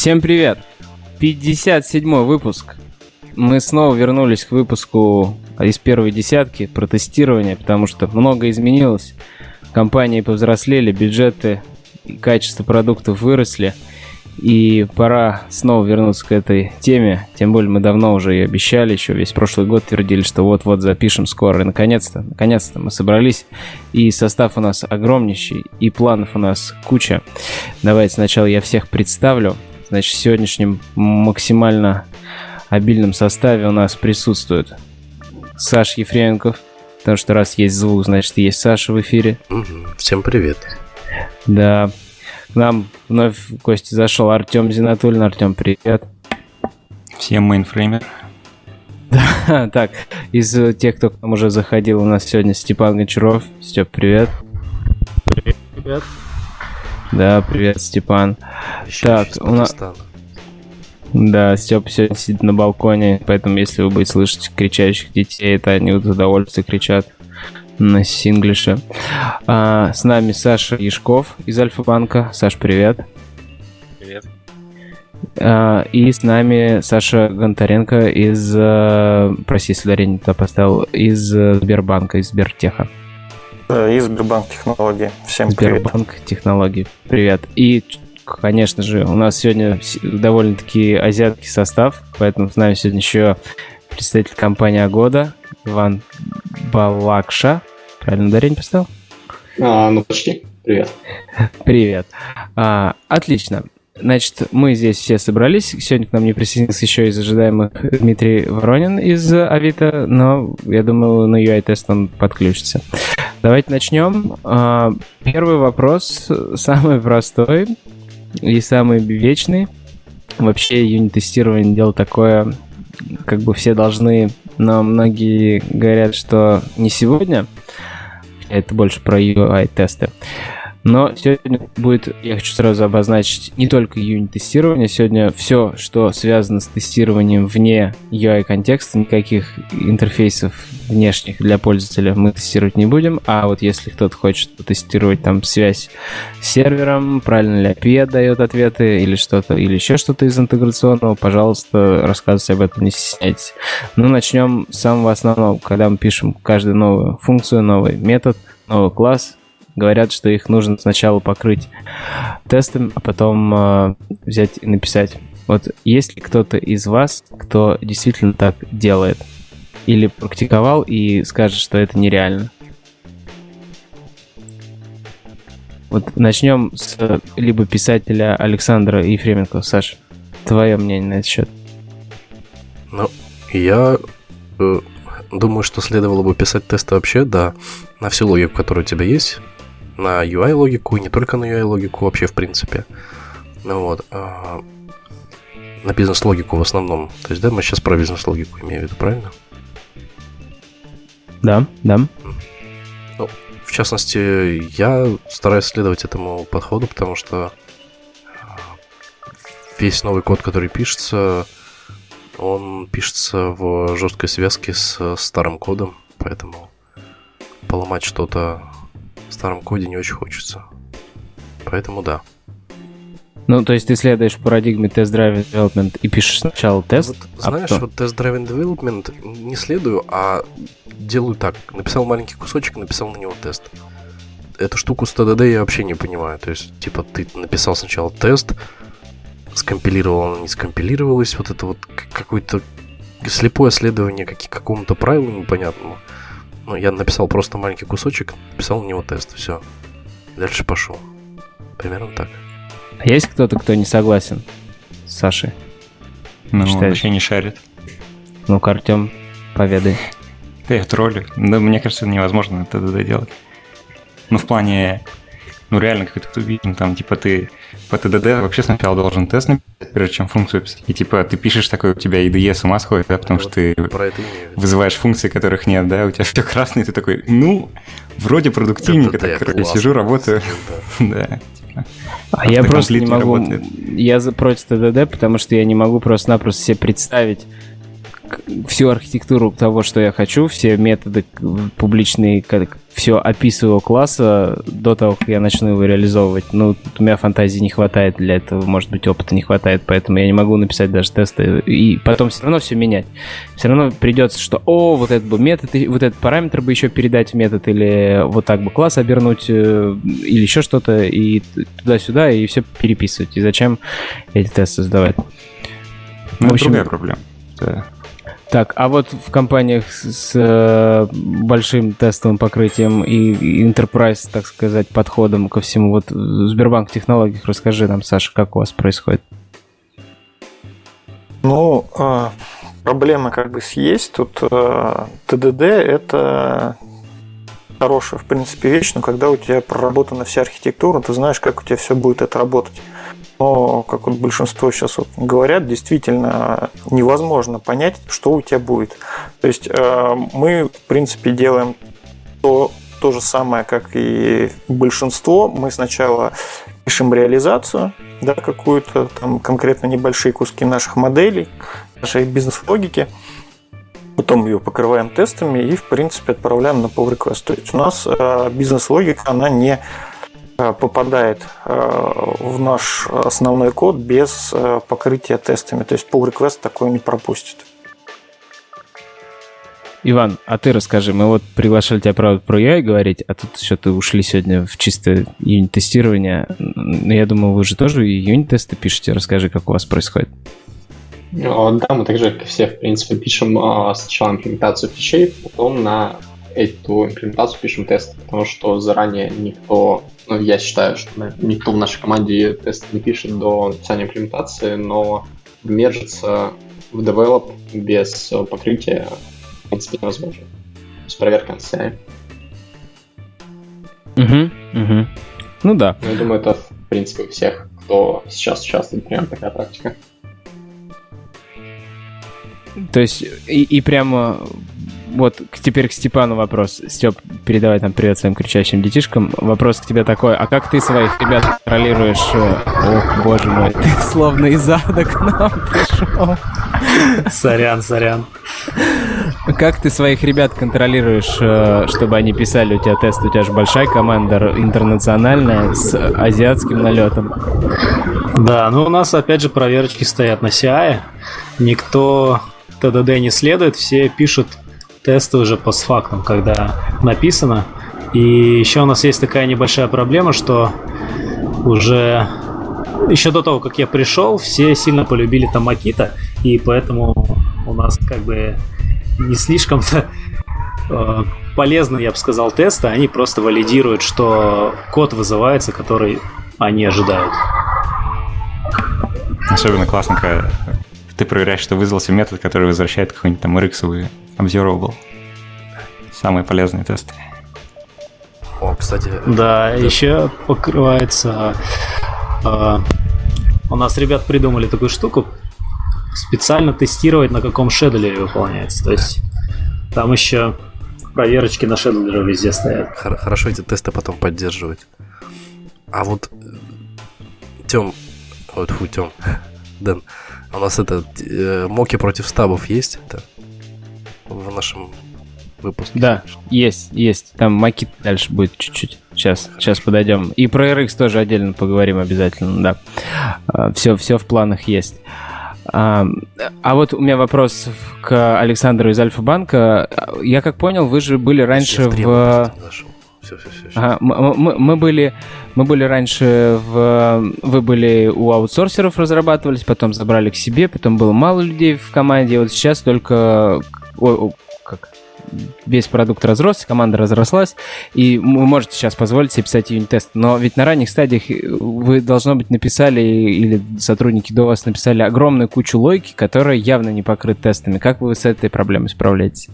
Всем привет! 57-й выпуск. Мы снова вернулись к выпуску из первой десятки про тестирование, потому что многое изменилось. Компании повзрослели, бюджеты и качество продуктов выросли. И пора снова вернуться к этой теме. Тем более мы давно уже и обещали, еще весь прошлый год твердили, что вот-вот запишем скоро. И наконец-то мы собрались. И состав у нас огромнейший, и планов у нас куча. Давайте сначала я всех представлю. Значит, в сегодняшнем максимально обильном составе у нас присутствует Саша Ефременков. Потому что раз есть звук, значит есть Саша в эфире. Всем привет. Да. К нам вновь в гости зашел Артем Зинатуллин. Артем, привет. Всем мейнфреймер. Да, так, из тех, кто к нам уже заходил, у нас сегодня Степан Гончаров. Степ, привет. Привет. Да, привет, Степан. Так, у нас... Да, Степ сегодня сидит на балконе, поэтому если вы будете слышать кричащих детей, это они от удовольствия кричат на синглише. С нами Саша Яшков из Альфа-банка. Саш, привет. Привет. И с нами Саша Гонтаренко из... Прости, если ударение не туда поставил. Из Сбербанка, из Сбертеха. Из Сбербанк технологий. Всем привет. Сбербанк технологий. Привет. И, конечно же, у нас сегодня довольно-таки азиатский состав, поэтому с нами сегодня еще представитель компании Агода Иван Балакша. Правильно ударение поставил? Ну, почти. Привет. Привет. Отлично. Значит, мы здесь все собрались. Сегодня к нам не присоединился еще из ожидаемых Дмитрий Воронин из Авито, но я думаю, на UI-тест он подключится. Давайте начнем. Первый вопрос, самый простой и самый вечный. Вообще, юнит-тестирование дело такое, как бы все должны, но многие говорят, что не сегодня. Это больше про UI-тесты. Но сегодня будет, я хочу сразу обозначить, не только юнит-тестирование. Сегодня все, что связано с тестированием вне UI-контекста, никаких интерфейсов внешних для пользователя мы тестировать не будем. А вот если кто-то хочет потестировать там связь с сервером, правильно ли API отдает ответы или что-то, или еще что-то из интеграционного, пожалуйста, рассказывайте об этом, не стесняйтесь. Ну, начнем с самого основного. Когда мы пишем каждую новую функцию, новый метод, новый класс, говорят, что их нужно сначала покрыть тестом, а потом взять и написать. Вот есть ли кто-то из вас, кто действительно так делает? Или практиковал и скажет, что это нереально? Вот начнем с либо писателя Александра Ефременко. Саш, твое мнение на этот счет? Ну, я думаю, что следовало бы писать тесты вообще, да, на всю логику, которая у тебя есть. На UI-логику, и не только на UI-логику, вообще в принципе. Ну вот. На бизнес-логику в основном. То есть, да, мы сейчас про бизнес-логику имеем в виду, правильно? Да. Ну, в частности, я стараюсь следовать этому подходу, потому что весь новый код, который пишется, он пишется в жесткой связке с старым кодом, поэтому поломать что-то в старом коде не очень хочется. Поэтому да. Ну, то есть ты следуешь парадигме Test-Driven Development и пишешь сначала тест, вот, знаешь, вот Test-Driven Development не следую, а делаю так. Написал маленький кусочек, написал на него тест. Эту штуку с TDD я вообще не понимаю. То есть, типа, ты написал сначала тест, скомпилировал, оно не скомпилировалось. Вот это вот какое-то слепое следование какому-то правилу непонятному. Ну, я написал просто маленький кусочек, написал на него тест, все. Дальше пошел. Примерно так. А есть кто-то, кто не согласен с Сашей? Ну, вообще не шарит. Ну-ка, Артем, поведай. Да я троллю. Да, мне кажется, невозможно это делать. Ну, в плане... Ну, реально, какой-то тупик. Там, типа, ты по TDD вообще сначала должен тест написать, прежде чем функцию писать. И, типа, ты пишешь такой, у тебя IDE с ума сходит, да, потому что ты вызываешь функции, которых нет, да, у тебя все красное, и ты такой, ну, вроде продуктивненько, так, короче, сижу, работаю. Да. А я просто не могу... Я против TDD, потому что я не могу просто-напросто себе представить, всю архитектуру того, что я хочу, все методы публичные, все описываю класса до того, как я начну его реализовывать. Ну, у меня фантазии не хватает для этого, может быть, опыта не хватает, поэтому я не могу написать даже тесты. И потом все равно все менять. Все равно придется, что, вот этот бы метод, вот этот параметр бы еще передать в метод, или вот так бы класс обернуть, или еще что-то, и туда-сюда, и все переписывать. И зачем эти тесты сдавать? Ну, в общем, другая проблема. Да. Так, а вот в компаниях с большим тестовым покрытием и enterprise, так сказать, подходом ко всему, вот в Сбербанк технологиях, расскажи нам, Саша, как у вас происходит? Ну, проблема как бы есть. Тут ТДД – это хорошая, в принципе, вещь, но когда у тебя проработана вся архитектура, ты знаешь, как у тебя все будет это работать. Но, как вот большинство сейчас вот говорят, действительно невозможно понять, что у тебя будет. То есть мы, в принципе, делаем то же самое, как и большинство. Мы сначала пишем реализацию, да, какую-то там конкретно небольшие куски наших моделей, нашей бизнес-логики. Потом ее покрываем тестами и, в принципе, отправляем на pull request. То есть у нас бизнес-логика, она не попадает в наш основной код без покрытия тестами. То есть pull request такое не пропустит. Иван, а ты расскажи. Мы вот приглашали тебя, правда, про UI говорить, а тут что-то ушли сегодня в чисто юнит-тестирование. Но я думаю, вы же тоже юнит-тесты пишете. Расскажи, как у вас происходит. Да, мы также, как все, в принципе, пишем сначала имплементацию фичей, потом на эту имплементацию пишем тесты, потому что заранее никто, я считаю, что никто в нашей команде тесты не пишет до написания имплементации, но мержиться в develop без покрытия, в принципе, невозможно. То есть проверка на CI. Ну да. Я думаю, это, в принципе, у всех, кто сейчас участвует, примерно такая практика. То есть, и прямо вот теперь к Степану вопрос. Степ, передавай там привет своим кричащим детишкам. Вопрос к тебе такой, а как ты своих ребят контролируешь? Ох, боже мой, ты словно из ада к нам пришел. Сорян. Как ты своих ребят контролируешь, чтобы они писали у тебя тесты? У тебя же большая команда интернациональная с азиатским налетом. Да, у нас опять же проверочки стоят на CI. Никто ТДД не следует, все пишут тесты уже постфактум, когда написано. И еще у нас есть такая небольшая проблема, что уже еще до того, как я пришел, все сильно полюбили там Makito, и поэтому у нас как бы не слишком-то полезны, я бы сказал, тесты. Они просто валидируют, что код вызывается, который они ожидают. Особенно классно, когда ты проверяешь, что вызвался метод, который возвращает какой-нибудь там RX-овый observable. Самые полезные тесты. О, кстати... Да, еще покрывается... у нас ребят придумали такую штуку, специально тестировать, на каком шедлере выполняется. То есть там еще проверочки на шедлере везде стоят. Хорошо эти тесты потом поддерживать. А вот... Тём, Дэн, у нас моки против стабов есть в нашем выпуске? Да, есть. Там Makito дальше будет чуть-чуть. Сейчас подойдем. И про RX тоже отдельно поговорим обязательно, да. Все в планах есть. А вот у меня вопрос к Александру из Альфа-банка. Я как понял, вы же были раньше в... Ага, мы были раньше вы были у аутсорсеров, разрабатывались, потом забрали к себе, потом было мало людей в команде, и вот сейчас только весь продукт разросся, команда разрослась, и вы можете сейчас позволить себе писать юнит-тест. Но ведь на ранних стадиях вы, должно быть, написали, или сотрудники до вас написали огромную кучу логики, которая явно не покрыта тестами. Как вы с этой проблемой справляетесь?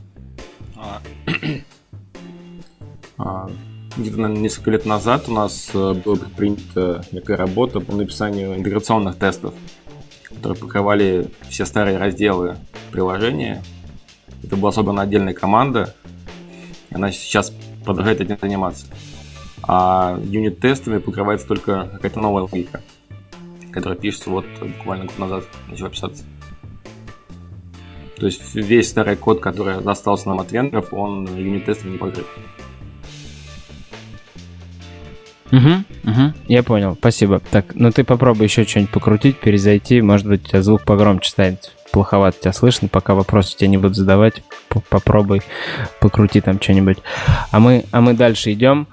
Где-то, наверное, несколько лет назад у нас была предпринята некая работа по написанию интеграционных тестов, которые покрывали все старые разделы приложения. Это была собрана отдельная команда, она сейчас продолжает этим заниматься. А юнит-тестами покрывается только какая-то новая логика, которая пишется вот буквально год назад начала писаться. То есть весь старый код, который достался нам от вендоров, он юнит-тестом не покрыт. Я понял, спасибо. Так, ну ты попробуй еще что-нибудь покрутить, перезайти, может быть, у тебя звук погромче станет. Плоховато тебя слышно, пока вопросы тебе не будут задавать, попробуй покрути там что-нибудь. А мы дальше идем.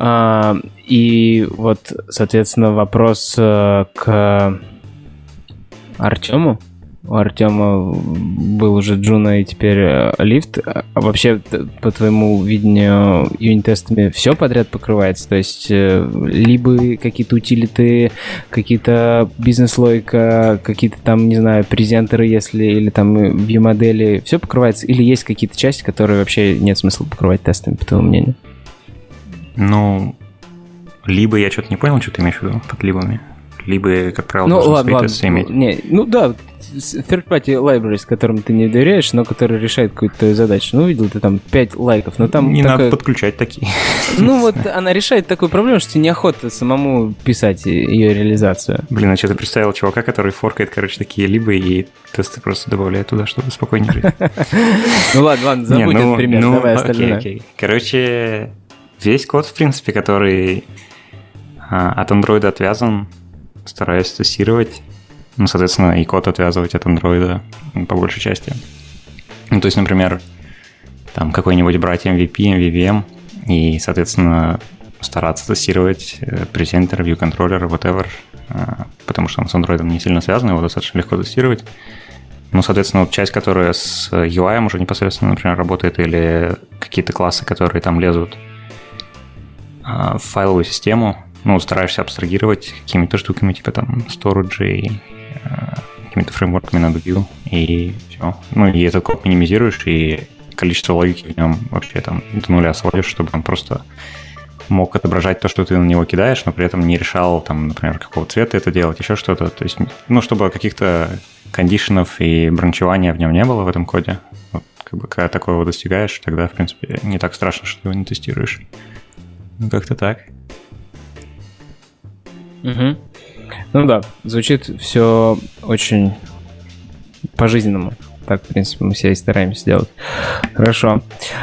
И вот, соответственно, вопрос к Артему. У Артема был уже Джуна и теперь лифт. А вообще, по твоему видению, юнит-тестами все подряд покрывается? То есть, либо какие-то утилиты, какие-то бизнес-логика, какие-то там, не знаю, презентеры, если, или там view-модели, все покрывается? Или есть какие-то части, которые вообще нет смысла покрывать тестами, по твоему мнению? Ну, либо я что-то не понял, что ты имеешь в виду под либами. Либо, как правило, должен свои тесты иметь. Ну да, third-party libraries, которым ты не доверяешь, но которые решают какую-то твою задачу. Ну, увидел ты там 5 лайков, но там... Не надо подключать такие. Ну, вот она решает такую проблему, что тебе неохота самому писать ее реализацию. Блин, а что ты представил чувака, который форкает, короче, такие либо и тесты просто добавляет туда, чтобы спокойнее жить. Ну ладно, забудь этот пример, давай остальное. Окей. Короче, весь код, в принципе, который от Android отвязан, стараюсь тестировать. Ну, соответственно, и код отвязывать от Android по большей части. Ну, то есть, например, там какой-нибудь брать MVP, MVVM и, соответственно, стараться тестировать презентер, view контроллер, whatever, потому что он с Android не сильно связан, его достаточно легко тестировать. Ну, соответственно, вот часть, которая с UI уже непосредственно, например, работает, или какие-то классы, которые там лезут в файловую систему, ну, стараешься абстрагировать какими-то штуками, типа там storage, какими-то фреймворками на Vue, и все. Ну, и этот код минимизируешь, и количество логики в нем вообще там до нуля сводишь, чтобы он просто мог отображать то, что ты на него кидаешь, но при этом не решал, там, например, какого цвета это делать, еще что-то. То есть, ну, чтобы каких-то кондишенов и бранчевания в нем не было в этом коде. Вот, как бы, когда такого достигаешь, тогда, в принципе, не так страшно, что ты его не тестируешь. Ну, как-то так. Ну да, звучит все очень по-жизненному. Так, в принципе, мы все и стараемся делать. Хорошо.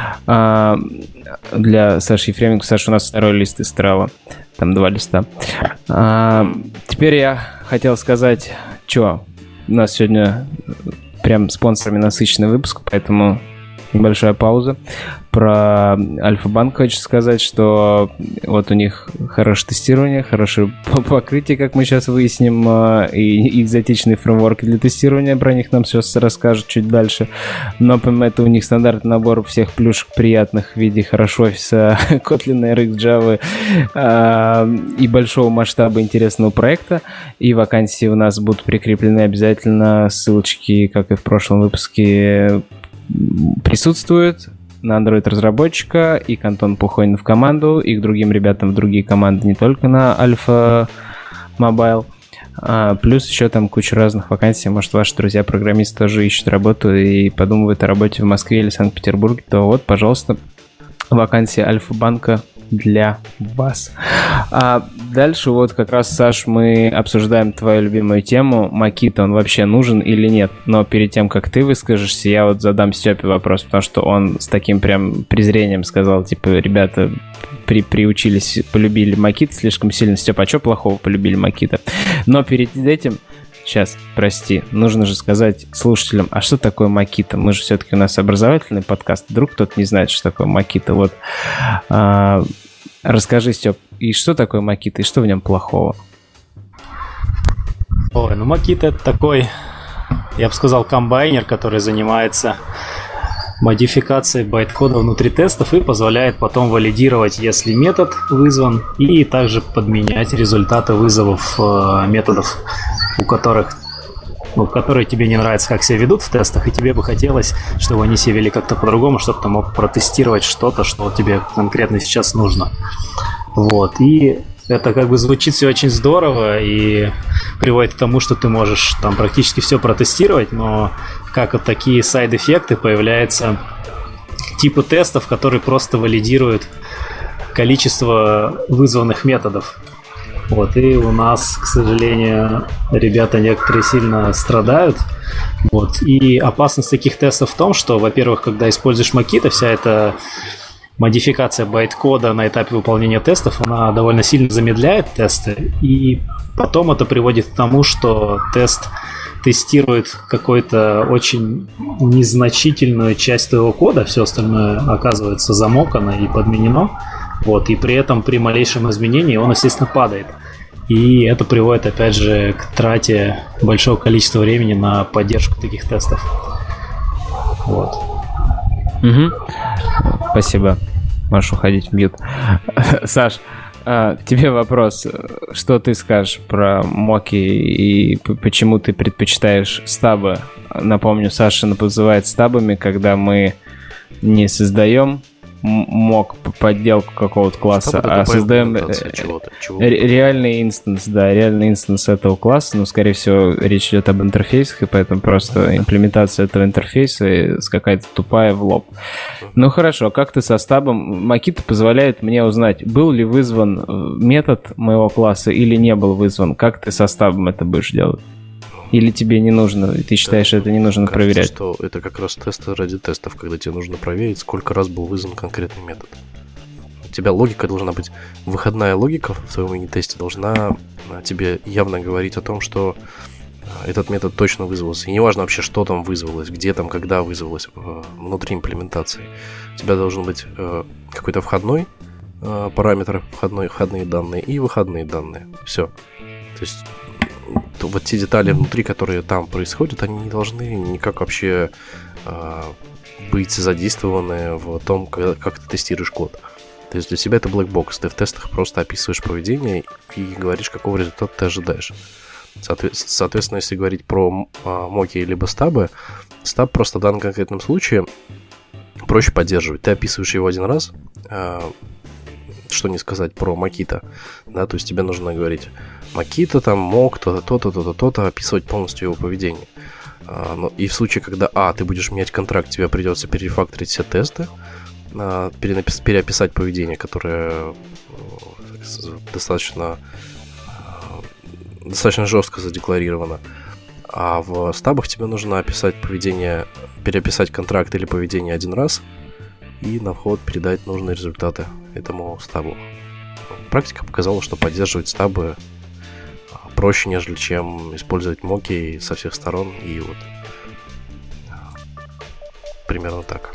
Для Саши Ефременко. Саша, у нас второй лист из Trello. Там 2 листа. Теперь я хотел сказать, что у нас сегодня прям спонсорами насыщенный выпуск, поэтому небольшая пауза. Про Альфа-банк хочу сказать, что вот у них хорошее тестирование, хорошее покрытие, как мы сейчас выясним, и экзотичные фреймворки для тестирования, про них нам сейчас расскажут чуть дальше. Но помимо этого у них стандартный набор всех плюшек приятных в виде хорошего офиса, Kotlin, RX, Java и большого масштаба интересного проекта. И вакансии у нас будут прикреплены обязательно, ссылочки, как и в прошлом выпуске, присутствуют на Android-разработчика, и к Антону Пухонину в команду, и к другим ребятам в другие команды, не только на Альфа Mobile. Плюс еще там куча разных вакансий. Может, ваши друзья-программисты тоже ищут работу и подумывают о работе в Москве или Санкт-Петербурге, то вот, пожалуйста, вакансия Альфа-банка для вас. А дальше вот как раз, Саш, мы обсуждаем твою любимую тему. Макита, он вообще нужен или нет? Но перед тем, как ты выскажешься, я вот задам Степе вопрос, потому что он с таким прям презрением сказал, типа, ребята, приучились, полюбили Макита слишком сильно. Степа, а что плохого полюбили Макита? Но перед этим, сейчас, прости, нужно же сказать слушателям, а что такое Макита? Мы же все-таки, у нас образовательный подкаст, вдруг кто-то не знает, что такое Макита. Вот, расскажи, Степ, и что такое Макита, и что в нем плохого? Ой, ну Макита — это такой, я бы сказал, комбайнер, который занимается модификацией байт-кода внутри тестов и позволяет потом валидировать, если метод вызван, и также подменять результаты вызовов методов, которые тебе не нравятся, как себя ведут в тестах, и тебе бы хотелось, чтобы они себя вели как-то по-другому, чтобы ты мог протестировать что-то, что тебе конкретно сейчас нужно. Вот, и это как бы звучит все очень здорово и приводит к тому, что ты можешь там практически все протестировать, но как вот такие сайд-эффекты появляются типы тестов, которые просто валидируют количество вызванных методов. Вот, и у нас, к сожалению, ребята некоторые сильно страдают. Вот. И опасность таких тестов в том, что, во-первых, когда используешь Mockito, вся эта модификация байт-кода на этапе выполнения тестов, она довольно сильно замедляет тесты, и потом это приводит к тому, что тест тестирует какую-то очень незначительную часть твоего кода, все остальное оказывается замокано и подменено, вот, и при этом при малейшем изменении он, естественно, падает. И это приводит, опять же, к трате большого количества времени на поддержку таких тестов. Вот. Спасибо. Можешь уходить в мьют. Саш, к тебе вопрос. Что ты скажешь про моки и почему ты предпочитаешь стабы? Напомню, Саша называет стабами, когда мы не создаем мок подделку какого-то класса, а создаем реальный инстанс, да, реальный инстанс этого класса, но, скорее всего, речь идет об интерфейсах, и поэтому просто имплементация этого интерфейса какая-то тупая в лоб. Ну хорошо, как ты со стабом? Mockito позволяет мне узнать, был ли вызван метод моего класса или не был вызван. Как ты со стабом это будешь делать? Или тебе не нужно, ты считаешь, это не нужно проверять? Что это как раз тесты ради тестов, когда тебе нужно проверить, сколько раз был вызван конкретный метод. У тебя логика должна быть, выходная логика в твоем юнит-тесте должна тебе явно говорить о том, что этот метод точно вызвался. И неважно вообще, что там вызвалось, где там, когда вызвалось внутри имплементации. У тебя должен быть какой-то входной параметр, входные данные и выходные данные. Все. То есть вот те детали внутри, которые там происходят, они не должны никак вообще быть задействованы в том, как ты тестируешь код. То есть для тебя это black box. Ты в тестах просто описываешь поведение и говоришь, какого результата ты ожидаешь. Соответственно, если говорить про моки либо стабы, стаб просто в данном конкретном случае проще поддерживать. Ты описываешь его один раз, что не сказать про Mockito, да, то есть тебе нужно говорить Mockito, там, мок, то-то, описывать полностью его поведение. И в случае, когда, ты будешь менять контракт, тебе придется перерефакторить все тесты, переописать поведение, которое достаточно жестко задекларировано. А в стабах тебе нужно описать поведение, переописать контракт или поведение один раз и на вход передать нужные результаты этому стабу. Практика показала, что поддерживать стабы проще, нежели чем использовать моки со всех сторон. И вот примерно так.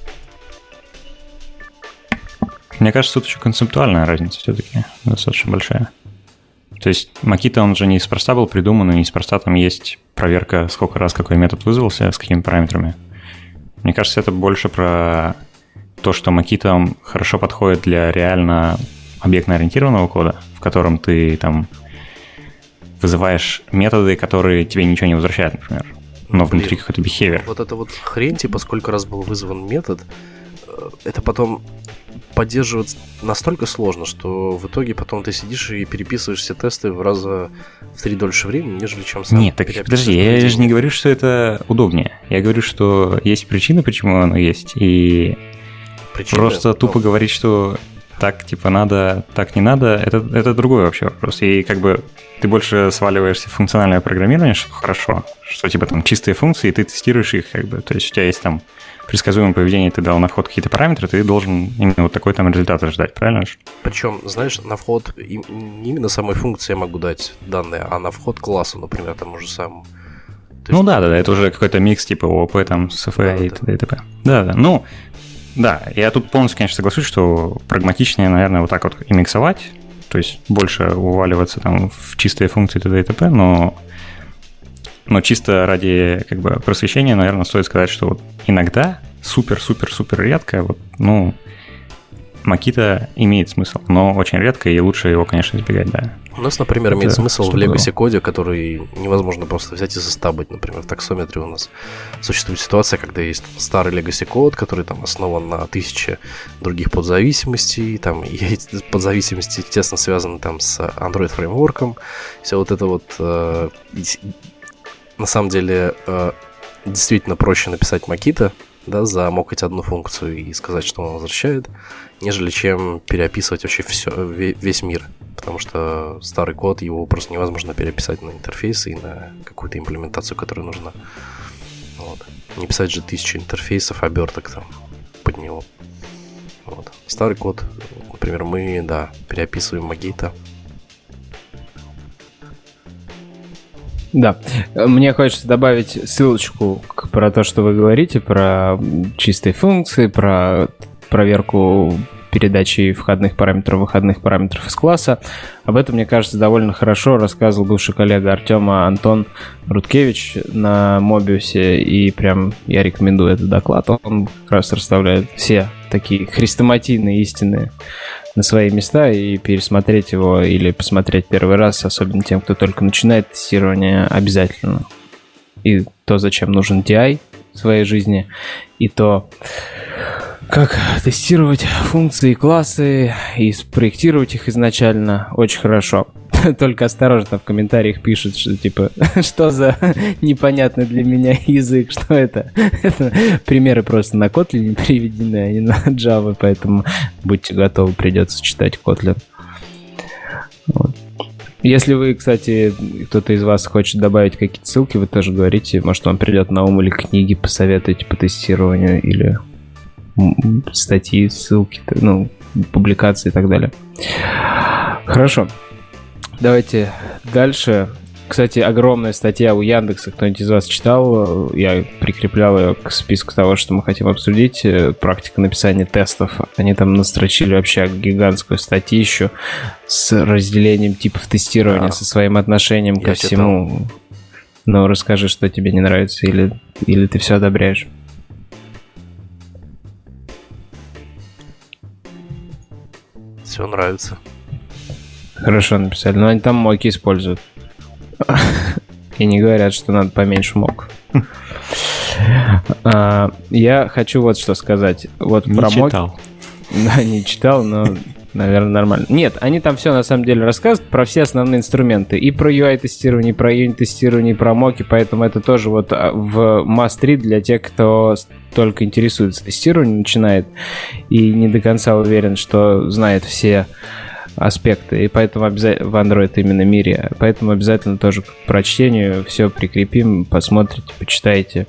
Мне кажется, тут еще концептуальная разница все-таки достаточно большая. То есть Mockito, он же не неспроста был придуман, и неспроста там есть проверка, сколько раз какой метод вызвался, с какими параметрами. Мне кажется, это больше про то, что Mockito хорошо подходит для реально объектно-ориентированного кода, в котором ты там вызываешь методы, которые тебе ничего не возвращают, например, но внутри какой-то behavior. Вот эта вот хрень, типа сколько раз был вызван метод, это потом поддерживать настолько сложно, что в итоге потом ты сидишь и переписываешь все тесты в 3 дольше времени, нежели чем сам. Нет, так подожди, я же не говорю, что это удобнее. Я говорю, что есть причины, почему оно есть, и просто тупо говорить, что так типа надо, так не надо, это другой вообще вопрос. И как бы ты больше сваливаешься в функциональное программирование, что хорошо, что типа там чистые функции, и ты тестируешь их как бы. То есть у тебя есть там предсказуемое поведение, ты дал на вход какие-то параметры, ты должен именно вот такой там результат ожидать, правильно? Причем, знаешь, на вход не именно самой функции я могу дать данные, а на вход классу, например, тому же самому. Ну да, это уже какой-то микс типа ООП там с FA и т.д. и т.п. Да, ну да, я тут полностью, конечно, соглашусь, что прагматичнее, наверное, вот так вот и миксовать, то есть больше уваливаться там в чистые функции т.д. и т.п., но чисто ради как бы просвещения, наверное, стоит сказать, что вот иногда супер-супер-супер редко, вот, ну, Mockito имеет смысл, но очень редко, и лучше его, конечно, избегать, да. У нас, например, имеет смысл в Legacy коде, который невозможно просто взять и застабать. Например, в таксометре у нас существует ситуация, когда есть старый Legacy код, который там основан на 1000 других подзависимостей, там и эти подзависимости, естественно, связаны там с Android фреймворком. Все вот это вот на самом деле действительно проще написать Mockito, да, замокать одну функцию и сказать, что он возвращает, нежели чем переописывать вообще весь мир. Потому что старый код, его просто невозможно переписать на интерфейсы и на какую-то имплементацию, которая нужна. Вот. Не писать же 1000 интерфейсов, оберток там под него. Вот. Старый код, например, мы, да, переописываем Magito. Да, мне хочется добавить ссылочку про то, что вы говорите, про чистые функции, про проверку передачи входных параметров, выходных параметров из класса. Об этом, мне кажется, довольно хорошо рассказывал бывший коллега Артема Антон Рудкевич на Mobius, и прям я рекомендую этот доклад. Он как раз расставляет все такие хрестоматийные истины на свои места, и пересмотреть его или посмотреть первый раз, особенно тем, кто только начинает тестирование, обязательно. И то, зачем нужен DI в своей жизни, и то, как тестировать функции и классы, и спроектировать их изначально, очень хорошо. Только осторожно, в комментариях пишут, что типа, что за непонятный для меня язык, что это? Это примеры просто на Kotlin переведены, а не на Java, поэтому будьте готовы, придется читать Kotlin. Вот. Если вы, кстати, кто-то из вас хочет добавить какие-то ссылки, вы тоже говорите, может, вам придет на ум или книги посоветуйте по тестированию, или статьи, ссылки, ну, публикации и так далее. Хорошо. Давайте дальше. Кстати, огромная статья у Яндекса, кто-нибудь из вас читал, я прикреплял ее к списку того, что мы хотим обсудить, практика написания тестов. Они там настрочили вообще гигантскую статью с разделением типов тестирования, со своим отношением ко всему. Ну, расскажи, что тебе не нравится, или ты все одобряешь. Все нравится. Хорошо написали, но они там моки используют. И не говорят, что надо поменьше мок. Я хочу вот что сказать. Вот не про читал. моки. Да, не читал, но, наверное, нормально. Нет, они там все на самом деле рассказывают про все основные инструменты. И про UI-тестирование, и про юнит-тестирование, и про моки. Поэтому это тоже вот в must-read для тех, кто только интересуется тестированием, начинает и не до конца уверен, что знает все аспекты, и поэтому обязательно в Android именно мире, поэтому обязательно тоже к прочтению все прикрепим, посмотрите, почитайте.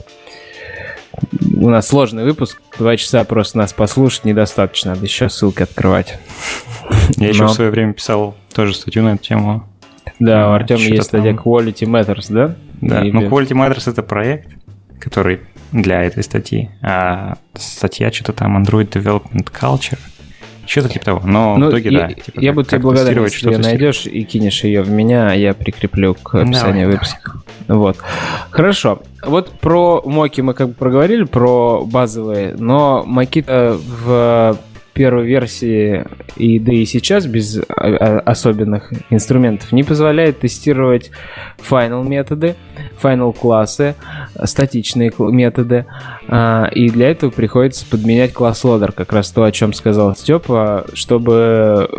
У нас сложный выпуск, 2 часа просто нас послушать недостаточно, надо еще ссылки открывать. Я еще в свое время писал тоже статью на эту тему. Да, у Артема есть статья Quality Matters, да? Да, ну Quality Matters — это проект, который для этой статьи, а статья что-то там Android Development Culture, что-то типа того, но в итоге, да. Типа, я буду тебе благодарен, если ты найдешь и кинешь ее в меня, а я прикреплю к описанию выпуска. Вот. Хорошо. Вот про моки мы как бы проговорили, про базовые, но Makito в первой версии, да и сейчас без особенных инструментов, не позволяет тестировать final методы, final классы, статичные методы, и для этого приходится подменять класс-лодер, как раз то, о чем сказал Степа, чтобы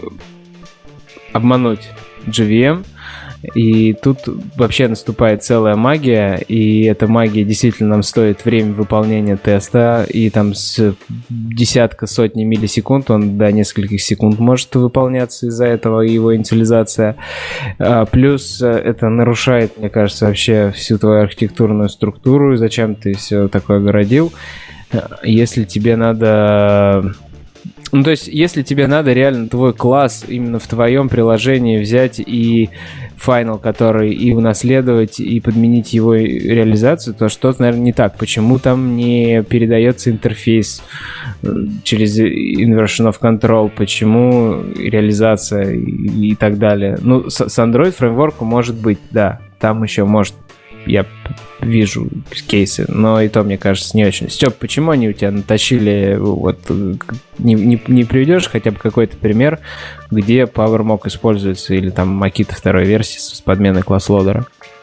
обмануть JVM. И тут вообще наступает целая магия, и эта магия действительно нам стоит время выполнения теста, и там с десятка, сотни миллисекунд, он до нескольких секунд может выполняться из-за этого его инициализация. Плюс это нарушает, мне кажется, вообще всю твою архитектурную структуру, зачем ты все такое городил. Если тебе надо... Ну, то есть, если тебе надо реально твой класс именно в твоем приложении взять и final, который и унаследовать, и подменить его реализацию, то что-то, наверное, не так. Почему там не передается интерфейс через inversion of control? Почему реализация и так далее? Ну, с Android фреймворком может быть, да. Там еще может... Я вижу кейсы, но и то, мне кажется, не очень. Степ, почему они у тебя натащили? Вот не приведешь хотя бы какой-то пример, где PowerMock используется, или там Makito второй версии с подменой класс-лодера?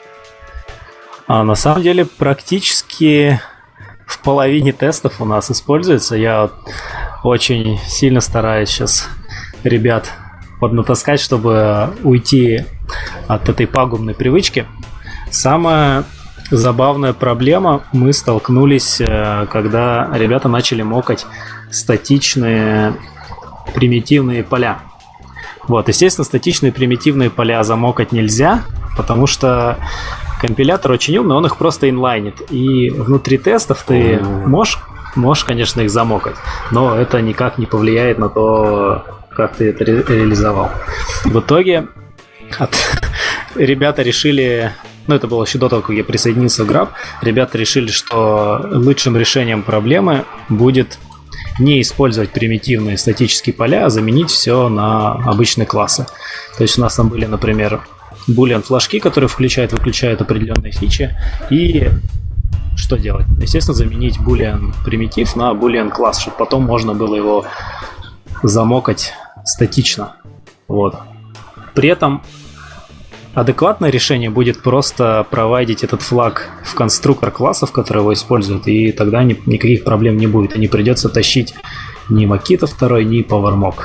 На самом деле, практически в половине тестов у нас используется. Я очень сильно стараюсь сейчас ребят поднатаскать, чтобы уйти от этой пагубной привычки. Самое забавная проблема. Мы столкнулись, когда ребята начали мокать статичные примитивные поля. Вот, естественно, статичные примитивные поля замокать нельзя, потому что компилятор очень умный, он их просто инлайнит. И внутри тестов ты можешь, конечно, их замокать, но это никак не повлияет на то, как ты это реализовал. В итоге ребята решили... это было еще до того, как я присоединился в Grub. Ребята решили, что лучшим решением проблемы будет не использовать примитивные статические поля, а заменить все на обычные классы. То есть у нас там были, например, boolean флажки, которые включают, выключают определенные фичи. И что делать? Естественно, заменить boolean примитив на boolean класс, чтобы потом можно было его замокать статично. Вот. При этом адекватное решение будет просто провайдить этот флаг в конструктор классов, которые его используют, и тогда никаких проблем не будет, и не придется тащить ни Makito 2, ни PowerMock.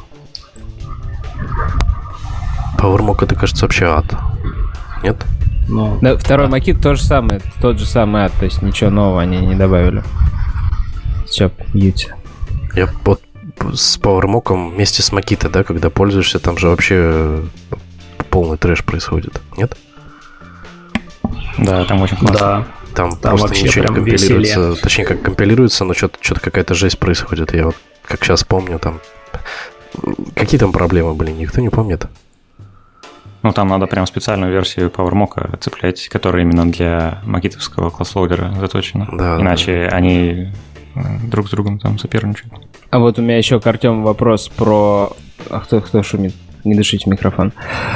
PowerMock это, кажется, вообще ад. Нет? Да, второй Makito тот же самый ад, то есть ничего нового они не добавили. Все, бьете. Я вот с PowerMock вместе с Makito, да, когда пользуешься, там же вообще полный трэш происходит, нет? Да, там очень классно. Да. Там просто ничего не компилируется. Веселье. Точнее, как компилируется, но что-то какая-то жесть происходит. Я вот, как сейчас помню, там... Какие там проблемы были, никто не помнит. Там надо прям специальную версию PowerMock цеплять, которая именно для макитовского класслоудера заточена. Да, иначе они друг с другом там соперничают. А вот у меня еще к Артему вопрос про... Кто шумит? Не дышите в микрофон.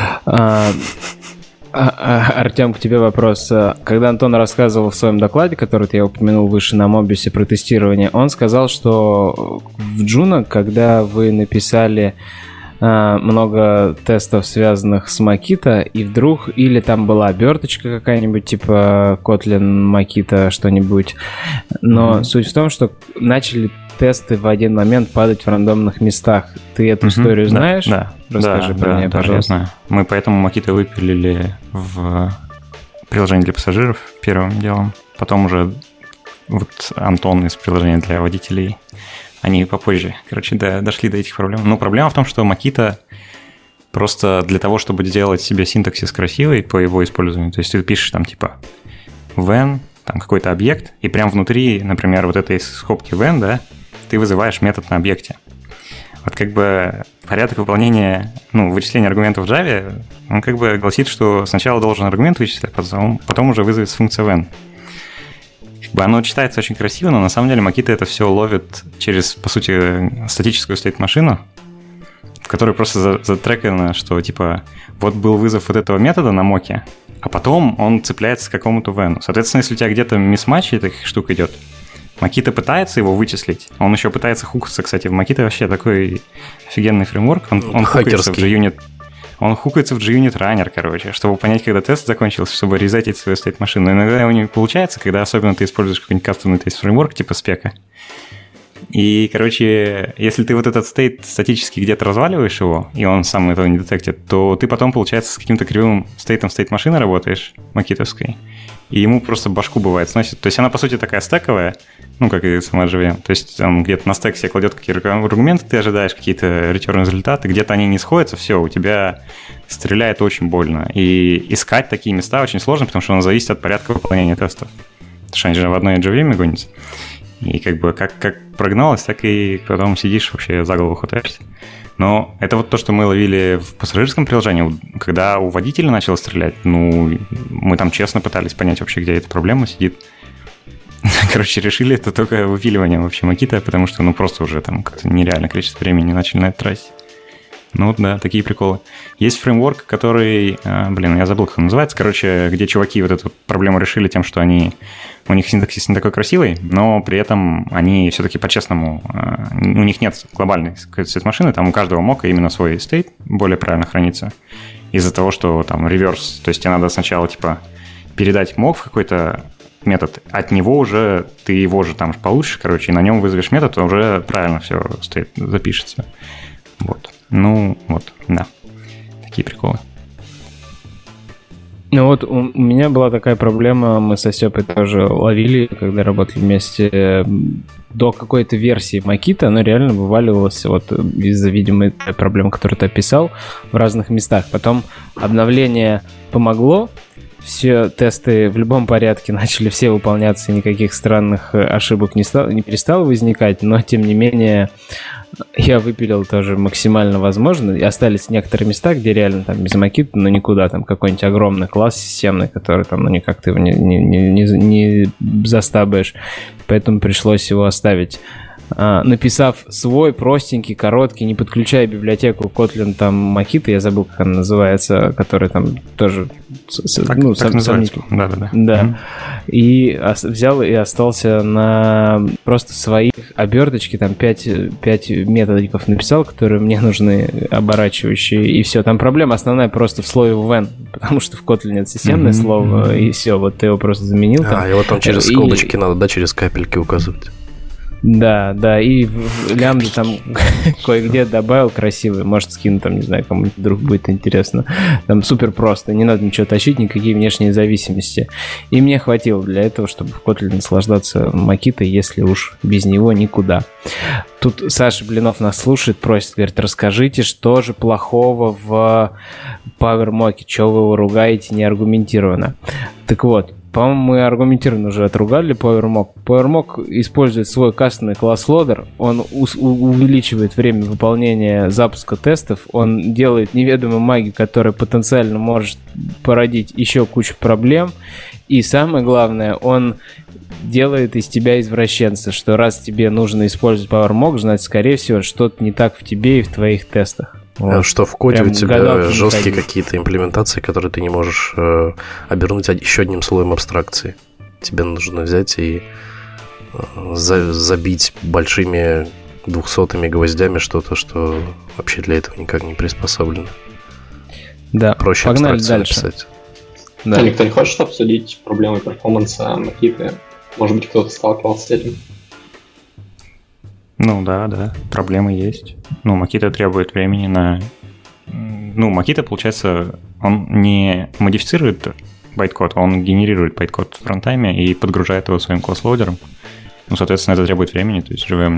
Артем, к тебе вопрос. Когда Антон рассказывал в своем докладе, который я упомянул выше на Mobius про тестирование, он сказал, что в Juno, когда вы написали много тестов, связанных с Makito, и вдруг или там была оберточка какая-нибудь, типа Kotlin, Makito, что-нибудь, но суть в том, что начали тесты в один момент падать в рандомных местах. Ты эту историю знаешь? Да. Расскажи про нее, пожалуйста. Я знаю. Мы поэтому Makito выпилили в приложение для пассажиров первым делом. Потом уже вот Антон из приложения для водителей. Они попозже, дошли до этих проблем. Но проблема в том, что Makito просто для того, чтобы сделать себе синтаксис красивый по его использованию, то есть ты пишешь там типа when, там какой-то объект, и прям внутри, например, вот этой скобки when, да, ты вызываешь метод на объекте. Вот как бы порядок выполнения, вычисления аргументов в Java, он как бы гласит, что сначала должен аргумент вычислять, потом уже вызовется функция when. Оно читается очень красиво, но на самом деле Makito это все ловит через, по сути, статическую стейт-машину, в которой просто затрекано, что типа вот был вызов вот этого метода на моке, а потом он цепляется к какому-то when. Соответственно, если у тебя где-то мисс-матч таких штук идет, Makito пытается его вычислить, он еще пытается хукаться, кстати, в Makito вообще такой офигенный фреймворк, он хукается в JUnit. Он хукается в JUnit Runner, чтобы понять, когда тест закончился, чтобы резетить свою стейт-машину. Иногда его не получается, когда особенно ты используешь какой-нибудь кастомный тест-фреймворк типа спека. И, если ты вот этот стейт статически где-то разваливаешь его, и он сам этого не детектит, то ты потом, получается, с каким-то кривым стейтом стейт-машины работаешь, макитовской, и ему просто башку бывает сносит. То есть она, по сути, такая стековая, как и сама JVM. То есть он где-то на стек себе кладет какие-то аргументы, ты ожидаешь какие-то return-результаты, где-то они не сходятся, все, у тебя стреляет очень больно. И искать такие места очень сложно, потому что оно зависит от порядка выполнения тестов. Потому что они же в одной JVM гонятся. И как прогналось, так и потом сидишь, вообще за голову хватаешься. Но это вот то, что мы ловили в пассажирском приложении. Когда у водителя начало стрелять, мы там честно пытались понять вообще, где эта проблема сидит. Решили это только выпиливанием вообще Makito, потому что, просто уже там как-то нереальное количество времени начали на это тратить. Да, такие приколы. Есть фреймворк, который, я забыл, как он называется, где чуваки вот эту проблему решили тем, что у них синтаксис не такой красивый, но при этом они все-таки по-честному, у них нет глобальной стейт-машины, там у каждого мока именно свой стейт более правильно хранится, из-за того, что там реверс, то есть тебе надо сначала передать мок в какой-то метод, от него уже, ты его же там получишь, и на нем вызовешь метод, уже правильно все запишется. Да, такие приколы. Ну вот у меня была такая проблема, мы со Степой тоже ловили, когда работали вместе. До какой-то версии Makito оно реально вываливалось вот из-за, видимо, той проблемы, которую ты описал, в разных местах. Потом обновление помогло, все тесты в любом порядке начали все выполняться, никаких странных ошибок не перестало возникать, но тем не менее я выпилил тоже максимально возможно, и остались некоторые места, где реально там без Makito, ну никуда, там какой-нибудь огромный класс системный, который там, ну никак ты его не застабаешь, поэтому пришлось его оставить. Написав свой простенький, короткий, не подключая библиотеку Kotlin, там Makito, я забыл, как она называется, который там тоже так называется. Да. Да. И взял и остался на просто своих оберточки, там 5 методиков написал, которые мне нужны, оборачивающие, и все. Там проблема основная просто в слове when, потому что в Kotlin это системное слово, и все, вот ты его просто заменил. Его там через скобочки надо, да, через капельки указывать. Да, и лямбда там кое-где добавил красивый, может скину там, не знаю, кому-нибудь вдруг будет интересно. Там супер просто, не надо ничего тащить, никакие внешние зависимости. И мне хватило для этого, чтобы в Kotlin наслаждаться Makito, если уж без него никуда. Тут Саша Блинов нас слушает, просит, говорит, расскажите, что же плохого в PowerMock, чего вы его ругаете неаргументированно. Так вот, по-моему, мы аргументированно уже отругали PowerMock. PowerMock использует свой кастомный класс-лодер, он увеличивает время выполнения запуска тестов, он делает неведомую магию, которая потенциально может породить еще кучу проблем, и самое главное, он делает из тебя извращенца, что раз тебе нужно использовать PowerMock, значит, скорее всего, что-то не так в тебе и в твоих тестах. Вот. Что в коде прям у тебя жесткие какие-то имплементации, которые ты не можешь обернуть еще одним слоем абстракции. Тебе нужно взять и забить большими 200-ми гвоздями что-то, что вообще для этого никак не приспособлено. Да, проще погнали дальше. Написать. Да. Никто не хочет обсудить проблемы перформанса Makito? Может быть, кто-то сталкивался с этим? Ну да, проблемы есть. Ну, Makito требует времени на... Ну, Makito, получается, он не модифицирует байткод, он генерирует байткод в рантайме и подгружает его своим класс-лоудером. Ну, соответственно, это требует времени, то есть JVM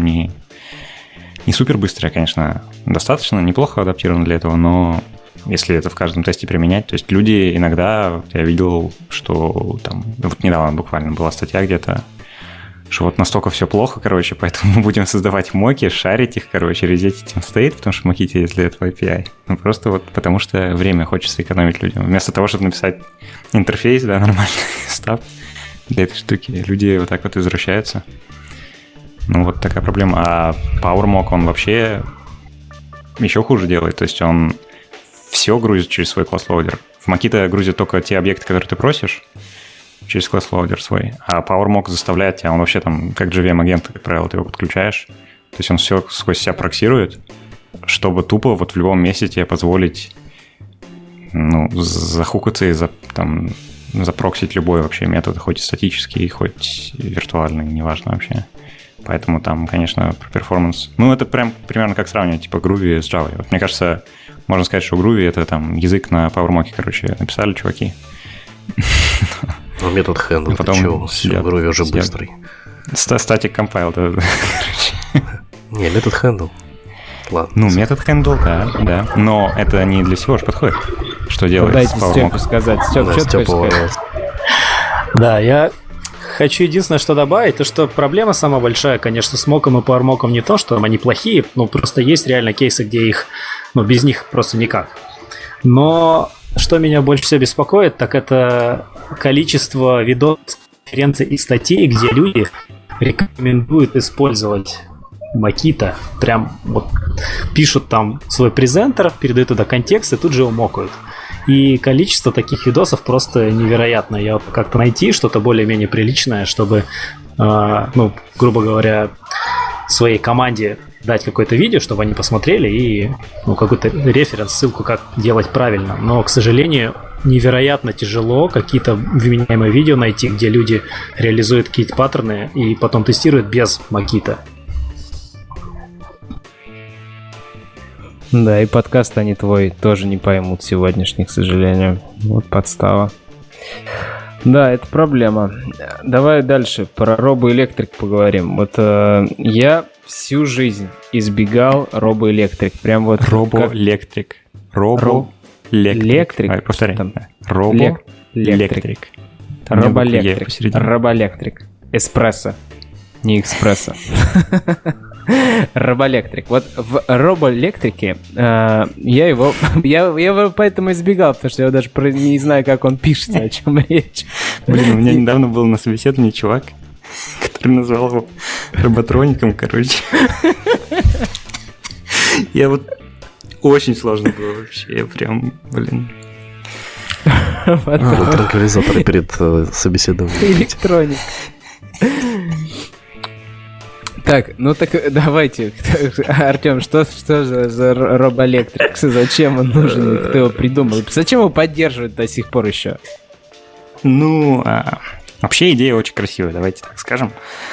не супер быстрое, конечно, достаточно, неплохо адаптировано для этого, но если это в каждом тесте применять, то есть люди иногда, я видел, что там, вот недавно буквально была статья где-то, что вот настолько все плохо, короче, поэтому мы будем создавать моки, шарить их, короче, резетить им стоит, потому что в Makito есть для этого API. Ну, просто вот потому что время хочется экономить людям. Вместо того, чтобы написать интерфейс, да, нормальный став для этой штуки, люди вот так вот извращаются. Ну, вот такая проблема. А PowerMock, он вообще еще хуже делает, то есть он все грузит через свой класс-лоудер. В Makito грузит только те объекты, которые ты просишь, через класс-лоудер свой, а PowerMock заставляет тебя, он вообще там, как JVM-агент, как правило, ты его подключаешь, то есть он все сквозь себя проксирует, чтобы тупо вот в любом месте тебе позволить, ну, захукаться и запроксить любой вообще метод, хоть статический, хоть виртуальный, неважно вообще. Поэтому там, конечно, про перформанс... Ну, это прям примерно как сравнивать, типа, Groovy с Java. Вот, мне кажется, можно сказать, что Groovy — это там язык на PowerMock, короче, написали чуваки. Ну, метод handle, потом ты чего? Все, Groovy уже быстрый. Static compile, да. Не, метод handle. Ладно. Ну, метод handle, да. Но это не для всего же подходит. Что делать дайте с PowerMock? Степе сказать. Степ, что ты хочешь сказать? Да, я хочу единственное, что добавить, то что проблема самая большая, конечно, с моком и PowerMock'ом не то, что они плохие, но просто есть реально кейсы, где их, ну, без них просто никак. Но что меня больше всего беспокоит, так это количество видосов, конференций и статей, где люди рекомендуют использовать Makito. Прям вот пишут там свой презентер, передают туда контекст и тут же его мокают. И количество таких видосов просто невероятно. Я как-то найти что-то более-менее приличное, чтобы, ну, грубо говоря, своей команде дать какое-то видео, чтобы они посмотрели и, ну, какой-то референс, ссылку, как делать правильно. Но, к сожалению, невероятно тяжело какие-то вменяемые видео найти, где люди реализуют какие-то паттерны и потом тестируют без Makito. Да, и подкаст они твой тоже не поймут сегодняшний, к сожалению. Вот подстава. Да, это проблема. Давай дальше про робоэлектрик поговорим. Вот я всю жизнь избегал робоэлектрик. Прям вот... Робоэлектрик. Робоэлектрик. Повторяй. Робоэлектрик. Робоэлектрик. Эспрессо. Не экспрессо. Робоэлектрик. Вот в робоэлектрике я его поэтому избегал, потому что я даже не знаю, как он пишется, о чем речь. Блин, у меня недавно был на собеседовании чувак, который назвал его роботроником, короче. Я вот... Очень сложно было вообще, я прям, блин... Транквилизаторы перед собеседованием. Электроник. Так, ну так давайте, Артем, что за робоэлектрик? Зачем он нужен? Кто его придумал? Зачем его поддерживают до сих пор еще? Ну, вообще идея очень красивая, давайте так скажем.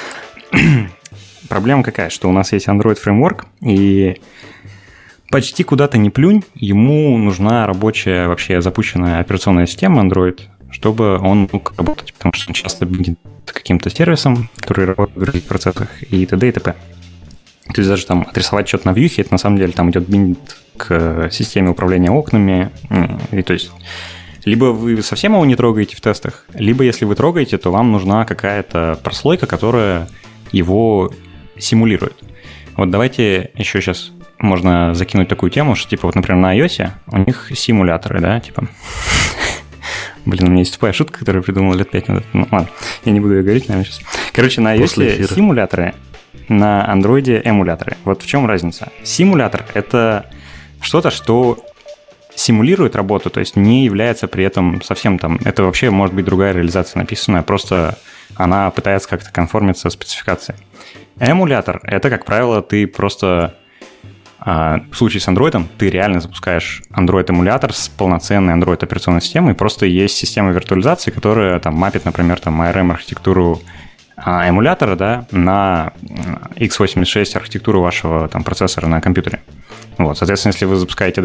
Проблема какая, что у нас есть Android Framework, и почти куда-то не плюнь, ему нужна рабочая вообще запущенная операционная система Android, чтобы он мог работать, потому что он часто будет каким-то сервисом, который работает в других процессах, и т.д. и т.п. То есть даже там отрисовать что-то на вьюхе, это на самом деле там идет бинд к системе управления окнами. И то есть либо вы совсем его не трогаете в тестах, либо если вы трогаете, то вам нужна какая-то прослойка, которая его симулирует. Вот давайте еще сейчас можно закинуть такую тему, что типа вот, например, на iOS у них симуляторы, да, типа... Блин, у меня есть тупая шутка, которую я придумал лет 5 назад. Ну, ладно, я не буду ее говорить, наверное, сейчас. Короче, на iOS симуляторы, на Android эмуляторы. Вот в чем разница? Симулятор — это что-то, что симулирует работу, то есть не является при этом совсем там... Это вообще может быть другая реализация написанная, просто она пытается как-то конформиться спецификации. Эмулятор — это, как правило, ты просто... В случае с Android ты реально запускаешь Android-эмулятор с полноценной Android-операционной системой, просто есть система виртуализации, которая там мапит, например, там ARM-архитектуру эмулятора, да, на x86 архитектуру вашего там процессора на компьютере. Вот, соответственно, если вы запускаете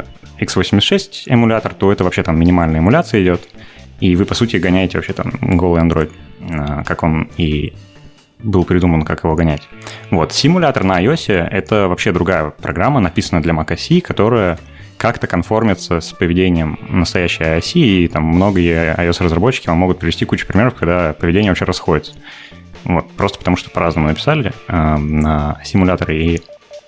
x86 эмулятор, то это вообще там минимальная эмуляция идет, и вы, по сути, гоняете вообще там голый Android, как он и был придуман, как его гонять. Вот, симулятор на iOS — это вообще другая программа, написанная для macOS, которая как-то конформится с поведением настоящей iOS, и там многие iOS-разработчики вам могут привести кучу примеров, когда поведение вообще расходится. Вот, просто потому что по-разному написали на симуляторе и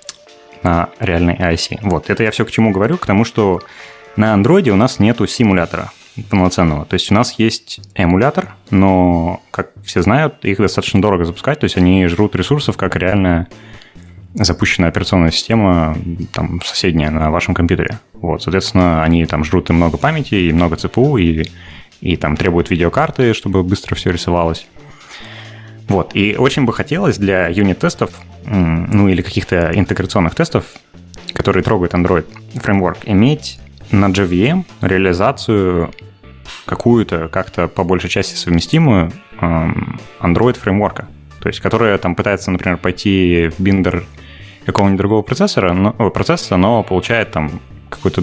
на реальной iOS. Вот, это я все к чему говорю, к тому, что на Android у нас нету симулятора полноценного. То есть у нас есть эмулятор, но, как все знают, их достаточно дорого запускать, то есть они жрут ресурсов, как реальная запущенная операционная система, там, соседняя на вашем компьютере. Вот, соответственно, они там жрут и много памяти, и много ЦПУ, и там требуют видеокарты, чтобы быстро все рисовалось. Вот, и очень бы хотелось для юнит-тестов, ну, или каких-то интеграционных тестов, которые трогают Android Framework, иметь на JVM реализацию какую-то как-то по большей части совместимую Android фреймворка, то есть которая там пытается, например, пойти в биндер какого-нибудь другого процесса, но получает там какой-то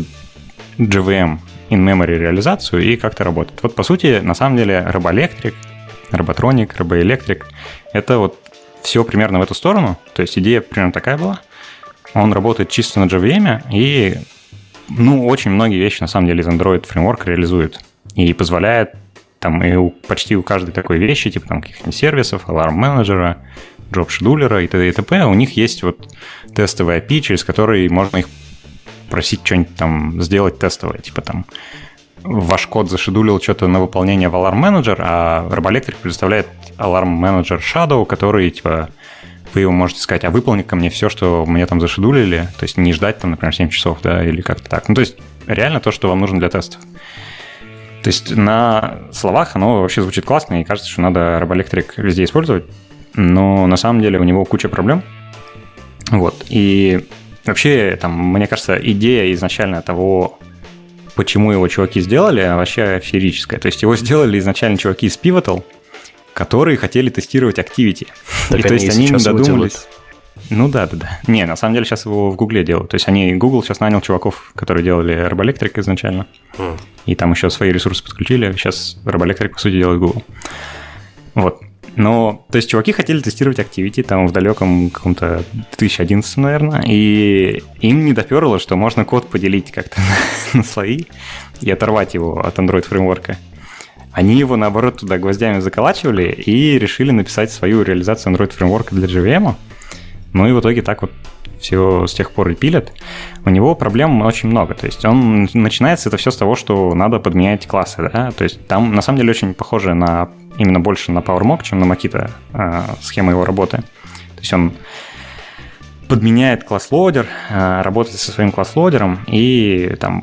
JVM in-memory реализацию и как-то работает. Вот по сути, на самом деле, робоэлектрик, роботроник, робоэлектрик — это вот все примерно в эту сторону, то есть идея примерно такая была. Он работает чисто на JVM и очень многие вещи, на самом деле, из Android фреймворка реализует и позволяет там почти у каждой такой вещи, типа там каких-нибудь сервисов, аларм-менеджера, джоб-шедулера и т.д. и т.п. У них есть вот тестовый API, через который можно их просить что-нибудь там сделать тестовое, типа там ваш код зашедулил что-то на выполнение в аларм-менеджер, а робоэлектрик предоставляет аларм-менеджер Shadow, который типа вы его можете сказать, а выполни-ка мне все, что мне там зашедулили, то есть не ждать там, например, 7 часов, да, или как-то так. Ну, то есть реально то, что вам нужно для тестов. То есть на словах оно вообще звучит классно, и кажется, что надо робоэлектрик везде использовать, но на самом деле у него куча проблем. Вот, и вообще, там, мне кажется, идея изначально того, почему его чуваки сделали, вообще феерическая. То есть его сделали изначально чуваки из Pivotal, которые хотели тестировать Activity. Так и то есть они не додумались. Ну да. Не, на самом деле сейчас его в Гугле делают. То есть Google сейчас нанял чуваков, которые делали Робоэлектрик изначально. И там еще свои ресурсы подключили. Сейчас Робоэлектрик, по сути, делает Google. Вот. Но, то есть чуваки хотели тестировать Activity там в далеком каком-то 2011, наверное, и им не доперло, что можно код поделить как-то на слои и оторвать его от Android фреймворка. Они его, наоборот, туда гвоздями заколачивали и решили написать свою реализацию Android фреймворка для JVM. Ну и в итоге так вот все с тех пор и пилят. У него проблем очень много. То есть начинается это все с того, что надо подменять классы. Да? То есть там на самом деле очень похоже на именно больше на PowerMock, чем на Mockito схема его работы. То есть он подменяет класс-лоадер, работает со своим класс-лоадером и там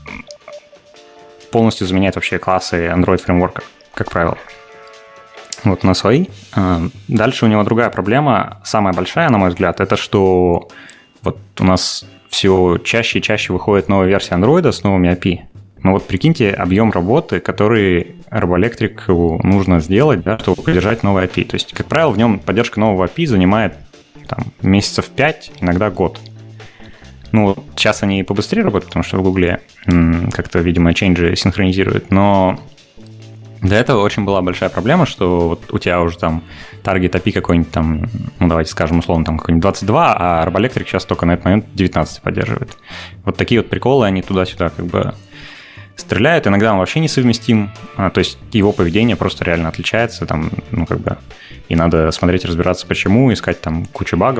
полностью заменяет вообще классы Android фреймворка, как правило. Вот на свои. Дальше у него другая проблема, самая большая, на мой взгляд, это что вот у нас все чаще и чаще выходит новая версия Android с новыми API. Но вот прикиньте объем работы, который Робоэлектрику нужно сделать, да, чтобы поддержать новый API. То есть, как правило, в нем поддержка нового API занимает там, месяцев 5, иногда год. Ну, сейчас они побыстрее работают, потому что в Гугле как-то, видимо, чейнджи синхронизируют, но до этого очень была большая проблема, что вот у тебя уже там таргет API какой-нибудь там, ну, давайте скажем условно, там какой-нибудь 22, а Робоэлектрик сейчас только на этот момент 19 поддерживает. Вот такие вот приколы, они туда-сюда как бы стреляют, иногда он вообще несовместим, то есть его поведение просто реально отличается, там, ну, как бы, и надо смотреть, разбираться почему, искать там кучу багов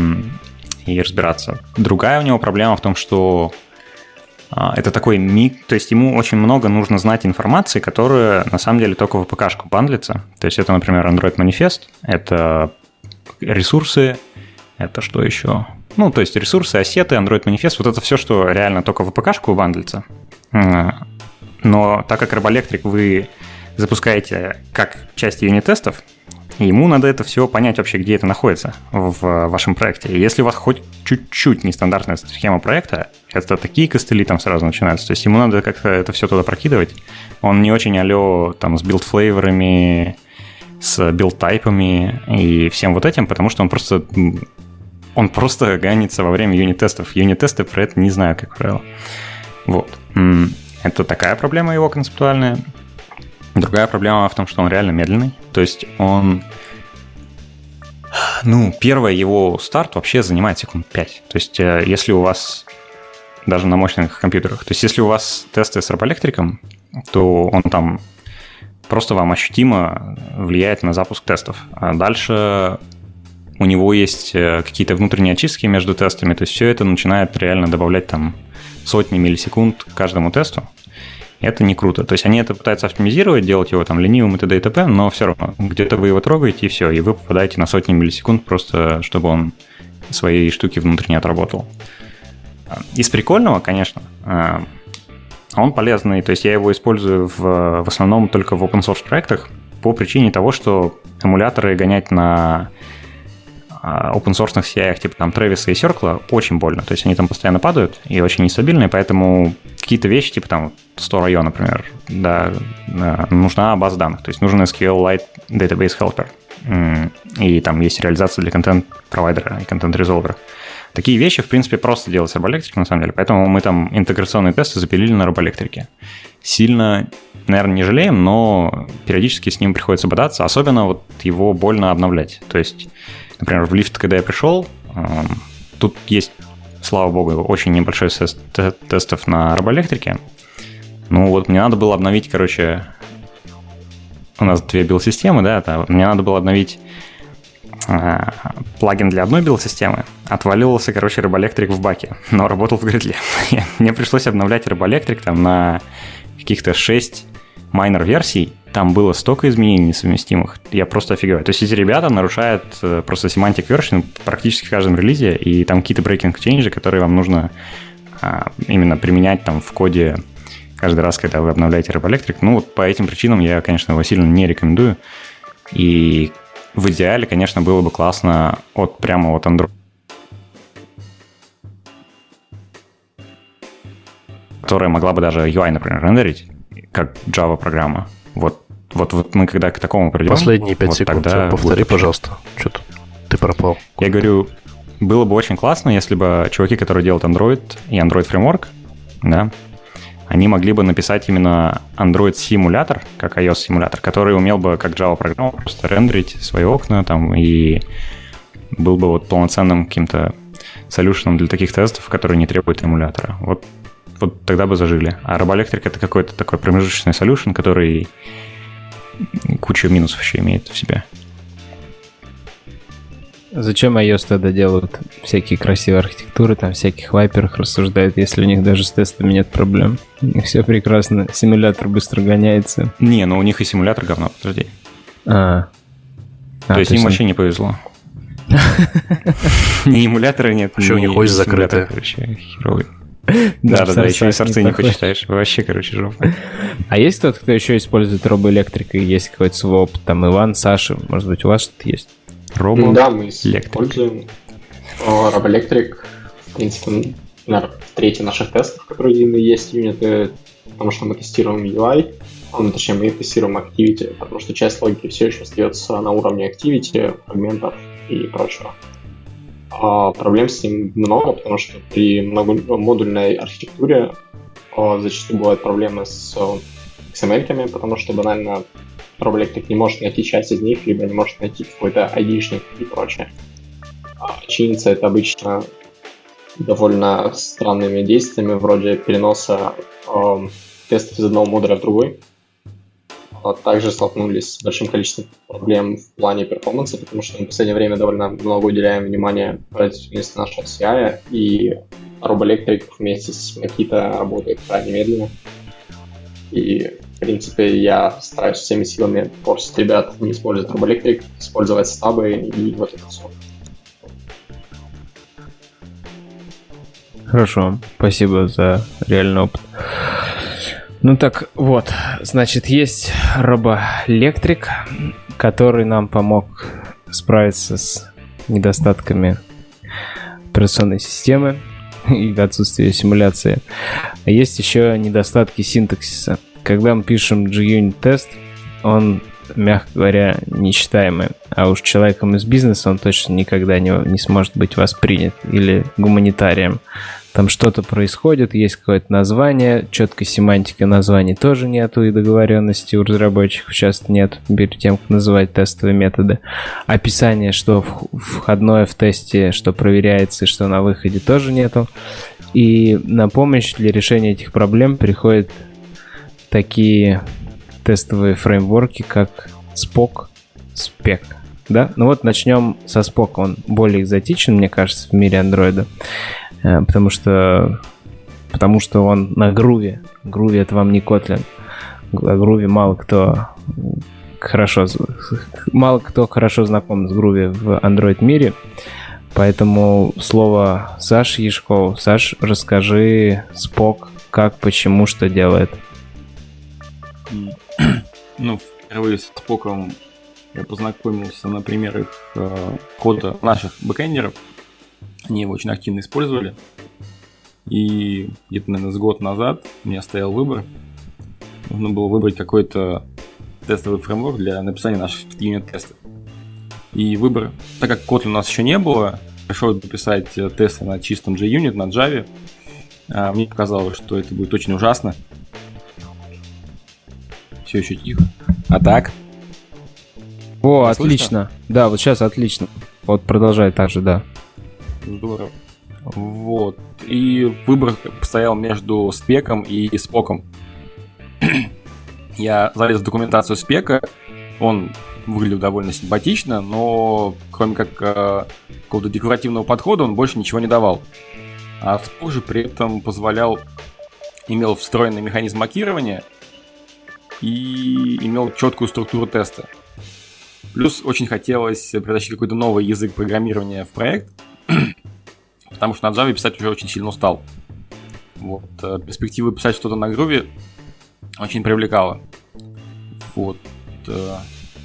и разбираться. Другая у него проблема в том, что это такой миг, то есть ему очень много нужно знать информации, которая на самом деле только в АПК-шку бандлится. То есть это, например, Android Manifest, это ресурсы, это что еще? Ну, то есть ресурсы, ассеты, Android Manifest, вот это все, что реально только в АПК-шку бандлится. Но так как Робоэлектрик вы запускаете как часть юнит-тестов, ему надо это все понять вообще, где это находится в вашем проекте. И если у вас хоть чуть-чуть нестандартная схема проекта, это такие костыли там сразу начинаются. То есть ему надо как-то это все туда прокидывать. Он не очень там с билд-флейворами, с билд-тайпами и всем вот этим, потому что он просто гонится во время юнит-тестов. Юнит-тесты про это не знаю, как правило. Вот. Это такая проблема его концептуальная. Другая проблема в том, что он реально медленный. То есть он... Ну, первый его старт вообще занимает секунд 5. То есть если у вас... Даже на мощных компьютерах. То есть если у вас тесты с Робоэлектриком, то он там просто вам ощутимо влияет на запуск тестов. А дальше у него есть какие-то внутренние очистки между тестами. То есть все это начинает реально добавлять там сотни миллисекунд к каждому тесту. Это не круто. То есть они это пытаются оптимизировать, делать его там ленивым и т.д. и т.п., но все равно где-то вы его трогаете, и все, и вы попадаете на сотни миллисекунд просто, чтобы он свои штуки внутренне отработал. Из прикольного, конечно, он полезный, то есть я его использую в основном только в open-source проектах по причине того, что эмуляторы гонять на open-source CI, типа там Travis и Circle, очень больно. То есть они там постоянно падают и очень нестабильные, поэтому какие-то вещи, типа там Store.io, например, да, нужна база данных. То есть нужен SQLite Database Helper. И там есть реализация для контент-провайдера и контент-резолвера. Такие вещи, в принципе, просто делать с Робоэлектриком, на самом деле. Поэтому мы там интеграционные тесты запилили на Робоэлектрике. Сильно, наверное, не жалеем, но периодически с ним приходится бодаться. Особенно вот его больно обновлять. То есть, например, в лифт, когда я пришел, тут есть, слава богу, очень небольшой сет тестов на Робоэлектрике. Ну вот мне надо было обновить, короче, у нас две билд-системы, да, мне надо было обновить плагин для одной билд-системы. Отваливался, короче, Робоэлектрик в баке, но работал в Gradle. Мне пришлось обновлять Робоэлектрик там на каких-то 6 майнер-версий. Там было столько изменений несовместимых. Я просто офигеваю. То есть эти ребята нарушают просто semantic version практически в каждом релизе, и там какие-то breaking changes, которые вам нужно именно применять там в коде каждый раз, когда вы обновляете Робоэлектрик. Ну, вот по этим причинам я, конечно, его сильно не рекомендую. И в идеале, конечно, было бы классно прямо от Android, которая могла бы даже UI, например, рендерить, как Java-программа. Вот мы когда к такому придем... Последние 5 секунд. Тогда повтори, пожалуйста. Что-то ты пропал. Я говорю, было бы очень классно, если бы чуваки, которые делают Android и Android Framework, да, они могли бы написать именно Android-симулятор, как iOS-симулятор, который умел бы, как Java-программа, просто рендерить свои окна там и был бы вот полноценным каким-то солюшеном для таких тестов, которые не требуют эмулятора. Вот тогда бы зажили. А Roboelectric — это какой-то такой промежуточный солюшн, который кучу минусов еще имеет в себе. Зачем iOS тогда делают всякие красивые архитектуры, там всяких вайперах рассуждают, если у них даже с тестами нет проблем? У них все прекрасно, симулятор быстро гоняется. Не, но у них и симулятор говно, подожди. То есть им вообще не повезло. Ни эмулятора нет, вообще у них ось закрытая. Короче, херовый. Да, еще и сорцы не почитаешь. Вообще, короче, жопа. А есть кто-то, еще использует Roboelectric, и есть какой-то свой опыт? Там Иван, Саша, может быть, у вас что-то есть? Да, мы используем Roboelectric, в принципе, наверное, в трети наших тестов, которые есть юниты, потому что мы тестируем UI, точнее, мы тестируем Activity, потому что часть логики все еще остается на уровне Activity, фрагментов и прочего. Проблем с ним много, потому что при многомодульной архитектуре зачастую бывают проблемы с XML-ками, потому что банально Roboelectric не может найти часть из них, либо не может найти какой-то ID-шник и прочее. Чинится это обычно довольно странными действиями, вроде переноса тестов из одного модуля в другой. Также столкнулись с большим количеством проблем в плане перформанса, потому что мы в последнее время довольно много уделяем внимания производительности нашего CI, и Roboelectric вместе с Makita работает крайне медленно. И, в принципе, я стараюсь всеми силами просить ребят не использовать Roboelectric, использовать стабы и вот это все. Хорошо, спасибо за реальный опыт. Ну так вот, значит, есть Roboelectric, который нам помог справиться с недостатками операционной системы и отсутствия симуляции. А есть еще недостатки синтаксиса. Когда мы пишем JUnit тест, он, мягко говоря, нечитаемый. А уж человеком из бизнеса он точно никогда не сможет быть воспринят или гуманитарием. Там что-то происходит, есть какое-то название, четкой семантики названий тоже нету, и договоренности у разработчиков часто нет перед тем, как называть тестовые методы. Описание, что входное в тесте, что проверяется и что на выходе, тоже нету. И на помощь для решения этих проблем приходят такие тестовые фреймворки, как Spock, Spec. Да? Ну вот начнем со Spock. Он более экзотичен, мне кажется, в мире андроида. Потому что он на Groovy. Groovy — это вам не Kotlin. О Groovy мало кто хорошо знаком с Groovy в Android мире. Поэтому слово Саше Яшкову. Саш, расскажи Spock, как, почему, что делает. Ну, впервые с Spock'ом я познакомился на примерах кода наших бэкэндеров. Они его очень активно использовали. И где-то, наверное, с год назад у меня стоял выбор. Нужно было выбрать какой-то тестовый фреймворк для написания наших юнит-тестов. И выбор, так как Kotlin у нас еще не было, пришлось написать тесты на чистом JUnit, на Java. Мне показалось, что это будет очень ужасно. Все еще тихо. А так? О, отлично. Да, вот сейчас отлично. Вот продолжай так же, да. Здорово. Вот. И выбор стоял между спеком и споком. Я залез в документацию спека. Он выглядел довольно симпатично, но кроме как какого-то декоративного подхода он больше ничего не давал. А спок же при этом имел встроенный механизм макирования и имел четкую структуру теста. Плюс очень хотелось притащить какой-то новый язык программирования в проект, потому что на Java писать уже очень сильно устал. Вот. Перспектива писать что-то на Groovy очень привлекала. Вот. Что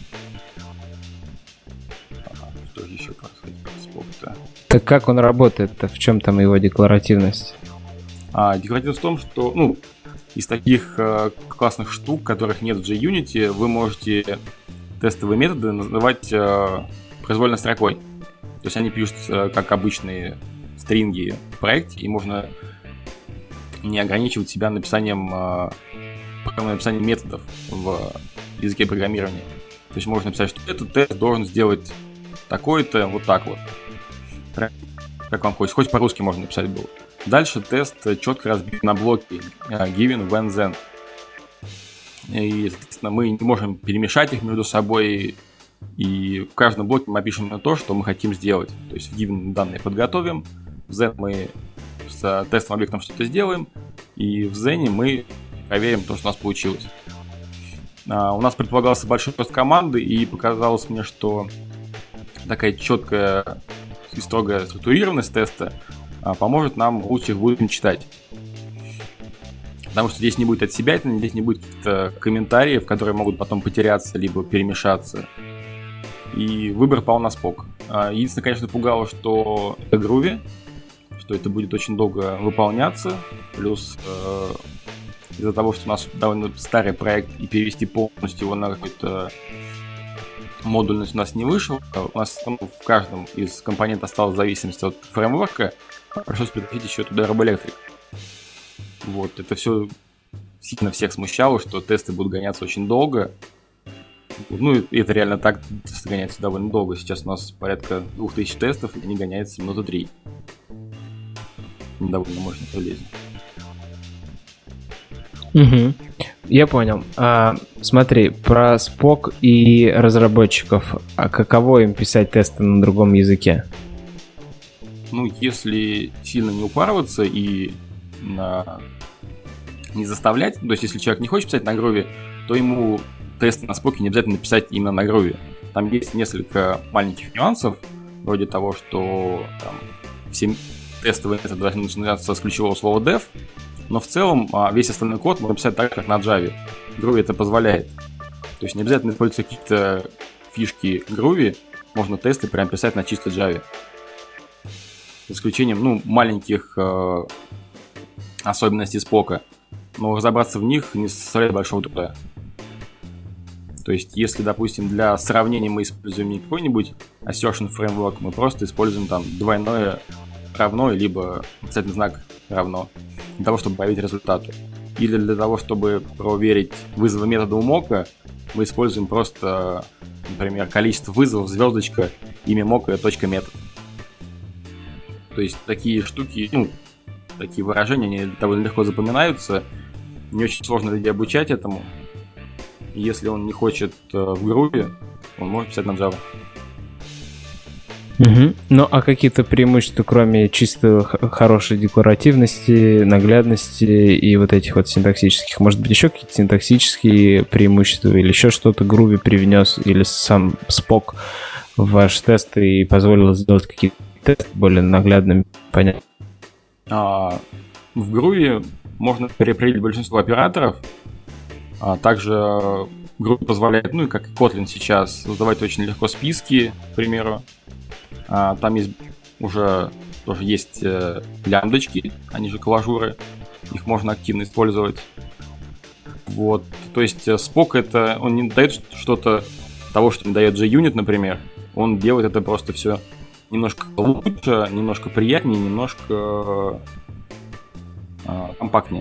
еще сказать про Spock-то? Так как он работает-то? В чем там его декларативность? Декларативность в том, что из таких классных штук, которых нет в JUnit, вы можете тестовые методы называть произвольной строкой. То есть они пишутся как обычные стринги в проекте, и можно не ограничивать себя написанием методов в языке программирования. То есть можно написать, что этот тест должен сделать такой-то, вот так вот. Как вам хочется. Хоть по-русски можно написать было. Дальше тест четко разбит на блоки given, when, then. И, соответственно, мы не можем перемешать их между собой. И в каждом блоке мы опишем на то, что мы хотим сделать. То есть в given данные подготовим, в then мы с тестовым объектом что-то сделаем, и в then мы проверим то, что у нас получилось. У нас предполагался большой рост команды, и показалось мне, что такая четкая и строгая структурированность теста поможет нам лучше их будем читать. Потому что здесь не будет отсебятины, здесь не будет каких-то комментариев, которые могут потом потеряться, либо перемешаться. И выбор пал на Spock. Единственное, конечно, пугало, что это Groovy, что это будет очень долго выполняться, плюс из-за того, что у нас довольно старый проект, и перевести полностью его на какой-то модульность у нас не вышло. У нас в каждом из компонентов осталась зависимость от фреймворка, пришлось притащить еще туда Roboelectric. Вот, это все сильно всех смущало, что тесты будут гоняться очень долго. Ну, и это реально так, тесты гоняются довольно долго. Сейчас у нас порядка 2000 тестов, и они гоняются минуты 3. Довольно мощно полезно. Угу. Я понял. Смотри, про Spock и разработчиков. А каково им писать тесты на другом языке? Ну, если сильно не упарываться и не заставлять, то есть если человек не хочет писать на Groovy, то ему тесты на Spock не обязательно писать именно на Groovy. Там есть несколько маленьких нюансов, вроде того, что там, все тестовые методы должны начинаться с ключевого слова dev, но в целом весь остальной код можно писать так, как на Java. Groovy это позволяет. То есть не обязательно использовать какие-то фишки Groovy, можно тесты прям писать на чистой Java. За исключением, маленьких особенностей Spock, но разобраться в них не составляет большого труда. То есть, если, допустим, для сравнения мы используем не какой-нибудь assertion framework, мы просто используем там двойное равно, либо отрицательный знак равно, для того, чтобы проверить результаты. Или для того, чтобы проверить вызовы метода у мока, мы используем просто, например, количество вызовов, звездочка, имя мока, точка метод. То есть, такие штуки, такие выражения, они довольно легко запоминаются, не очень сложно людей обучать этому. Если он не хочет в Groovy, он может писать на Java. Угу. Ну, а какие-то преимущества, кроме чисто хорошей декларативности, наглядности и вот этих вот синтаксических? Может быть, еще какие-то синтаксические преимущества или еще что-то Groovy привнес, или сам Spock в ваш тест и позволил сделать какие-то тесты более наглядными, понятно? В Groovy можно переопределить большинство операторов. Также Groovy позволяет, и как и Kotlin сейчас, создавать очень легко списки, к примеру. Там есть уже тоже есть лямбдочки, они же клажуры, их можно активно использовать. Вот, то есть Spock это, он не дает что-то того, что не дает JUnit, например. Он делает это просто все немножко лучше, немножко приятнее, немножко компактнее.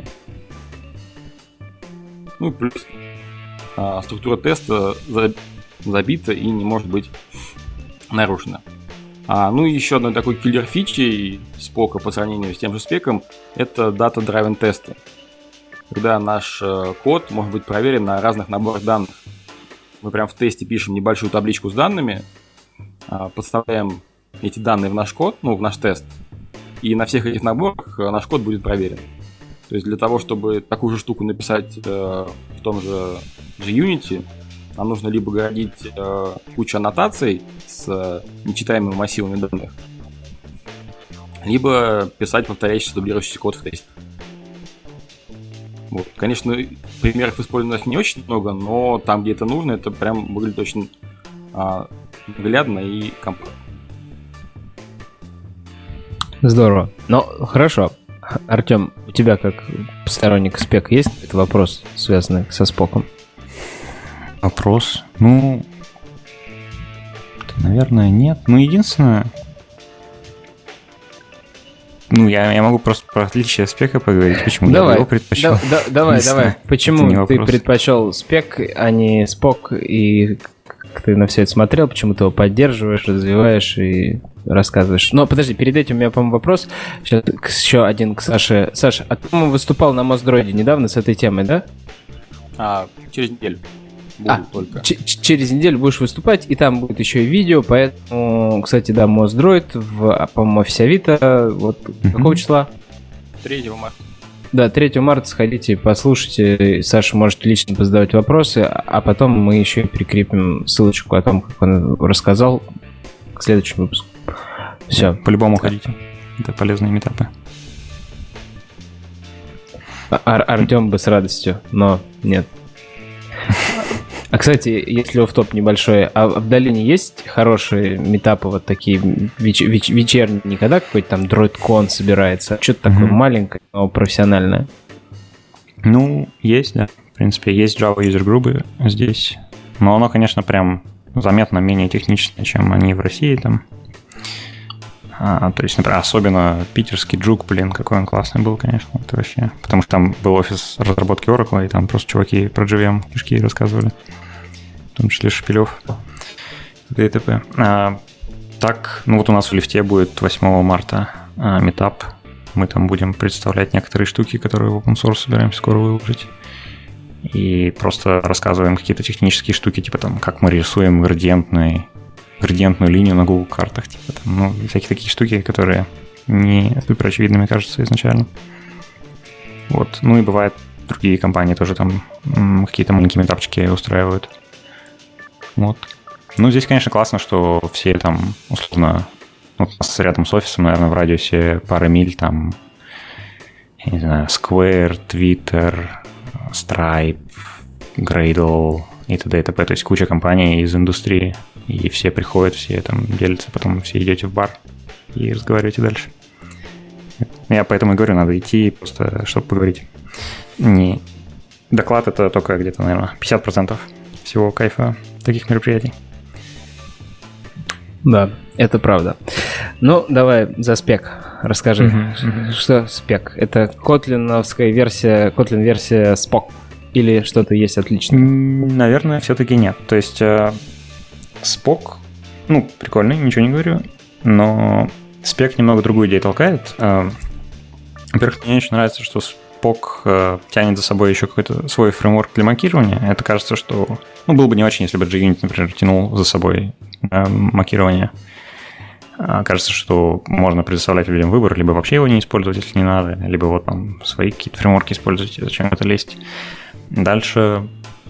Плюс структура теста забита и не может быть нарушена. И еще одной такой киллер-фичей Spock по сравнению с тем же спеком — это data-driven тесты. Когда наш код может быть проверен на разных наборах данных. Мы прям в тесте пишем небольшую табличку с данными, подставляем эти данные в наш код, в наш тест, и на всех этих наборах наш код будет проверен. То есть для того, чтобы такую же штуку написать в том же JUnity, нам нужно либо городить кучу аннотаций с нечитаемыми массивами данных, либо писать повторяющийся дублирующийся код в тесте. Вот. Конечно, примеров использованных не очень много, но там, где это нужно, это прям выглядит очень наглядно и компактно. Здорово. Хорошо. Артем, у тебя как сторонник спека есть этот вопрос, связанный со Споком? Вопрос? Наверное, нет. Единственное, Ну, я могу просто про отличие спека поговорить, почему я его предпочел. Давай. Почему ты предпочел спек, а не спок, и ты на все это смотрел, почему ты его поддерживаешь, развиваешь и рассказываешь. Но подожди, перед этим у меня, по-моему, вопрос. Сейчас еще один к Саше. Саша, а ты, по-моему, выступал на Моздроиде недавно с этой темой, да? Через неделю. Только. Через неделю будешь выступать, и там будет еще и видео, поэтому, кстати, да, Моздроид по-моему, офисе Авито, вот какого числа? 3 марта. Да, 3 марта сходите, послушайте, Саша может лично позадавать вопросы, а потом мы еще и прикрепим ссылочку о том, как он рассказал к следующему выпуску. Все. По-любому ходите, это полезные митапы. Артем бы с радостью, но нет. А, кстати, если офф-топ небольшой, а в долине есть хорошие митапы, вот такие вечерние, когда какой-то там DroidCon собирается? Что-то такое маленькое, но профессиональное. Ну, есть, да. В принципе, есть Java User Group здесь. Но оно, конечно, прям заметно менее техничное, чем они в России там. То есть, например, особенно питерский Джук, какой он классный был, конечно, это вообще. Потому что там был офис разработки Oracle, и там просто чуваки про JVM кишки рассказывали. В том числе Шепелев, ДТП. Так, ну вот у нас в лифте будет 8 марта митап. Мы там будем представлять некоторые штуки, которые в open source собираемся скоро выложить. И просто рассказываем какие-то технические штуки, типа там, как мы рисуем градиентную линию на Google картах, типа там, ну, всякие такие штуки, которые не супер очевидными кажутся изначально. Вот. Ну и бывает, другие компании тоже там какие-то маленькие метапчики устраивают. Вот. Ну, здесь, конечно, классно, что все там, условно, вот у нас рядом с офисом, наверное, в радиусе пары миль, там, я не знаю, Square, Twitter, Stripe, Gradle и т.д. и т.п. То есть куча компаний из индустрии. И все приходят, все там делятся, потом все идете в бар и разговариваете дальше. Я поэтому и говорю, надо идти просто, чтобы поговорить. Доклад — это только где-то, наверное, 50% всего кайфа таких мероприятий. Да, это правда. Ну, давай за спек расскажи. Что спек? Это котлиновская версия, Kotlin-версия Spock или что-то есть отличное? Наверное, все-таки нет. То есть Spock, ну, прикольный, ничего не говорю, но спек немного другую идею толкает. Во-первых, мне очень нравится, что Spock тянет за собой еще какой-то свой фреймворк для макирования. Это кажется, что... Ну, было бы не очень, если бы JUnit, например, тянул за собой макирование. Кажется, что можно предоставлять людям выбор, либо вообще его не использовать, если не надо, либо вот там свои какие-то фреймворки использовать, зачем это лезть. Дальше...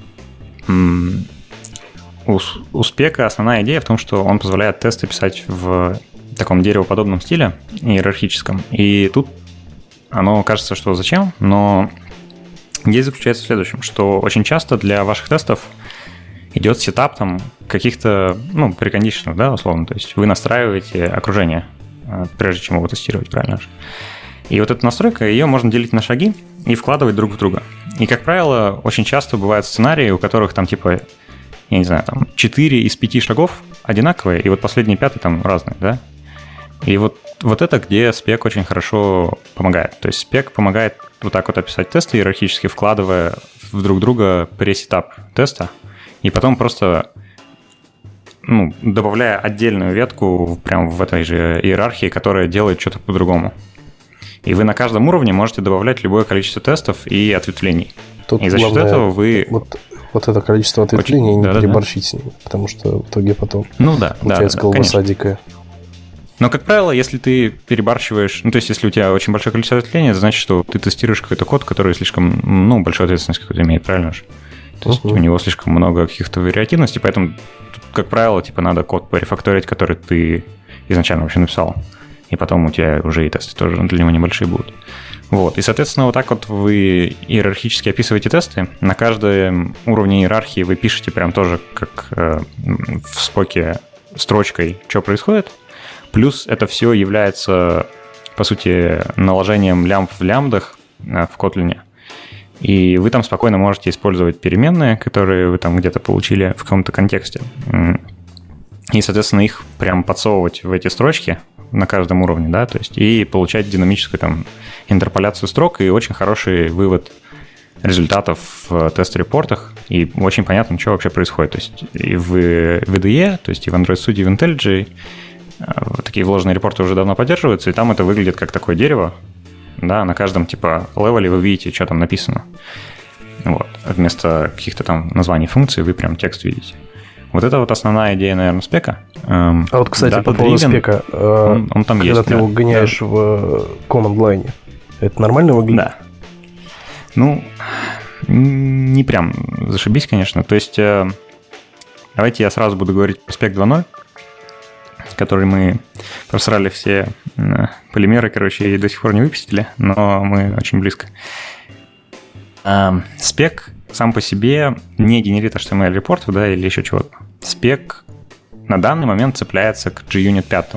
У спека основная идея в том, что он позволяет тесты писать в таком деревоподобном стиле, иерархическом. И тут оно кажется, что зачем, но идея заключается в следующем, что очень часто для ваших тестов идет сетап там каких-то, ну, прекондишенов, да, условно. То есть вы настраиваете окружение, прежде чем его тестировать, правильно же. И вот эта настройка, ее можно делить на шаги и вкладывать друг в друга. И, как правило, очень часто бывают сценарии, у которых там типа... я не знаю, там 4 из 5 шагов одинаковые, и вот последний 5 там разные, да? И вот это, где спек очень хорошо помогает. То есть спек помогает вот так вот описать тесты иерархически, вкладывая в друг друга пресетап теста, и потом просто добавляя отдельную ветку прямо в этой же иерархии, которая делает что-то по-другому. И вы на каждом уровне можете добавлять любое количество тестов и ответвлений. Тут и за счет этого вы... Вот это количество ответвлений не переборщить с ними, потому что в итоге потом получается колбаса дикая. Но, как правило, если ты перебарщиваешь, ну, то есть, если у тебя очень большое количество ответвлений, это значит, что ты тестируешь какой-то код, который слишком, большую ответственность какую-то имеет, правильно же? То есть, у него слишком много каких-то вариативностей, поэтому, как правило, надо код порефакторить, который ты изначально вообще написал. И потом у тебя уже и тесты тоже для него небольшие будут. Вот. И, соответственно, вот так вот вы иерархически описываете тесты. На каждом уровне иерархии вы пишете прям тоже, как в споке, строчкой, что происходит. Плюс это все является, по сути, наложением лямбд в лямбдах в Kotlin. И вы там спокойно можете использовать переменные, которые вы там где-то получили в каком-то контексте. И, соответственно, их прям подсовывать в эти строчки, на каждом уровне, да, то есть и получать динамическую там интерполяцию строк и очень хороший вывод результатов в тест-репортах, и очень понятно, что вообще происходит. То есть и в VDE, то есть и в Android Studio, и в IntelliJ такие вложенные репорты уже давно поддерживаются, и там это выглядит как такое дерево, да, на каждом типа левеле вы видите, что там написано. Вот. Вместо каких-то там названий функций вы прям текст видите. Вот это вот основная идея, наверное, спека. А вот, кстати, по поводу спека, он там когда есть, ты его гоняешь в команд-лайне, это нормально выглядит? Да. Ну, не прям зашибись, конечно. То есть, давайте я сразу буду говорить про спек 2.0, который мы просрали все полимеры, короче, и до сих пор не выпустили, но мы очень близко. Спек сам по себе не генерит HTML-репортов, да, или еще чего-то. Спек на данный момент цепляется к JUnit 5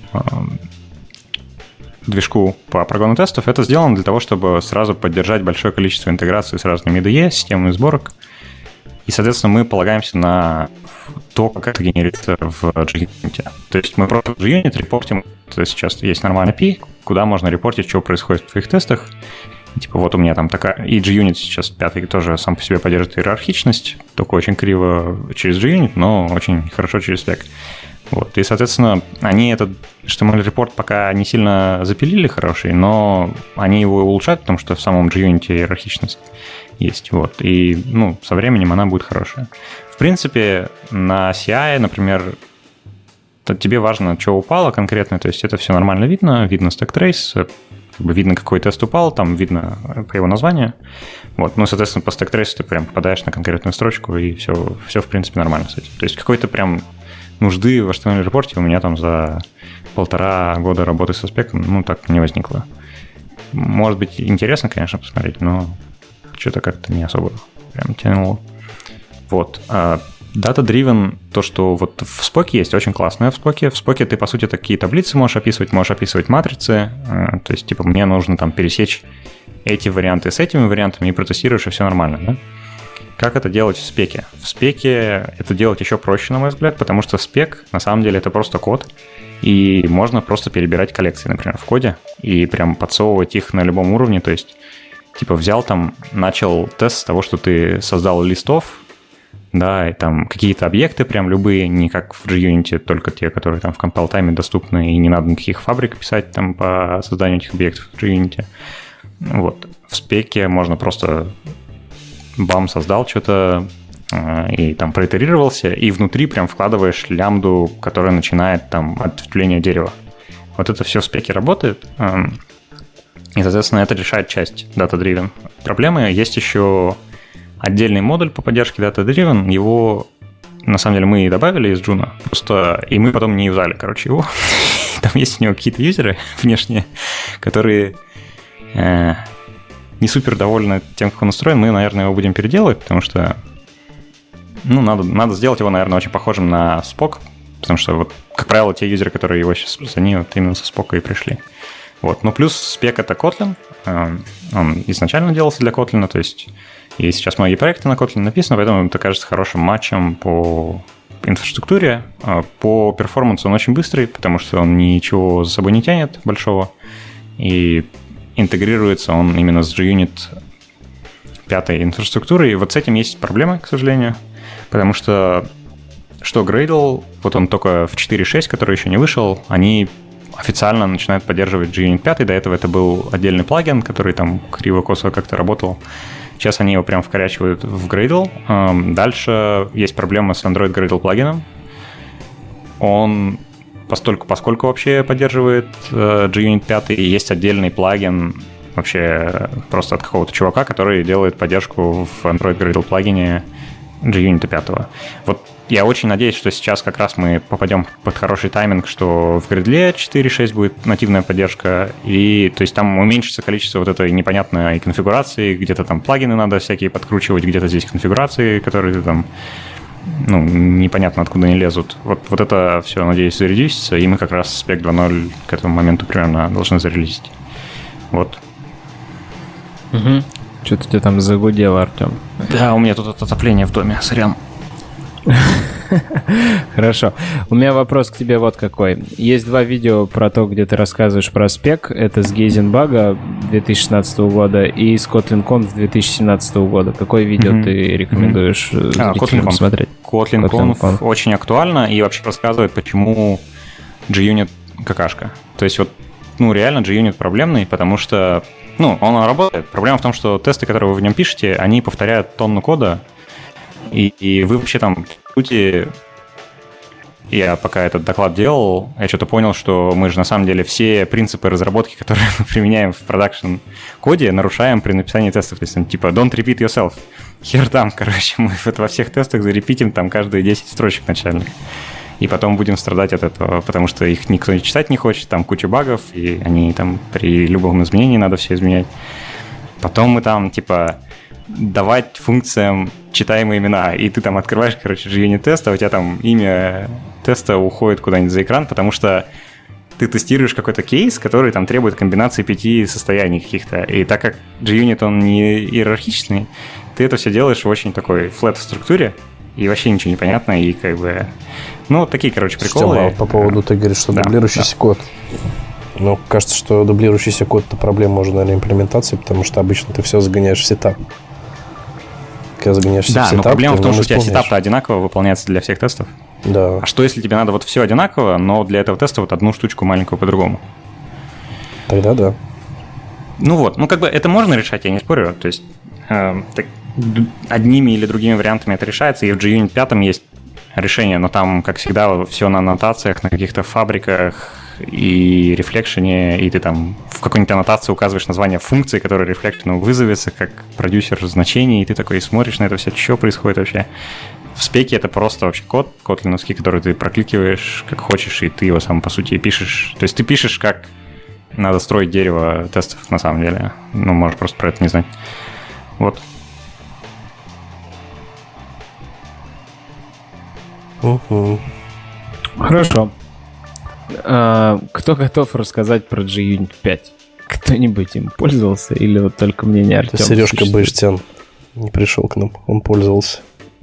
движку по прогону тестов. Это сделано для того, чтобы сразу поддержать большое количество интеграций с разными IDE, системами сборок. И, соответственно, мы полагаемся на то, как это генерится в JUnit. То есть мы просто в JUnit репортим, то есть сейчас есть нормальный API, куда можно репортить, что происходит в твоих тестах. Типа вот у меня там такая... И JUnit сейчас 5 тоже сам по себе поддерживает иерархичность, только очень криво через JUnit, но очень хорошо через спек. Вот. И, соответственно, они этот HTML-репорт пока не сильно запилили хороший, но они его улучшают, потому что в самом JUnit иерархичность есть. Вот. И ну, со временем она будет хорошая. В принципе, на CI, например, тебе важно, что упало конкретно, то есть это все нормально видно stack trace, видно, какой тест упал, там видно по его названию. Вот. Ну, соответственно, по stack trace ты прям попадаешь на конкретную строчку, и все в принципе, нормально с этим. То есть какой-то прям нужды в HTML-репорте у меня там за 1,5 года работы со спеком, ну, так не возникло. Может быть, интересно, конечно, посмотреть, но что-то как-то не особо прям тянуло. Вот. Data-driven, то, что вот в споке есть, очень классное в споке. В споке ты, по сути, такие таблицы можешь описывать матрицы. То есть, типа, мне нужно там пересечь эти варианты с этими вариантами и протестируешь, и все нормально, да? Как это делать в спеке? В спеке это делать еще проще, на мой взгляд, потому что спек, на самом деле, это просто код, и можно просто перебирать коллекции, например, в коде, и прям подсовывать их на любом уровне. То есть, типа, взял там, начал тест с того, что ты создал листов, да, и там какие-то объекты прям любые, не как в JUnit, только те, которые там в compile-time доступны, и не надо никаких фабрик писать там по созданию этих объектов в JUnit. Вот. В спеке можно просто бам, создал что-то и там проитерировался, и внутри прям вкладываешь лямбду, которая начинает там ответвление дерева. Вот это все в спеке работает, и, соответственно, это решает часть data-driven проблемы. Есть еще отдельный модуль по поддержке data-driven, его, на самом деле, мы и добавили из Джуна, просто и мы потом не юзали, короче, его. Там есть у него какие-то юзеры внешние, которые не супер довольны тем, как он устроен. Мы, наверное, его будем переделывать, потому что ну, надо сделать его, наверное, очень похожим на Spock, потому что, вот, как правило, те юзеры, которые его сейчас, они вот именно со Spock и пришли. Вот. Ну, плюс спек — это Kotlin. Он изначально делался для Kotlin, то есть и сейчас многие проекты на Kotlin написаны, поэтому это кажется хорошим матчем по инфраструктуре. По перформансу он очень быстрый, потому что он ничего за собой не тянет большого, и интегрируется он именно с JUnit 5 инфраструктурой. И вот с этим есть проблемы, к сожалению, потому что Gradle, вот он только в 4.6, который еще не вышел, они официально начинают поддерживать JUnit 5, до этого это был отдельный плагин, который там криво-косо как-то работал. Сейчас они его прям вкорячивают в Gradle. Дальше есть проблема с Android Gradle плагином. Он поскольку вообще поддерживает JUnit 5, и есть отдельный плагин вообще просто от какого-то чувака, который делает поддержку в Android Gradle плагине JUnit 5. Вот я очень надеюсь, что сейчас как раз мы попадем под хороший тайминг, что в Gradle 4.6 будет нативная поддержка, и то есть там уменьшится количество вот этой непонятной конфигурации, где-то там плагины надо всякие подкручивать, где-то здесь конфигурации, которые там ну, непонятно откуда они лезут. Вот это все, надеюсь, зарелизится, и мы как раз спек 2.0 к этому моменту примерно должны зарелизить. Вот. Угу. Что-то тебе там загудело, Артем. Да, у меня тут отопление в доме, сорян. Хорошо. У меня вопрос к тебе вот какой. Есть 2 видео про то, где ты рассказываешь про спек. Это с Гейзенбага 2016 года и с Kotlin Conf 2017 года. Какое видео ты рекомендуешь зрителям посмотреть? Kotlin Conf очень актуально и вообще рассказывает, почему JUnit какашка. То есть вот, реально JUnit проблемный, потому что, он работает. Проблема в том, что тесты, которые вы в нем пишете, они повторяют тонну кода, и вы вообще там, по сути, я пока этот доклад делал, я что-то понял, что мы же на самом деле все принципы разработки, которые мы применяем в продакшн-коде, нарушаем при написании тестов. То есть, типа, don't repeat yourself. Хер там, мы во всех тестах зарепитим там каждые 10 строчек начальных. И потом будем страдать от этого, потому что их никто читать не хочет, там куча багов, и они там при любом изменении надо все изменять. Потом мы там, типа, давать функциям читаемые имена, и ты там открываешь, JUnit-тест, а у тебя там имя теста уходит куда-нибудь за экран, потому что ты тестируешь какой-то кейс, который там требует комбинации 5 состояний каких-то. И так как JUnit, он не иерархичный, ты это все делаешь в очень такой флэт структуре, и вообще ничего не понятно, и как бы... такие, приколы. По поводу, ты говоришь, что дублирующийся код. Кажется, что дублирующийся код — это проблема уже, наверное, имплементации, потому что обычно ты все загоняешь в сетап. Когда загоняешься в сетап, но проблема в том, что у тебя сетап-то одинаково выполняется для всех тестов. Да. А что, если тебе надо вот все одинаково, но для этого теста вот одну штучку маленькую по-другому? Тогда да. Это можно решать, я не спорю. То есть одними или другими вариантами это решается, и в JUnit 5 есть решение, но там, как всегда, все на аннотациях, на каких-то фабриках и рефлекшене, и ты там в какой-нибудь аннотации указываешь название функции, которая рефлекшену вызовется как продюсер значений, и ты такой смотришь на это все, что происходит вообще. В спеке это просто вообще код котлиновский, который ты прокликиваешь как хочешь, и ты его сам, по сути, пишешь. То есть ты пишешь, как надо строить дерево тестов на самом деле. Можешь просто про это не знать. Вот. Хорошо. Кто готов рассказать про JUnit 5? Кто-нибудь им пользовался? Или вот только мне не Артем? Сережка Бэштян не пришел к нам, он пользовался.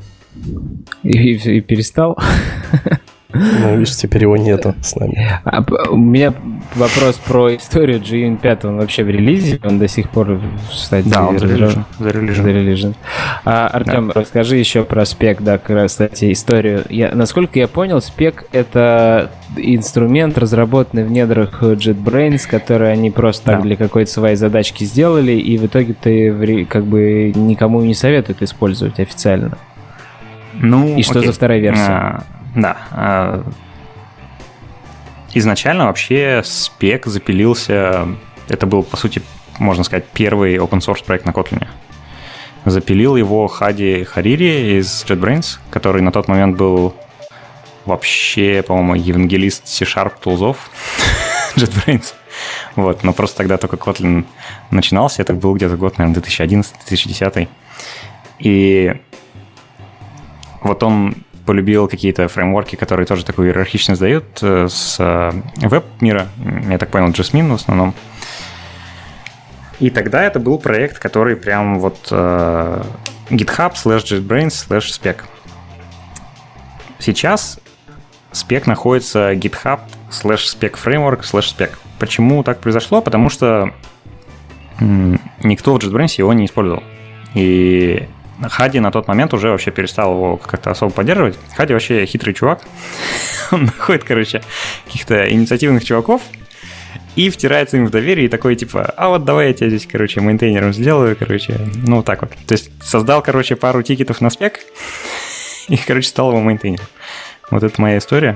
И перестал? Видишь, теперь его нету с нами. У меня вопрос про историю JUnit 5. Он вообще в релизе? Он до сих пор, кстати, он зарелижен. Артем, расскажи еще про спек, кстати, историю. Насколько я понял, спек — это инструмент, разработанный в недрах JetBrains, который они просто так для какой-то своей задачки сделали, и в итоге ты как бы никому не советуют использовать официально. И что за вторая версия? Да. Изначально вообще спек запилился... Это был, по сути, можно сказать, первый open-source проект на Kotlin. Запилил его Хади Харири из JetBrains, который на тот момент был вообще, по-моему, евангелист C# тулзов JetBrains. Но просто тогда только Kotlin начинался. Это был где-то год, наверное, 2011-2010. И вот он полюбил какие-то фреймворки, которые тоже такую иерархичность дают с веб-мира. Я так понял, Jasmine в основном. И тогда это был проект, который прям GitHub/JetBrains/spec. Сейчас спек находится GitHub/spec-framework/spec. Почему так произошло? Потому что никто в JetBrains его не использовал. И Хади на тот момент уже вообще перестал его как-то особо поддерживать. Хади вообще хитрый чувак. Он находит, каких-то инициативных чуваков и втирается им в доверие и такой, типа, давай я тебя здесь, мейнтейнером сделаю, вот так вот. То есть создал, пару тикетов на спек и, стал его мейнтейнером. Вот это моя история.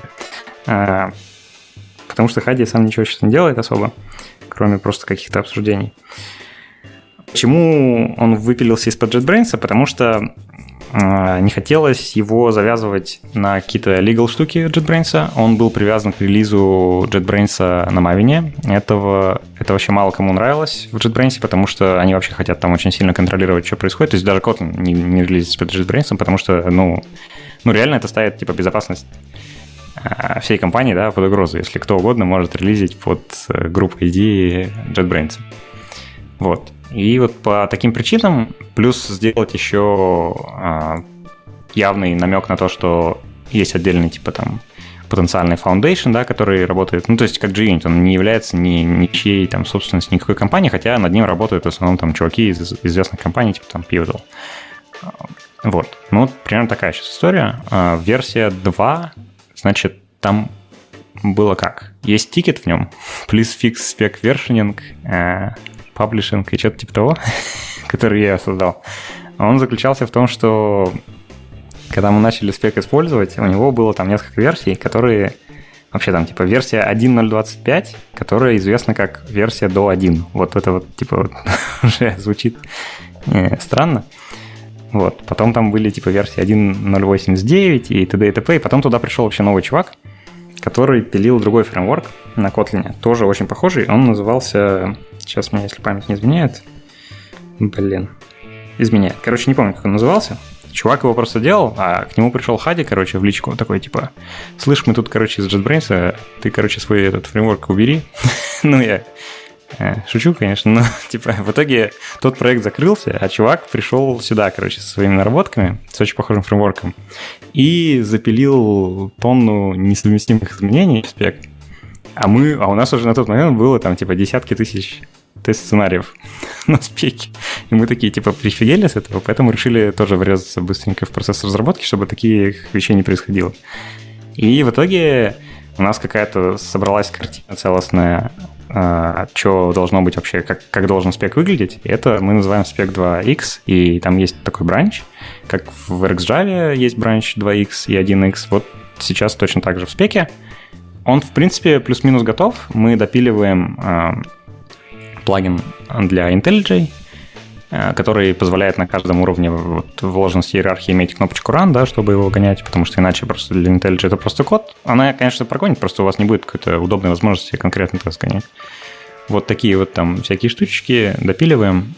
Потому что Хади сам ничего сейчас не делает особо, кроме просто каких-то обсуждений. Почему он выпилился из-под JetBrains? Потому что не хотелось его завязывать на какие-то legal штуки JetBrains. Он был привязан к релизу JetBrains на Maven. Это вообще мало кому нравилось в JetBrains, потому что они вообще хотят там очень сильно контролировать, что происходит. То есть даже Kotlin не релизится под JetBrains, потому что, реально это ставит безопасность всей компании, под угрозу, если кто угодно может релизить под группой ID JetBrains. Вот. И вот по таким причинам, плюс сделать еще явный намек на то, что есть отдельный, типа, там, потенциальный foundation, да, который работает, ну, то есть как JUnit, он не является ничьей там собственностью никакой компании, хотя над ним работают в основном там чуваки из известных компаний, типа там Pivotal. Вот. Ну, вот примерно такая сейчас история. Версия 2, значит, там было как? Есть тикет в нем, please fix spec versioning, publishing и что-то типа того, который я создал. Он заключался в том, что когда мы начали спек использовать, у него было там несколько версий, которые... Вообще там типа версия 1.0.25, которая известна как версия до 1. Вот это вот типа вот, уже звучит странно. Вот. Потом там были типа версии 1.0.89 и т.д. и т.п. И потом туда пришел вообще новый чувак, который пилил другой фреймворк на Kotlin, тоже очень похожий. Он назывался... Сейчас мне, если память не изменяет... Изменяет. Короче, не помню, как он назывался. Чувак его просто делал, а к нему пришел Хади, короче, в личку, такой, типа, слышь, мы тут, короче, из JetBrains, ты, короче, свой этот фреймворк убери. Ну, я шучу, конечно, но, типа, в итоге тот проект закрылся, а чувак пришел сюда, короче, со своими наработками, с очень похожим фреймворком, и запилил тонну несовместимых изменений в спек. А у нас уже на тот момент было там, типа, десятки тысяч тест-сценариев на спеке. И мы такие, типа, прифигели с этого, поэтому решили тоже врезаться быстренько в процесс разработки, чтобы таких вещей не происходило. И в итоге у нас какая-то собралась картина целостная, что должно быть вообще, как должен спек выглядеть. И это мы называем спек 2x, и там есть такой бранч, как в RxJava есть бранч 2x и 1x. Вот сейчас точно так же в спеке. Он, в принципе, плюс-минус готов. Мы допиливаем плагин для IntelliJ, который позволяет на каждом уровне вот, вложенности иерархии иметь кнопочку Run, да, чтобы его гонять, потому что иначе просто для IntelliJ это просто код. Она, конечно, прогонит, просто у вас не будет какой-то удобной возможности конкретно тест гонять. Вот такие вот там всякие штучки допиливаем.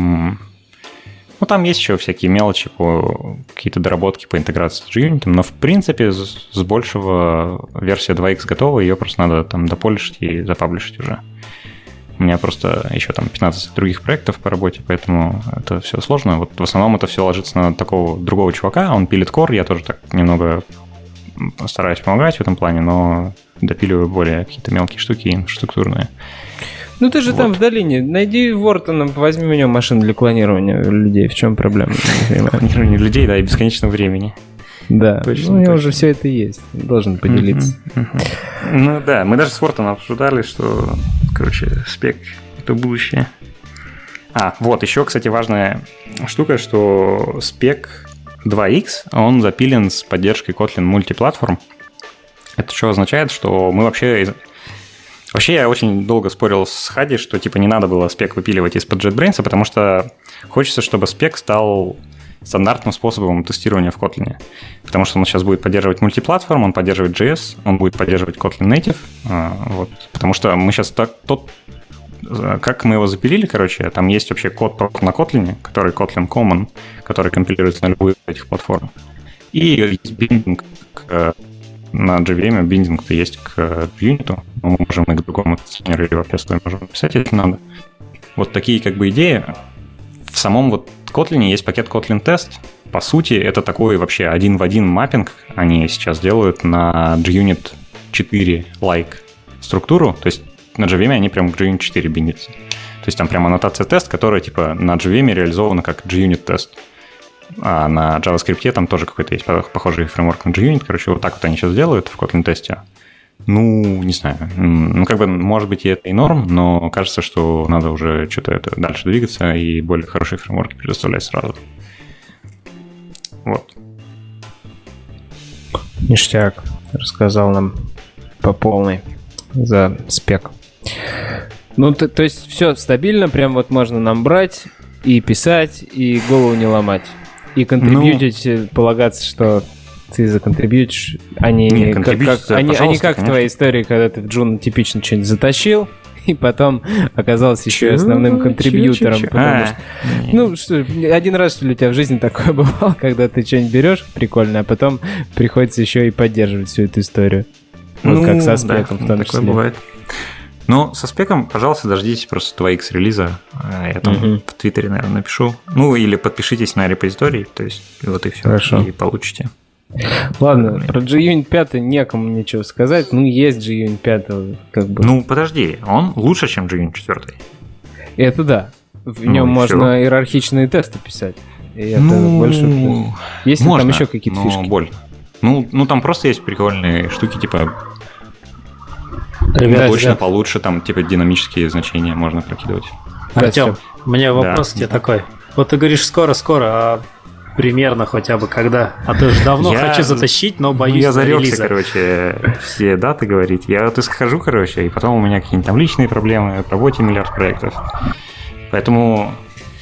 Ну, там есть еще всякие мелочи, какие-то доработки по интеграции с JUnit, но, в принципе, с большего версия 2x готова, ее просто надо там дополишить и запаблишить уже. У меня просто еще там 15 других проектов по работе, поэтому это все сложно. Вот в основном это все ложится на такого другого чувака, он пилит кор, я тоже так немного стараюсь помогать в этом плане, но допиливаю более какие-то мелкие штуки инфраструктурные. Ну ты же вот там в долине, найди Вортона, возьми у него машину для клонирования людей, в чем проблема? Клонирование людей, да, и бесконечного времени. Да, точно, у него уже все это есть, должен поделиться. Ну да, мы даже с Вортоном обсуждали, что, короче, спек — это будущее. Вот, еще, кстати, важная штука, что спек 2x, он запилен с поддержкой Kotlin мультиплатформ. Это что означает, что мы вообще... Вообще, я очень долго спорил с Хади, что типа не надо было спек выпиливать из-под JetBrains, потому что хочется, чтобы спек стал стандартным способом тестирования в Kotlin. Потому что он сейчас будет поддерживать мультиплатформ, он поддерживает JS, он будет поддерживать Kotlin Native. Вот. Потому что мы сейчас как мы его запилили, короче, там есть вообще код на Kotlin, который Kotlin Common, который компилируется на любую из этих платформ. И есть биндинг на JVM, биндинг-то есть к JUnit, но мы можем и к другому тестированию или вообще свой можем написать, если надо. Вот такие как бы идеи. В самом вот Kotlin есть пакет Kotlin Test. По сути, это такой вообще один в один маппинг они сейчас делают на JUnit 4-like структуру. То есть на JVM они прям к JUnit 4 биндятся. То есть там прям аннотация тест, которая типа на JVM реализована как JUnit тест. А на JavaScript там тоже какой-то есть похожий фреймворк на JUnit. Короче, вот так вот они сейчас делают в Kotlin тесте. Ну, не знаю. Ну, как бы, может быть, и это и норм, но кажется, что надо уже что-то это дальше двигаться и более хорошие фреймворки предоставлять сразу. Вот. Ништяк. Рассказал нам по полной за спек. Ну, то есть все стабильно, прям вот можно нам брать и писать, и голову не ломать. И контрибьютить, полагаться, что ты законтрибьютишь, а не как в твоей истории, когда ты в Джун типично что-нибудь затащил, и потом оказался еще основным контрибьютором. Ну, что, один раз, что ли, у тебя в жизни такое бывало, когда ты что-нибудь берешь прикольно, а потом приходится еще и поддерживать всю эту историю. Вот как со спеком в том числе. Такое бывает. Ну, со спеком, пожалуйста, дождитесь просто 2x релиза. Я там в Твиттере, наверное, напишу. Ну, или подпишитесь на репозиторий, то есть вот и все. Хорошо. И получите. Ладно, про JUnit 5 некому ничего сказать. Ну, есть JUnit 5, как бы. Ну, подожди, он лучше, чем JUnit 4. Это да. В нем можно иерархичные тесты писать. И это больше... Есть ли там еще какие-то фишки? Больно. Ну, там просто есть прикольные штуки, типа... Ребят, точно получше, там, типа, динамические значения можно прокидывать. Артем, у меня вопрос тебе такой. Вот ты говоришь скоро, а примерно хотя бы когда? А то же давно хочу затащить, но боюсь я зарекся, релиза. короче, все даты говорить. Я вот исхожу, короче, и потом у меня какие-нибудь там личные проблемы, в работе миллиард проектов. Поэтому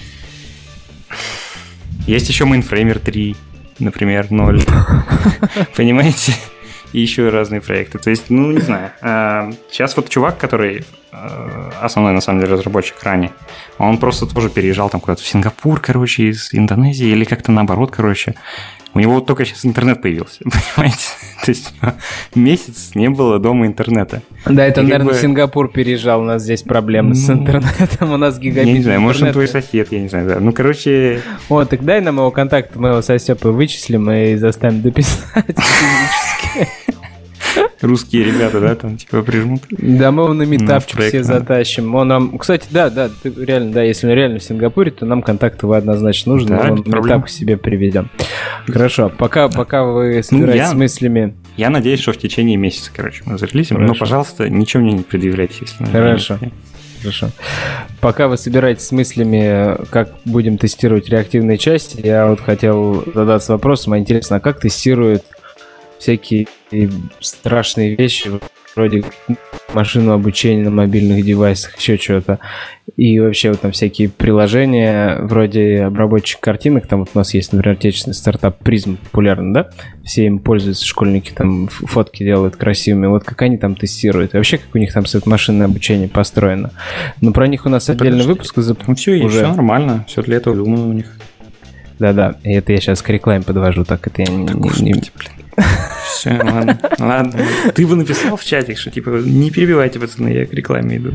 есть еще Mainframer 3, например, 0. Понимаете? И еще разные проекты. То есть, ну, не знаю. Сейчас вот чувак, который основной, на самом деле, разработчик ранее, он просто тоже переезжал там куда-то в Сингапур, короче, из Индонезии, или как-то наоборот, короче. У него вот только сейчас интернет появился, понимаете? То есть месяц не было дома интернета. Да, это, наверное, Сингапур переезжал, у нас здесь проблемы с интернетом, у нас гигабит. Я не знаю, может, он твой сосед, я не знаю, да. Ну, короче... О, так дай нам его контакт, мы его со Степой вычислим и заставим дописать физически. Русские ребята, да, там типа прижмут. Да, мы его на митапчик все затащим. Он нам, кстати, да, ты реально, да, если он реально в Сингапуре, то нам контакт его однозначно нужен, да, мы митап к себе приведем. Хорошо, пока вы собираетесь с мыслями... Я надеюсь, что в течение месяца, короче, мы зарелизим. Но, пожалуйста, ничего мне не предъявляйте, если... Хорошо. Пока вы собираетесь с мыслями, как будем тестировать реактивные части, я вот хотел задаться вопросом, а интересно, а как тестируют всякие страшные вещи, вроде машинного обучения на мобильных девайсах, еще что-то. И вообще вот там всякие приложения, вроде обработчик картинок, там вот у нас есть, например, отечественный стартап Prism популярный, да? Все им пользуются, школьники там фотки делают красивыми. Вот как они там тестируют? Вообще, как у них там машинное обучение построено? Ну, про них у нас отдельный выпуск. Ну, все нормально, все для этого думаю у них. Да-да, и это я сейчас к рекламе подвожу, так это я не... Все, ладно. Ты бы написал в чатик, что типа не перебивайте, пацаны, я к рекламе иду.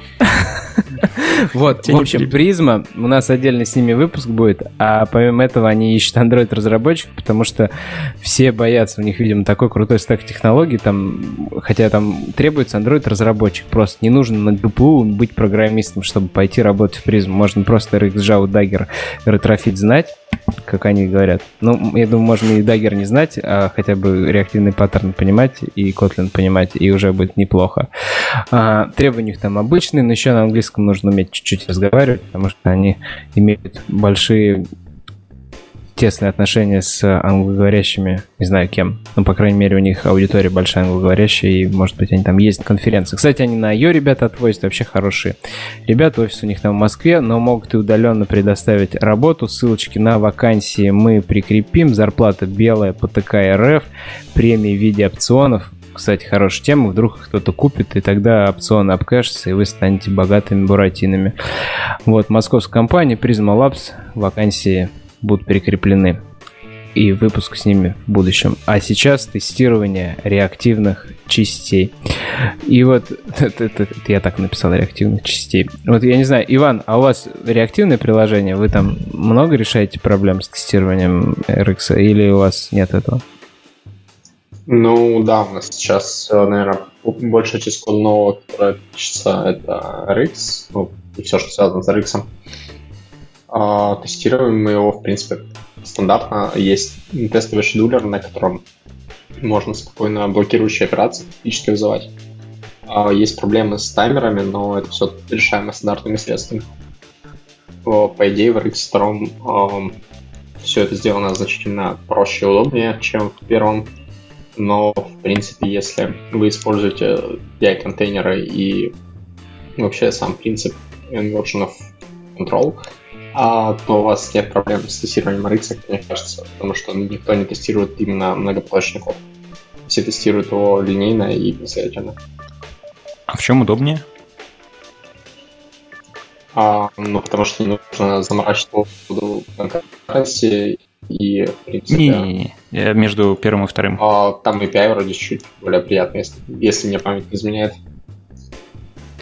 Вот, в общем, Призма, у нас отдельно с ними выпуск будет, а помимо этого они ищут Android-разработчиков, потому что все боятся, у них, видимо, такой крутой стек технологий, там, хотя там требуется Android-разработчик, просто не нужно на GPU быть программистом, чтобы пойти работать в Призму, можно просто RX, Java, Dagger, ретрофит знать, как они говорят. Ну, я думаю, можно и Dagger не знать, а хотя бы реактивный паттерн понимать и Kotlin понимать, и уже будет неплохо. Требования у них там обычные, но еще на английском нужно уметь чуть-чуть разговаривать, потому что они имеют большие тесные отношения с англоговорящими, не знаю кем, но, по крайней мере, у них аудитория большая англоговорящая, и, может быть, они там ездят на конференции. Кстати, они на IO ребята отвозят, вообще хорошие ребята, офис у них там в Москве, но могут и удаленно предоставить работу, ссылочки на вакансии мы прикрепим, зарплата белая, ПТК РФ, премии в виде опционов. Кстати, хорошая тема, вдруг кто-то купит, и тогда опционы обкэшатся, и вы станете богатыми буратинами. Вот, московская компания Prisma Labs, вакансии будут прикреплены, и выпуск с ними в будущем. А сейчас тестирование реактивных частей. И вот, это я так написал, реактивных частей. Вот я не знаю, Иван, а у вас реактивное приложение? Вы там много решаете проблем с тестированием RX, или у вас нет этого? Ну да, у нас сейчас, наверное, большая часть кода нового, которая пишется, это RX, ну, и все, что связано с RX. Тестируем мы его, в принципе, стандартно. Есть тестовый шедулер, на котором можно спокойно блокирующие операции фактически вызывать. Есть проблемы с таймерами, но это все решаемо стандартными средствами. По идее, в RX 2 все это сделано значительно проще и удобнее, чем в первом. Но, в принципе, если вы используете PI-контейнеры и вообще сам принцип inversion of control, то у вас нет проблем с тестированием RX, как мне кажется, потому что никто не тестирует именно многоплощадный код. Все тестируют его линейно и последовательно. А в чем удобнее? Ну, потому что не нужно заморачивать поводу конкуренции и, в принципе... Не, между первым и вторым. Там API вроде чуть более приятный, если мне память не изменяет.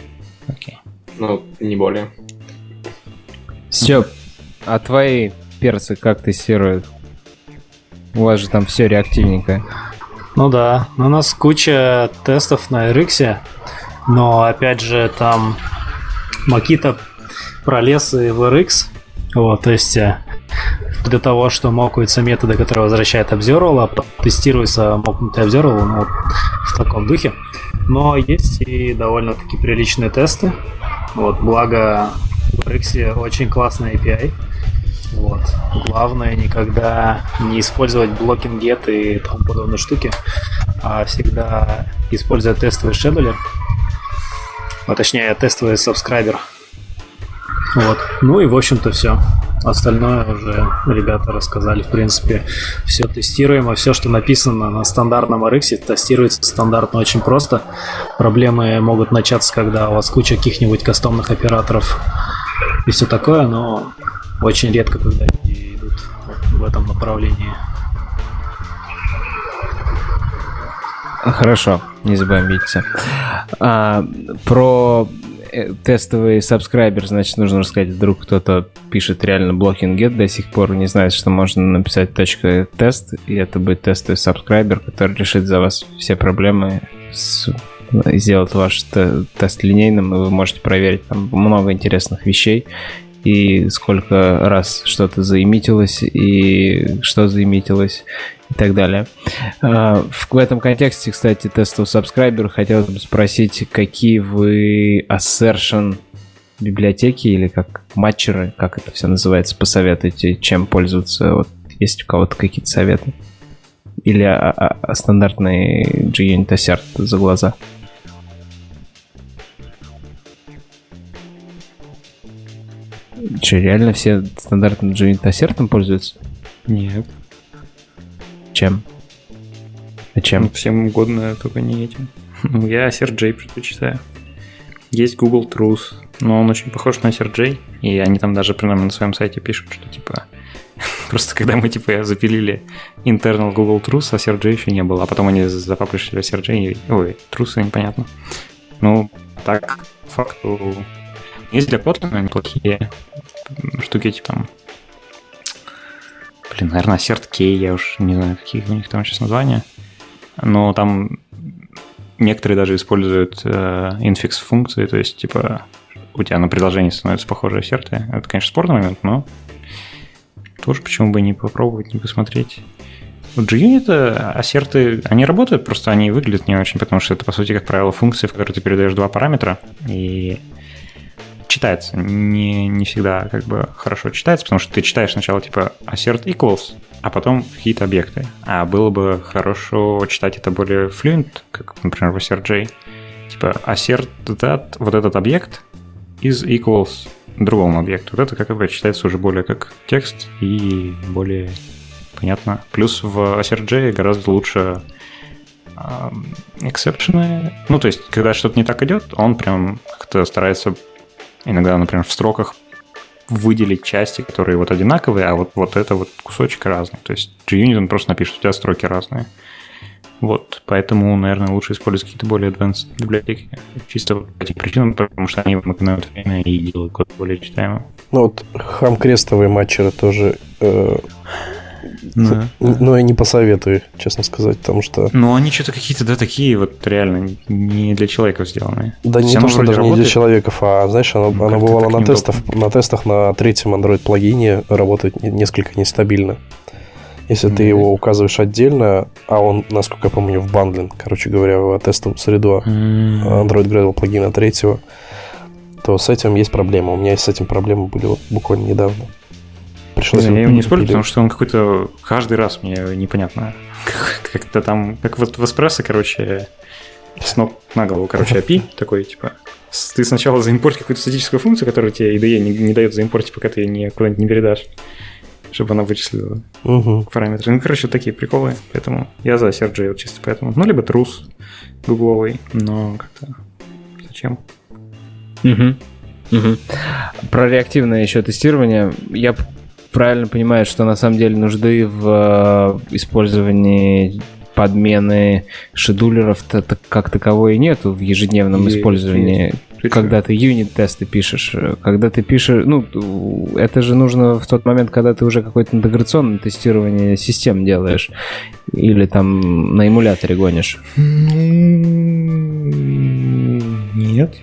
окей. Ну, не более. Стёп, а твои перцы как тестируют? У вас же там все реактивненькое. Ну да, у нас куча тестов на RX, но опять же там Makito пролез и в RX. Вот, то есть для того, что мокаются методы, которые возвращают observable, а тестируется мокнутый observable, ну, вот в таком духе. Но есть и довольно-таки приличные тесты. Вот, благо в RX очень классный API. Вот. Главное никогда не использовать blocking get и тому подобные штуки, а всегда использовать тестовый шедулер, а точнее тестовый subscriber. Вот. Ну и в общем-то все. Остальное уже ребята рассказали. В принципе, все тестируемо. Все, что написано на стандартном RX, тестируется стандартно очень просто. Проблемы могут начаться, когда у вас куча каких-нибудь кастомных операторов и все такое, но очень редко, когда люди идут в этом направлении. Хорошо, не забываем видеться. Про тестовый subscriber, значит, нужно рассказать, вдруг кто-то пишет реально blocking get, до сих пор не знает, что можно написать .тест, и это будет тестовый subscriber, который решит за вас все проблемы, сделает ваш тест линейным, и вы можете проверить там много интересных вещей, и сколько раз что-то заимитилось, и что заимитилось, и так далее. В этом контексте, кстати, тестового subscriber хотелось бы спросить, какие вы assertion библиотеки или как матчеры, как это все называется, посоветуете, чем пользоваться? Вот есть у кого-то какие-то советы? Или стандартный JUnit assert за глаза? Че, реально все стандартным JUnit assert пользуются? Нет. Чем? А чем? Ну, всем угодно, только не этим. Я AssertJ предпочитаю. Есть Google Truth, но он очень похож на AssertJ, и они там даже примерно на своем сайте пишут, что типа просто когда мы типа запилили internal Google Truth, AssertJ еще не было, а потом они запаблишили AssertJ, и ой, Truth непонятно. Ну, так, по факту, есть для Kotlin неплохие штуки, типа там, наверное, AssertK, я уж не знаю, какие у них там сейчас названия, но там некоторые даже используют infix функции, то есть, типа, у тебя на предложении становятся похожие ассерты. Это, конечно, спорный момент, но тоже почему бы не попробовать, не посмотреть. В JUnit ассерты, они работают, просто они выглядят не очень, потому что это, по сути, как правило, функции, в которые ты передаешь два параметра, и читается. Не всегда как бы хорошо читается, потому что ты читаешь сначала типа assert equals, а потом какие-то объекты. А было бы хорошо читать это более fluent, как, например, в AssertJ. Типа assert that, вот этот объект is equals другому объекту. Вот это как бы читается уже более как текст и более понятно. Плюс в AssertJ гораздо лучше эксепшены. Ну, то есть, когда что-то не так идет, он прям как-то старается иногда, например, в строках выделить части, которые вот одинаковые, а вот это вот кусочек разный. То есть JUnit он просто напишет, у тебя строки разные. Вот, поэтому, наверное, лучше использовать какие-то более advanced библиотеки. Чисто по этим причинам, потому что они экономят время и делают код более читаемым. Ну вот хамкрестовые матчеры тоже... Да. Ну, я не посоветую их, честно сказать, потому что... Ну, они что-то какие-то, да, такие вот реально не для человеков сделанные. Да не то, что даже не для человеков, а, знаешь, оно бывало на тестах на третьем Android-плагине работает несколько нестабильно. Если ты его указываешь отдельно, а он, насколько я помню, в бандлинг, короче говоря, в тестовую среду Android Gradle плагина третьего, то с этим есть проблема. У меня с этим проблемы были вот буквально недавно. Пришлось я его не использую, потому что он какой-то каждый раз мне непонятно. Как-то там, как вот в эспрессо, короче, с ног на голову, короче, API такой, типа, ты сначала заимпортишь какую-то статическую функцию, которая тебе IDE не дает заимпортить, пока ты ее куда-нибудь не передашь, чтобы она вычислила параметры. Ну, короче, вот такие приколы, поэтому я за AssertJ вот чисто поэтому. Ну, либо Truth гугловый, но как-то зачем? Про реактивное еще тестирование. Я правильно понимаю, что на самом деле нужды в использовании подмены шедулеров как таковой нету в ежедневном использовании. когда ты юнит-тесты пишешь. Когда ты пишешь... Ну, это же нужно в тот момент, когда ты уже какое-то интеграционное тестирование систем делаешь. Или там на эмуляторе гонишь. Нет.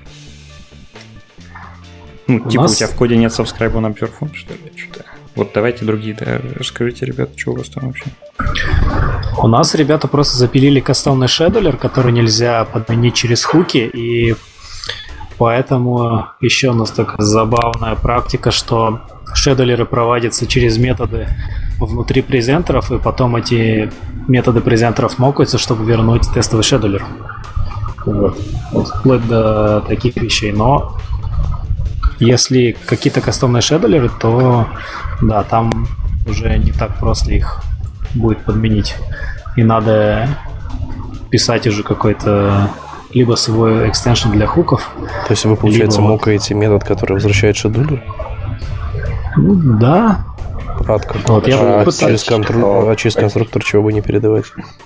Ну, типа у тебя в коде нет subscribe on observe function, что ли? Что-то. Вот давайте другие, да, расскажите, ребята, что у вас там вообще? У нас ребята просто запилили кастомный шедулер, который нельзя подменить через хуки, и поэтому еще у нас такая забавная практика, что шедулеры проводятся через методы внутри презентеров, и потом эти методы презентеров мокаются, чтобы вернуть тестовый шедулер. Вот вплоть до таких вещей. Но если какие-то кастомные шедулеры, то да, там уже не так просто их будет подменить. И надо писать уже какой-то либо свой экстеншн для хуков. То есть вы, получается, мокаете метод, который возвращает шедулер? Ну, да. Вот, через конструктор чего бы не передавать?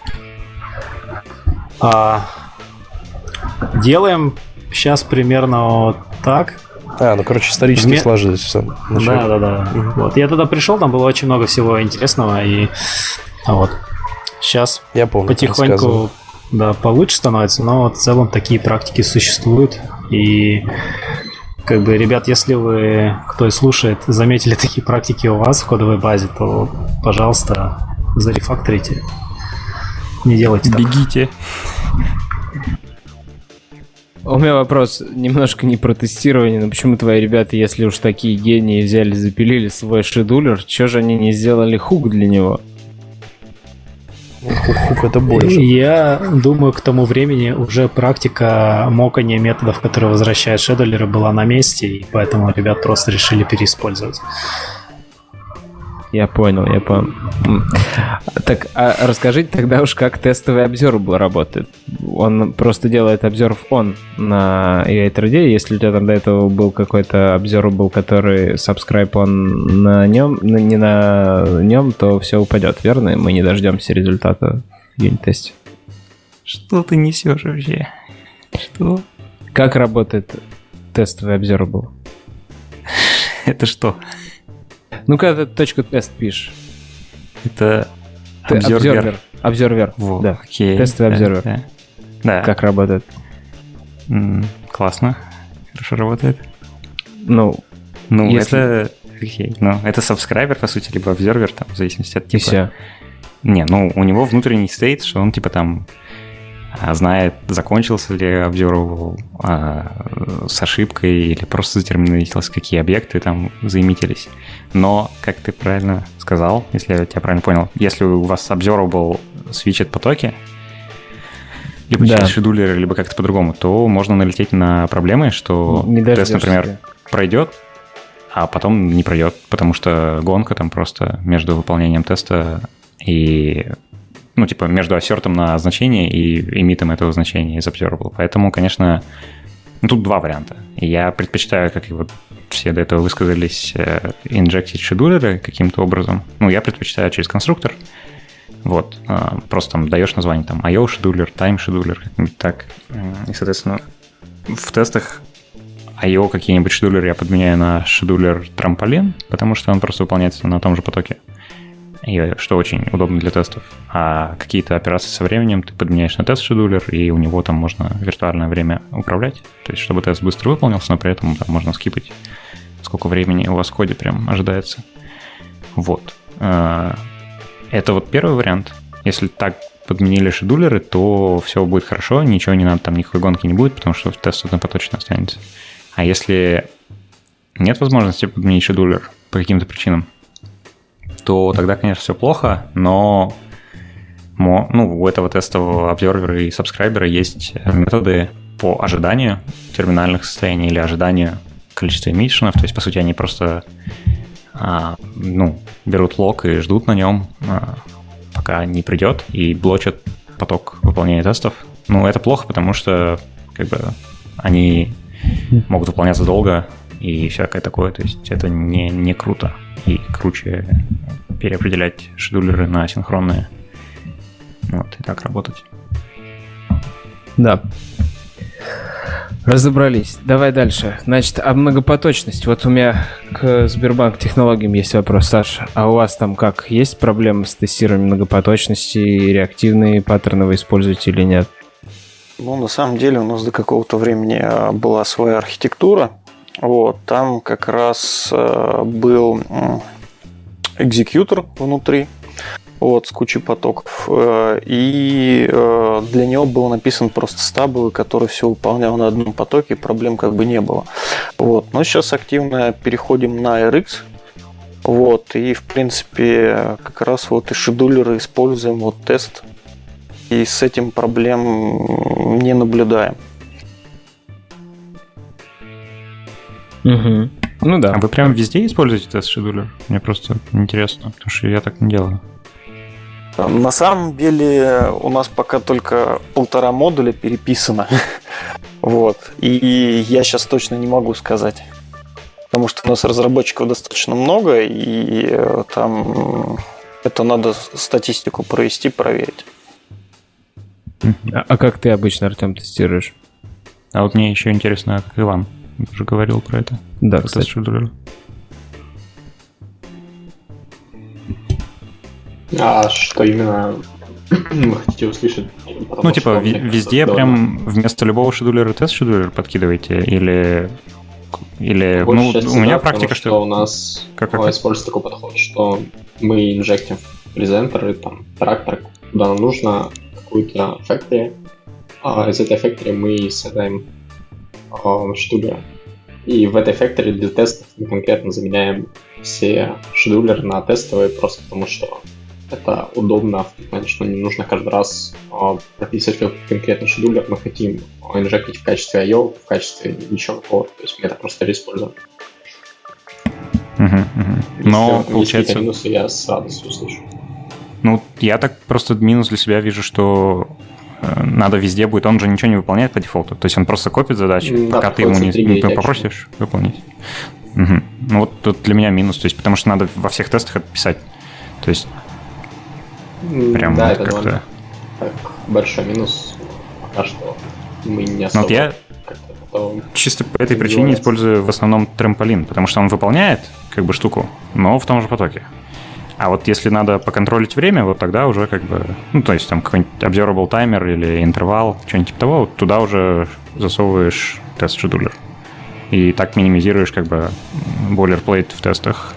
Делаем сейчас примерно вот так. Ну, короче, исторически сложилось все. Да. Вот. Я тогда пришел, там было очень много всего интересного, и вот. Сейчас я помню, потихоньку получше становится, но в целом такие практики существуют. И как бы, ребят, если вы, кто и слушает, заметили такие практики у вас в кодовой базе, то, пожалуйста, зарефакторите. Не делайте так. Бегите. У меня вопрос немножко не про тестирование, но почему твои ребята, если уж такие гении взяли, запилили свой шедулер, чё же они не сделали хук для него? Хук это больше. Я думаю, к тому времени уже практика мокания методов, которые возвращают шедулеры, была на месте, и поэтому ребят просто решили переиспользовать. Я понял. Так, а расскажите тогда уж, как тестовый observable работает. Он просто делает observe on на UI3D. Если у тебя там до этого был какой-то observable, который subscribe on на нем, не на нем, то все упадет, верно? И мы не дождемся результата в юнит-тесте. Что ты несешь вообще? Что? Как работает тестовый observable? Это что? Ну, когда ты точку тест пишешь. Это Observer. Вот, да. Окей. Тестовый observer. Да. Как работает? Классно. Хорошо работает. Ну если... это... Окей. Это subscriber, по сути, либо observer, там, в зависимости от типа. И все. Не, у него внутренний стейт, что он, типа, там знает, закончился ли observable с ошибкой или просто затерминировалось, какие объекты там заимитились. Но, как ты правильно сказал, если я тебя правильно понял, если у вас observable свитчит потоки, либо через шедулеры, либо как-то по-другому, то можно налететь на проблемы, что тест, например, пройдет, а потом не пройдет, потому что гонка там просто между выполнением теста и... между ассертом на значение и эмитом этого значения из observable. Поэтому, конечно, тут два варианта. Я предпочитаю, как и вот все до этого высказались, инжектить шедулеры каким-то образом. Я предпочитаю через конструктор. Вот. Просто там даешь название там IO шедулер, time шедулер, как-нибудь так. И, соответственно, в тестах IO какие-нибудь шедулеры я подменяю на шедулер трамполин, потому что он просто выполняется на том же потоке. И что очень удобно для тестов. А какие-то операции со временем ты подменяешь на тест-шедулер, и у него там можно виртуальное время управлять. То есть, чтобы тест быстро выполнился, но при этом там можно скипать, сколько времени у вас в коде прям ожидается. Вот. Это вот первый вариант. Если так подменили шедулеры, то все будет хорошо, ничего не надо, там никакой гонки не будет, потому что тест однопоточно останется. А если нет возможности подменить шедулер по каким-то причинам, то тогда, конечно, все плохо, но у этого тестового обзервера и сабскрайбера есть методы по ожиданию терминальных состояний или ожиданию количества эмиссионов. То есть, по сути, они просто берут лог и ждут на нем, пока не придет, и блочат поток выполнения тестов. Это плохо, потому что они могут выполняться долго и всякое такое. То есть это не круто. И круче переопределять шедулеры на синхронные. И так работать. Да. Разобрались. Давай дальше. Значит, а многопоточность. Вот у меня к Сбербанк технологиям есть вопрос, Саша. А у вас там как? Есть проблемы с тестированием многопоточности? Реактивные паттерны вы используете или нет? Ну, на самом деле у нас до какого-то времени была своя архитектура. Вот, там как раз был экзекьютор внутри, вот, с кучей потоков. И для него был написан просто стабовый, который все выполнял на одном потоке, проблем как бы не было. Вот. Но сейчас активно переходим на RX. Вот, и в принципе как раз вот и шедулеры используем, вот тест. И с этим проблем не наблюдаем. Угу. Ну да. А вы прям везде используете тест-шедулер? Мне просто интересно, потому что я так не делаю. На самом деле у нас пока только 1,5 модуля переписано. Вот. И я сейчас точно не могу сказать. Потому что у нас разработчиков достаточно много, и там это надо статистику провести, проверить. А как ты обычно, Артем, тестируешь? А вот мне еще интересно, как Иван уже говорил про это. Да, кстати. А что именно вы хотите услышать? Ну, типа, везде прям вместо любого шедулера тест-шедулер подкидываете? Или ну, у меня практика, что у нас используется такой подход, что мы инжектим в презентеры, там, трактор, куда нам нужно, какую-то factory, а из этой factory мы создаем шедулеры. И в этой factory для тестов мы конкретно заменяем все шедулеры на тестовые, просто потому что это удобно, в плане, что не нужно каждый раз прописывать какой-то конкретный шедулер. Мы хотим инжектить в качестве I/O, в качестве ничего такого. То есть мы это просто реиспользуем. Но если получается... минусы, я с радостью услышу. Ну, я так просто минус для себя вижу, что надо везде будет, он же ничего не выполняет по дефолту. То есть он просто копит задачи, да, пока ты ему не попросишь выполнить. Ну вот тут для меня минус, то есть потому что надо во всех тестах это писать. То есть прям да, вот это как-то... так, большой минус. Пока что мы не особо... Вот я чисто по этой причине использую в основном трамполин, потому что он выполняет как бы штуку, но в том же потоке. А вот если надо поконтролить время, вот тогда уже как бы... Ну, то есть там какой-нибудь observable таймер или интервал, что-нибудь типа того, вот туда уже засовываешь тест-шедулер. И так минимизируешь как бы boilerplate в тестах.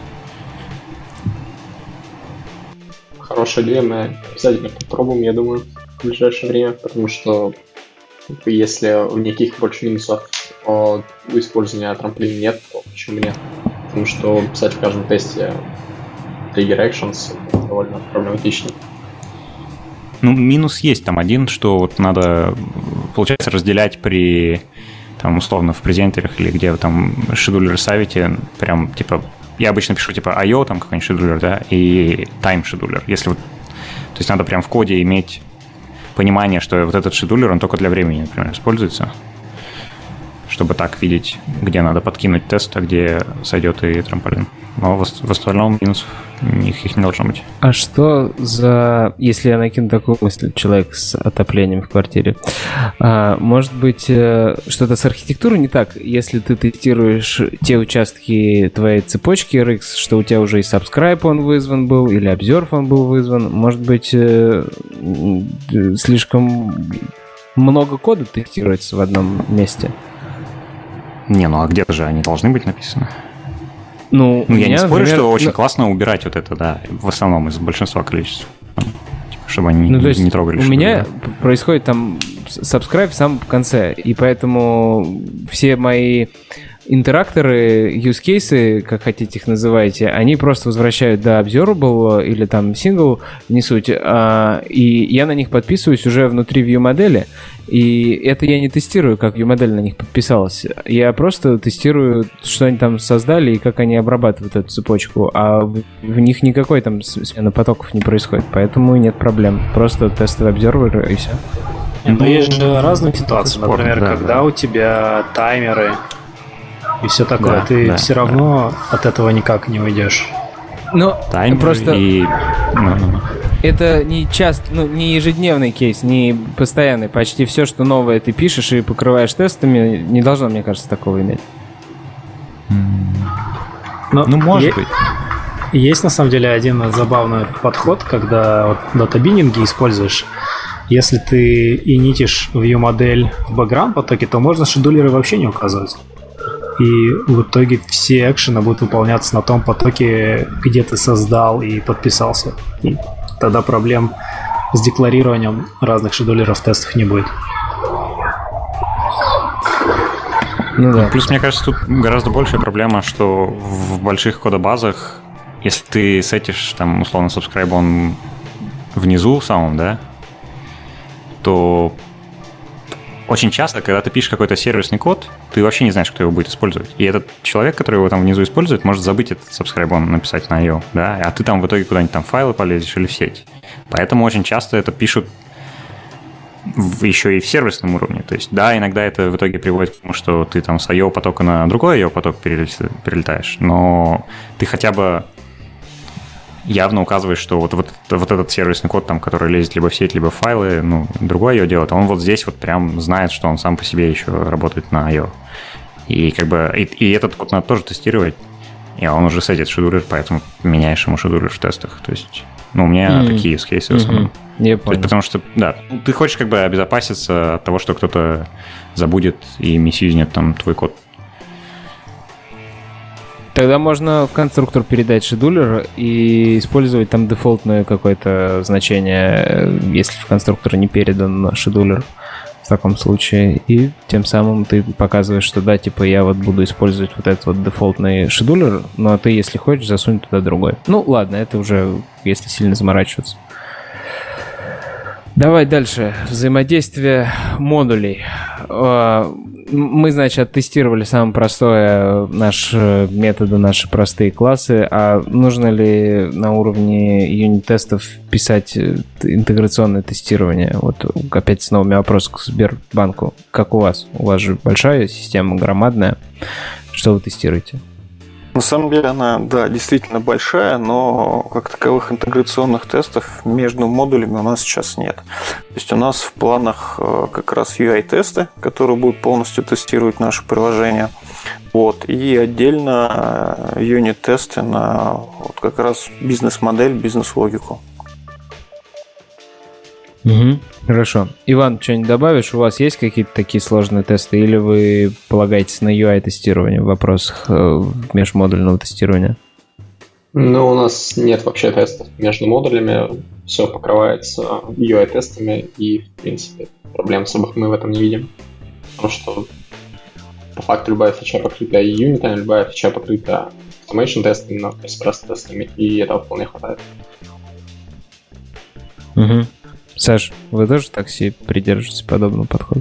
Хорошая идея, мы обязательно попробуем, я думаю, в ближайшее время, потому что если никаких больше минусов у использования трамплина нет, то почему нет? Потому что писать в каждом тесте trigger actions довольно проблематично. Ну, минус есть там один, что вот надо, получается, разделять при, там, условно, в презентерах или где вы там шедулеры ставите, прям, типа, я обычно пишу, типа, I/O, там, какой-нибудь шедулер, да, и time шедулер. Если вот, то есть надо прям в коде иметь понимание, что вот этот шедулер, он только для времени, например, используется, чтобы так видеть, где надо подкинуть тест, а где сойдет и трамполин. Но в остальном минусов их не должно быть. А что за... Если я накину такую мысль, человек с отоплением в квартире, может быть, что-то с архитектурой не так, если ты тестируешь те участки твоей цепочки RX, что у тебя уже и subscribe он вызван был, или observe он был вызван, может быть, слишком много кода тестируется в одном месте? Не, ну а где-то же они должны быть написаны. Ну, я не спорю, что очень классно убирать вот это, да, в основном из большинства количества, чтобы они не трогали. У меня происходит там subscribe в самом конце, и поэтому все мои интеракторы, use cases, как хотите их называйте, они просто возвращают до observable или там single, не суть, и я на них подписываюсь уже внутри view модели, и это я не тестирую, как view модель на них подписалась. Я просто тестирую, что они там создали и как они обрабатывают эту цепочку, а в них никакой там смена потоков не происходит, поэтому нет проблем. Просто тестовый observer и все. Но есть же разные ситуации, например, когда у тебя таймеры и все такое, ты все равно от этого никак не уйдешь. Ну, таймер просто... это не часто, не ежедневный кейс, не постоянный. Почти все, что новое ты пишешь и покрываешь тестами, не должно, мне кажется, такого иметь. Может быть. Есть, на самом деле, один забавный подход, когда вот дата-биннинги используешь. Если ты инитишь view-модель в бэкграунд-потоке, то можно шедулеры вообще не указывать. И в итоге все экшены будут выполняться на том потоке, где ты создал и подписался. И тогда проблем с декларированием разных шедулеров тестов не будет. Ну да. Плюс, мне кажется, тут гораздо большая проблема, что в больших кодобазах, если ты сетишь, там, условно, subscribe он внизу самом, да, то очень часто, когда ты пишешь какой-то сервисный код, ты вообще не знаешь, кто его будет использовать. И этот человек, который его там внизу использует, может забыть этот subscribe написать на IO, да, а ты там в итоге куда-нибудь там файлы полезешь или в сеть. Поэтому очень часто это пишут еще и в сервисном уровне. То есть, да, иногда это в итоге приводит к тому, что ты там с IO потока на другой IO поток перелетаешь, но ты хотя бы явно указываешь, что вот этот сервисный код, там, который лезет либо в сеть, либо в файлы, другое IO делает, а он вот здесь вот прям знает, что он сам по себе еще работает на IO. И как бы и этот код надо тоже тестировать, и он уже сетит шедулер, поэтому меняешь ему шедулер в тестах. То есть, у меня такие use cases в основном. Я понял. Потому что, да, ты хочешь как бы обезопаситься от того, что кто-то забудет и мисюзнет там твой код. Тогда можно в конструктор передать шедулер и использовать там дефолтное какое-то значение, если в конструктор не передан шедулер в таком случае. И тем самым ты показываешь, что да, типа я вот буду использовать вот этот вот дефолтный шедулер, ну а ты, если хочешь, засунь туда другой. Ну ладно, это уже если сильно заморачиваться. Давай дальше. Взаимодействие модулей. Мы, значит, оттестировали самое простое, наши методы, наши простые классы. А нужно ли на уровне юнит-тестов писать интеграционное тестирование? Вот опять с новыми вопросами к Сбербанку. Как у вас? У вас же большая система, громадная. Что вы тестируете? На самом деле она, да, действительно большая, но как таковых интеграционных тестов между модулями у нас сейчас нет. То есть у нас в планах как раз UI-тесты, которые будут полностью тестировать наше приложение. Вот, и отдельно юнит-тесты на вот как раз бизнес-модель, бизнес-логику. Угу. Хорошо. Иван, что-нибудь добавишь? У вас есть какие-то такие сложные тесты, или вы полагаетесь на UI-тестирование в вопросах межмодульного тестирования? Ну, у нас нет вообще тестов между модулями, все покрывается UI-тестами, и, в принципе, проблем особых мы в этом не видим. Потому что, по факту, любая фича покрыта и юнитами, любая фича покрыта automation-тестами, но экспресс-тестами, и этого вполне хватает. Угу. Саш, вы тоже так себе придерживаетесь подобного подхода?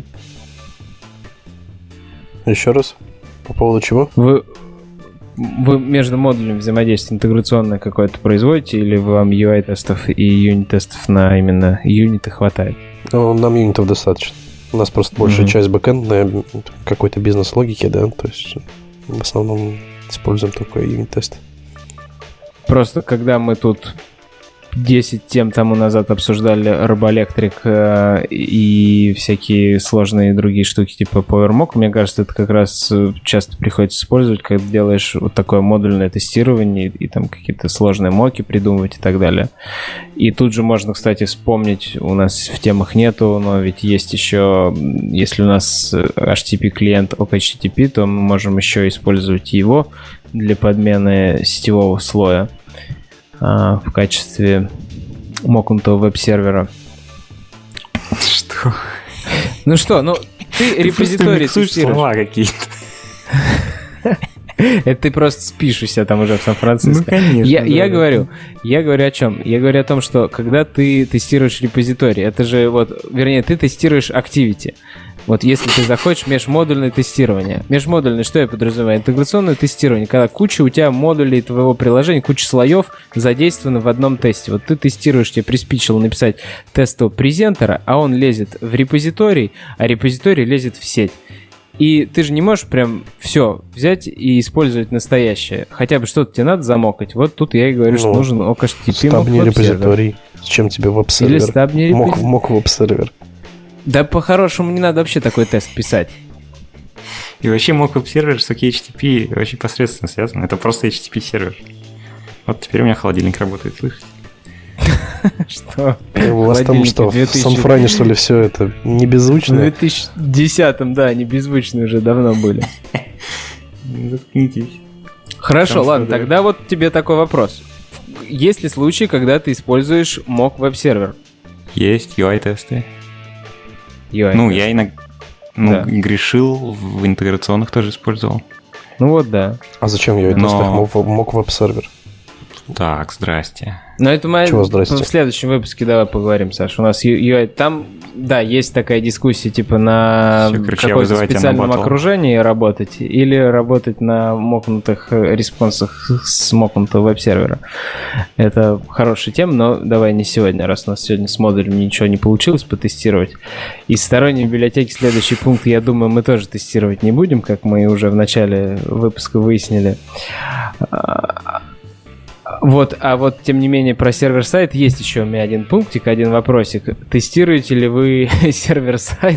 Еще раз? По поводу чего? Вы между модулями взаимодействие интеграционное какое-то производите, или вам UI-тестов и юнит-тестов на именно юниты хватает? Ну, нам юнитов достаточно. У нас просто большая часть бэкэндная, какой-то бизнес-логики, да, то есть в основном используем только юнит-тесты. Просто когда мы тут 10 тем тому назад обсуждали Roboelectric и всякие сложные другие штуки типа PowerMock, мне кажется, это как раз часто приходится использовать, когда делаешь вот такое модульное тестирование и там какие-то сложные моки придумывать и так далее. И тут же можно, кстати, вспомнить, у нас в темах нету, но ведь есть еще, если у нас HTTP-клиент OpenHTTP, то мы можем еще использовать его для подмены сетевого слоя в качестве мокнутого веб-сервера. Что? Ну что, ты репозиторий тестируешь. Слова какие-то. Это ты просто спишь у себя там уже в Сан-Франциско. Ну, конечно. Я говорю о чем? Я говорю о том, что когда ты тестируешь репозиторий, это же вернее, ты тестируешь Activity. Вот если ты захочешь межмодульное тестирование. Межмодульное, что я подразумеваю? Интеграционное тестирование, когда куча у тебя модулей твоего приложения, куча слоев задействованы в одном тесте. Вот ты тестируешь, тебе приспичило написать тестового презентера, а он лезет в репозиторий, а репозиторий лезет в сеть. И ты же не можешь прям все взять и использовать настоящее. Хотя бы что-то тебе надо замокать. Вот тут я и говорю, что нужен OKHTTP. Стабни репозиторий. Зачем тебе Или веб-сервер? стаб не репетирует. Мог веб-сервер. Да по-хорошему не надо вообще такой тест писать. И вообще mock веб-сервер с HTTP очень посредственно связан. Это просто HTTP-сервер. Вот теперь у меня холодильник работает, слышите? Что? У вас там что, в Сан-Фране, что ли, все это не В беззвучно? 2010-м, да, они беззвучные уже давно были. Заткнитесь. Хорошо, Сам ладно, страдаю. тогда вот тебе такой вопрос. Есть ли случаи, когда ты используешь mock веб-сервер? Есть UI-тесты. UI. Ну, я иногда Да. грешил, в интеграционных тоже использовал. Ну вот, да. А зачем я Но- мог веб-сервер? Так, здрасте. Но это мы Чего, здрасте? в следующем выпуске давай поговорим, Саш. У нас UI... Там, да, есть такая дискуссия, типа на Всё, короче, каком-то вызывайте на специальном батл. окружении работать или работать на мокнутых респонсах с мокнутого веб-сервера. Это хорошая тема, но давай не сегодня, раз у нас сегодня с модулем ничего не получилось потестировать. Из сторонней библиотеки следующий пункт, я думаю, мы тоже тестировать не будем, как мы уже в начале выпуска выяснили. Вот, а вот, тем не менее, про сервер-сайт есть еще у меня один пунктик, один вопросик. Тестируете ли вы сервер-сайт?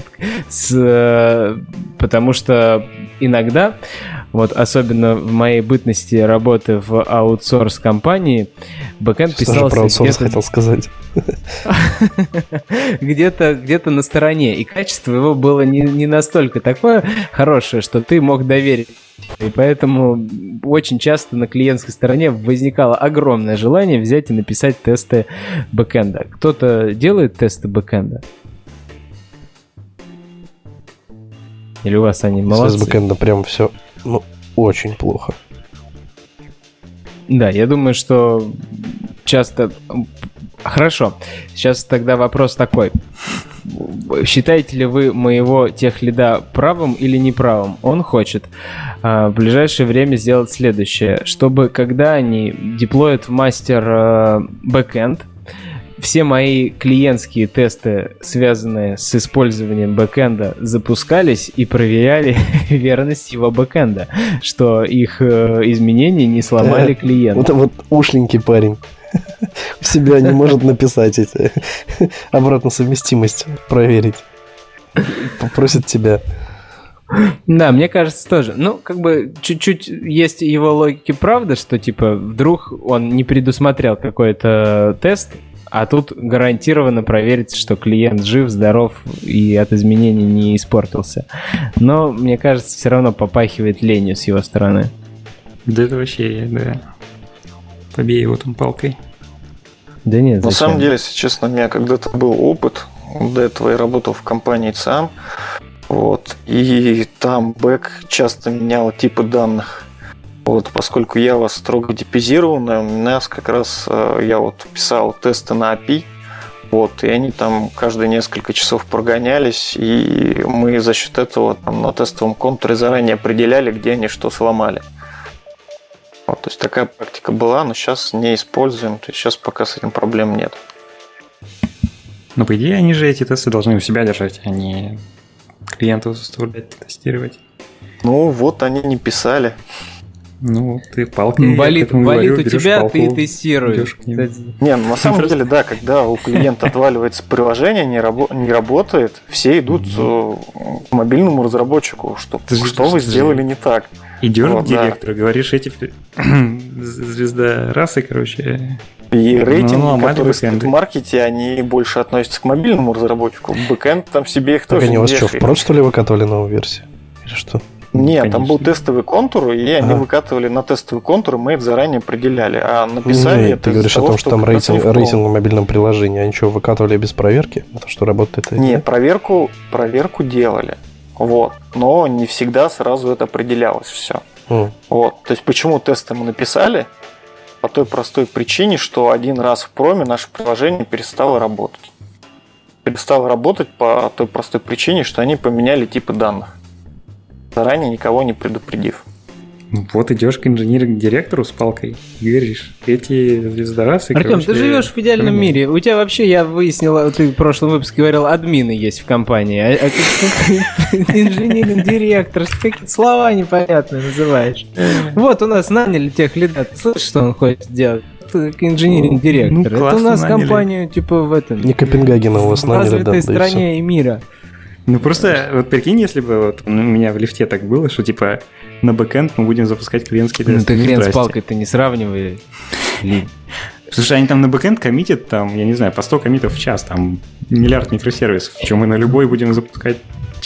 Потому что иногда, вот особенно в моей бытности работы в аутсорс-компании, бэкэнд Тоже писался про аутсорс где-то- хотел сказать. где-то на стороне, и качество его было не настолько такое хорошее, что ты мог доверить. И поэтому очень часто на клиентской стороне возникало огромное желание взять и написать тесты бэкэнда. Кто-то делает тесты бэкэнда? Или у вас они С молодцы? бэкэндом прям все, очень плохо. Да, я думаю, что часто... Хорошо, сейчас тогда вопрос такой. Считаете ли вы моего техлида правым или неправым? Он хочет в ближайшее время сделать следующее. Чтобы когда они деплоят в мастер бэкэнд, все мои клиентские тесты, связанные с использованием бэкэнда, запускались и проверяли верность его бэкэнда, что их изменения не сломали клиента. Вот ушленький парень. У себя не может написать эти обратную совместимость проверить. Попросит тебя. Да, мне кажется тоже. Ну, как бы чуть-чуть есть его логики правда, что типа вдруг он не предусмотрел какой-то тест, а тут гарантированно проверится, что клиент жив, здоров и от изменений не испортился. Но, мне кажется, все равно попахивает ленью с его стороны. Да это вообще, да. Побей его там палкой. Да нет, На зачем? самом деле, если честно, у меня когда-то был опыт. До этого я работал в компании ЦИАМ. Вот, и там бэк часто менял типы данных. Вот, поскольку Java строго типизирована, у нас как раз я вот писал тесты на API. Вот, и они там каждые несколько часов прогонялись, и мы за счет этого там, на тестовом контуре заранее определяли, где они что сломали. Вот, то есть такая практика была, но сейчас не используем, то есть сейчас пока с этим проблем нет. Ну, по идее, они же эти тесты должны у себя держать, а не клиенту заставлять тестировать. Ну вот они не писали. Ну, ты палкой... Болит у тебя, ты идешь тестируешь. к ним. Кстати. Не, ну, на самом деле, да, когда у клиента отваливается приложение, не работает, все идут к мобильному разработчику, что вы сделали не так. Идешь Вот, к директору, говоришь, эти звезда расы, короче. И рейтинги, ломали которые стоят в бэкэнды. маркете, они больше относятся к мобильному разработчику. Бэкэнд там себе их Так тоже они не у вас что, вешали. впрочь, что ли, выкатывали новую версию? Или что? Нет, там был Конечно. тестовый контур, и они Ага. выкатывали на тестовый контур, и мы это заранее определяли. А написали Не, это ты из-за говоришь о того, том, что там как раз не рейтинг вкнул. в мобильном приложении. Они что, выкатывали без проверки? На то, что работает это? Нет, проверку делали. Вот. Но не всегда сразу это определялось все. Вот. То есть почему тесты мы написали? По той простой причине, что один раз в проме наше приложение перестало работать. Перестало работать по той простой причине, что они поменяли типы данных, заранее никого не предупредив. Вот идешь к инженеру-директору с палкой и говоришь, эти звездорасы... Артем, ты живешь в идеальном мире. У тебя вообще, я выяснил, ты в прошлом выпуске говорил, админы есть в компании. А инженерный директор, какие слова непонятные называешь. Вот у нас наняли тех лида. Ты слышишь, что он хочет сделать? как инженеринг-директор. Это у нас компанию, типа, в этом... Не Копенгагена у вас в наняли, да. развитой стране и мира. Ну просто, вот прикинь, если бы вот у меня в лифте так было, что типа на бэкэнд мы будем запускать клиентские тесты. Ну ты хрен с палкой-то не сравнивай. Слушай, они там на бэкэнд коммитят, там, я не знаю, по 100 коммитов в час, там миллиард микросервисов, чем мы на любой будем запускать.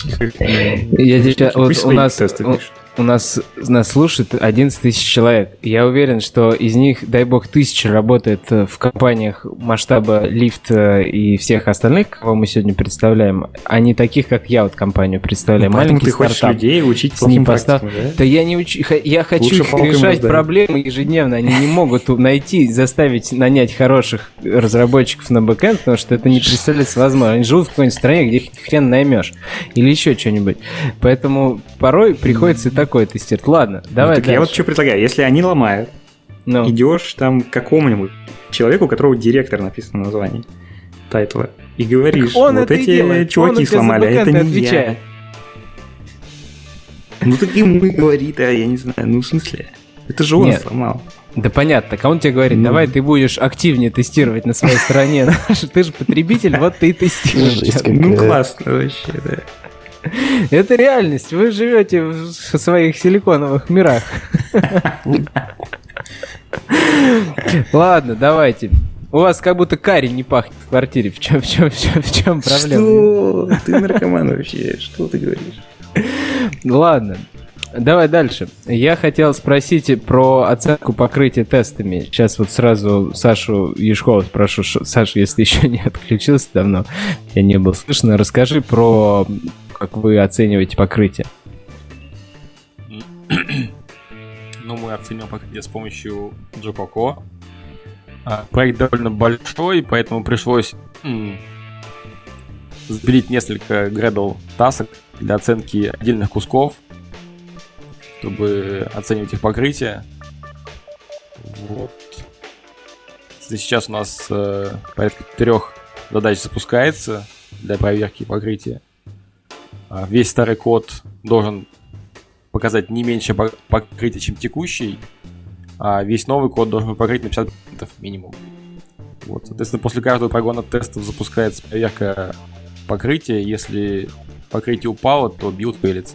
У нас слушает 11 тысяч человек. Я уверен, что из них, дай бог, 1000 работает в компаниях масштаба Lyft и всех остальных, кого мы сегодня представляем, а не таких, как я вот компанию представляю. Маленький ты стартап. Хочешь людей учить плохим практикам, да? Да я не учу, я хочу их решать проблемы ежедневно. Они не могут заставить нанять хороших разработчиков на бэкэнд, потому что это не представляется возможным. Они живут в какой-нибудь стране, где их хрен наймешь. Или еще что-нибудь. Поэтому порой приходится такое тестировать. Ладно, давай дальше. Я вот что предлагаю. Если они ломают, идешь там к какому-нибудь человеку, у которого директор написан на названии тайтла, и говоришь, вот эти чуваки сломали, а это не я. Ну так ему говорит, а я не знаю, ну в смысле, это же он сломал. Да понятно, так он тебе говорит, давай ты будешь активнее тестировать на своей стороне. Ты же потребитель, вот ты и тестируешь. Ну классно вообще, да. Это реальность. Вы живете в своих силиконовых мирах. Ладно, давайте. У вас как будто карри не пахнет в квартире. В чем проблема? Что? Ты наркоман вообще. Что ты говоришь? Ладно. Давай дальше. Я хотел спросить про оценку покрытия тестами. Сейчас вот сразу Сашу Яшкова спрошу. Саша, если еще не отключился давно, я не был слышно, расскажи про... как вы оцениваете покрытие? Ну, мы оцениваем покрытие с помощью Джококо. Проект довольно большой, поэтому пришлось сбилить несколько Gradle тасок для оценки отдельных кусков, чтобы оценивать их покрытие. Вот. Сейчас у нас порядка 3 задач запускается для проверки покрытия. Весь старый код должен показать не меньше покрытия, чем текущий, а весь новый код должен покрыть на 50% минимум. Вот. Соответственно, после каждого прогона тестов запускается проверка покрытия. Если покрытие упало, то билд пылится.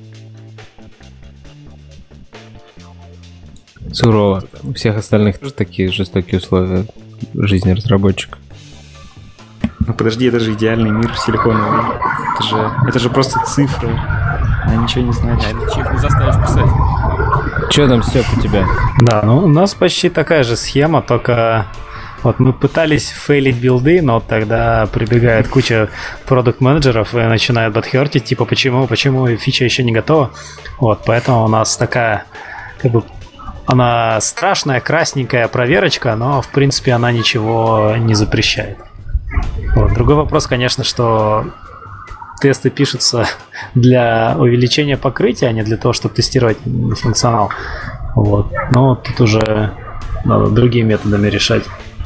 Сурово. У всех остальных тоже такие жестокие условия жизни разработчика. Ну подожди, это же идеальный мир силиконовый. Это же просто цифры. Она ничего не значит. Ничего не заставишь писать. Что там, Степ, у тебя? Да, ну у нас почти такая же схема, только вот мы пытались фейлить билды, но тогда прибегает куча продакт-менеджеров и начинает бадхертить, типа почему фича еще не готова. Вот, поэтому у нас такая, как бы, она страшная, красненькая проверочка, но в принципе она ничего не запрещает. Вот. Другой вопрос, конечно, что тесты пишутся для увеличения покрытия, а не для того, чтобы тестировать функционал. Вот. Но тут уже надо другими методами решать.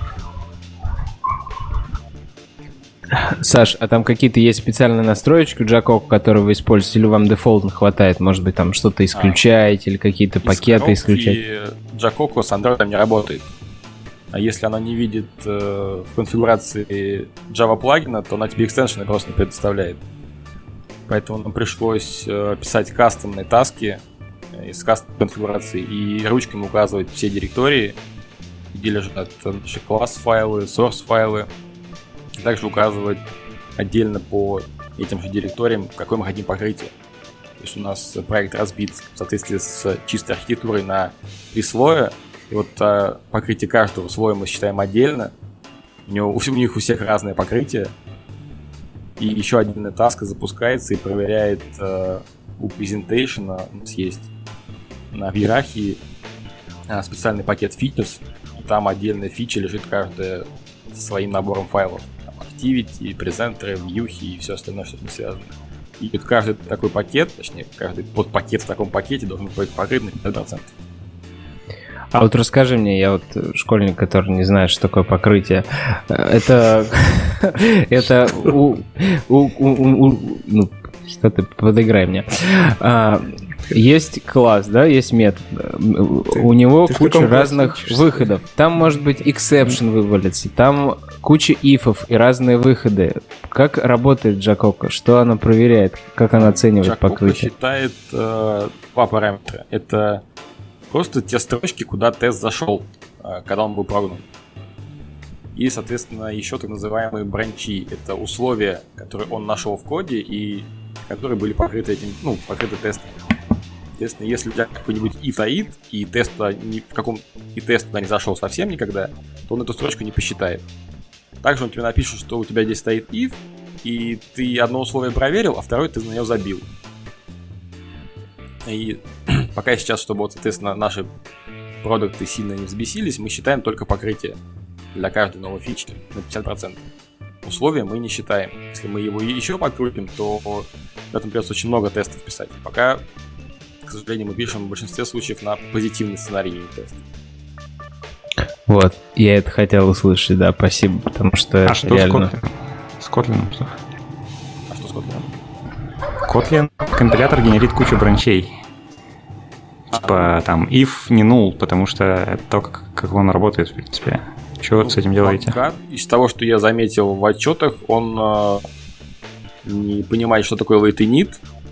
Саш, а там какие-то есть специальные настроечки у Джококо, которые вы используете, или вам дефолтно хватает? Может быть, там что-то исключаете, или какие-то пакеты исключаете? Джококо с Android не работает. А если она не видит в конфигурации Java плагина, то она тебе экстеншены просто не предоставляет. Поэтому нам пришлось писать кастомные таски из кастомной конфигурации и ручками указывать все директории, где лежат наши класс-файлы, source-файлы. Также указывать отдельно по этим же директориям, какое мы хотим покрытие. То есть у нас проект разбит в соответствии с чистой архитектурой на 3 слоя. И вот покрытие каждого слоя мы считаем отдельно. У них у всех разное покрытие. И еще отдельная таска запускается и проверяет у презентейшена. У нас есть в иерархии специальный пакет features. И там отдельная фича лежит каждая со своим набором файлов. Там Activity, презентеры, вьюхи и все остальное, что с ним связано. И вот каждый такой пакет, точнее, каждый подпакет в таком пакете должен быть покрыт на 50%. А вот расскажи мне, я вот школьник, который не знает, что такое покрытие. Это ну, что ты, подыграй мне. Есть класс, да, есть метод. У него куча разных выходов. Там может быть exception вывалится, там куча ифов и разные выходы. Как работает Джакоко? Что она проверяет? Как она оценивает покрытие? Джакоко считает два параметра. Это просто те строчки, куда тест зашел, когда он был прогнан. И, соответственно, еще так называемые бранчи. Это условия, которые он нашел в коде и которые были покрыты этим, покрыты тестом. Соответственно, если у тебя какой-нибудь if стоит, и тест туда не зашел совсем никогда, то он эту строчку не посчитает. Также он тебе напишет, что у тебя здесь стоит if, и ты одно условие проверил, а второе ты на него забил. И пока сейчас, чтобы, вот, соответственно, наши продукты сильно не взбесились, мы считаем только покрытие для каждой новой фичи на 50%. Условия мы не считаем. Если мы его еще покрутим, то в этом придется очень много тестов писать. Пока, к сожалению, мы пишем в большинстве случаев на позитивный сценарий теста. Вот, я это хотел услышать, да, спасибо, потому что что реально... с Kotlin? Что? А что с Kotlin? Kotlin компилятор генерит кучу бранчей. Типа там if не null, потому что это то, как он работает, в принципе. Что вы с этим делаете? Из того, что я заметил в отчетах, он не понимает, что такое wait init.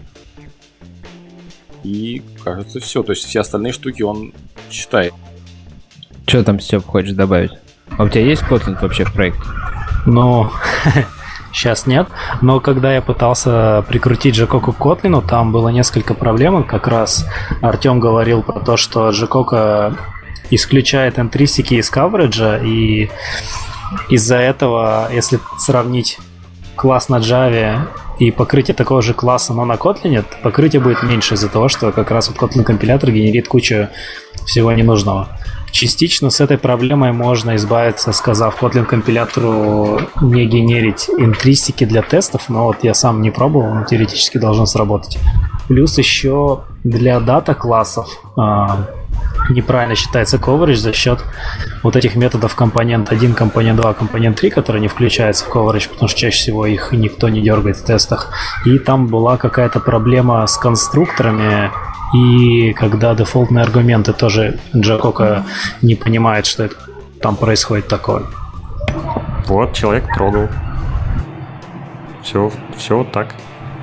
И, кажется, все. То есть все остальные штуки он считает. Что там, Степ, хочешь добавить? А у тебя есть Kotlin вообще в проекте? Ну, сейчас нет. Но когда я пытался прикрутить Джакоко к Kotlin, там было несколько проблем. Как раз Артем говорил про то, что Джакоко исключает интрисики из кавериджа, и из-за этого, если сравнить класс на Java и покрытие такого же класса, но на Kotlin, покрытие будет меньше из-за того, что как раз вот Kotlin компилятор генерит кучу всего ненужного. Частично с этой проблемой можно избавиться, сказав Kotlin компилятору не генерить интрисики для тестов, но вот я сам не пробовал, но теоретически должен сработать. Плюс еще для дата классов неправильно считается coverage за счет вот этих методов компонент 1, компонент 2, компонент 3, которые не включаются в coverage, потому что чаще всего их никто не дергает в тестах. И там была какая-то проблема с конструкторами, и когда дефолтные аргументы тоже Джакоко не понимает, что это там происходит такое. Вот, человек трогал. Все вот так.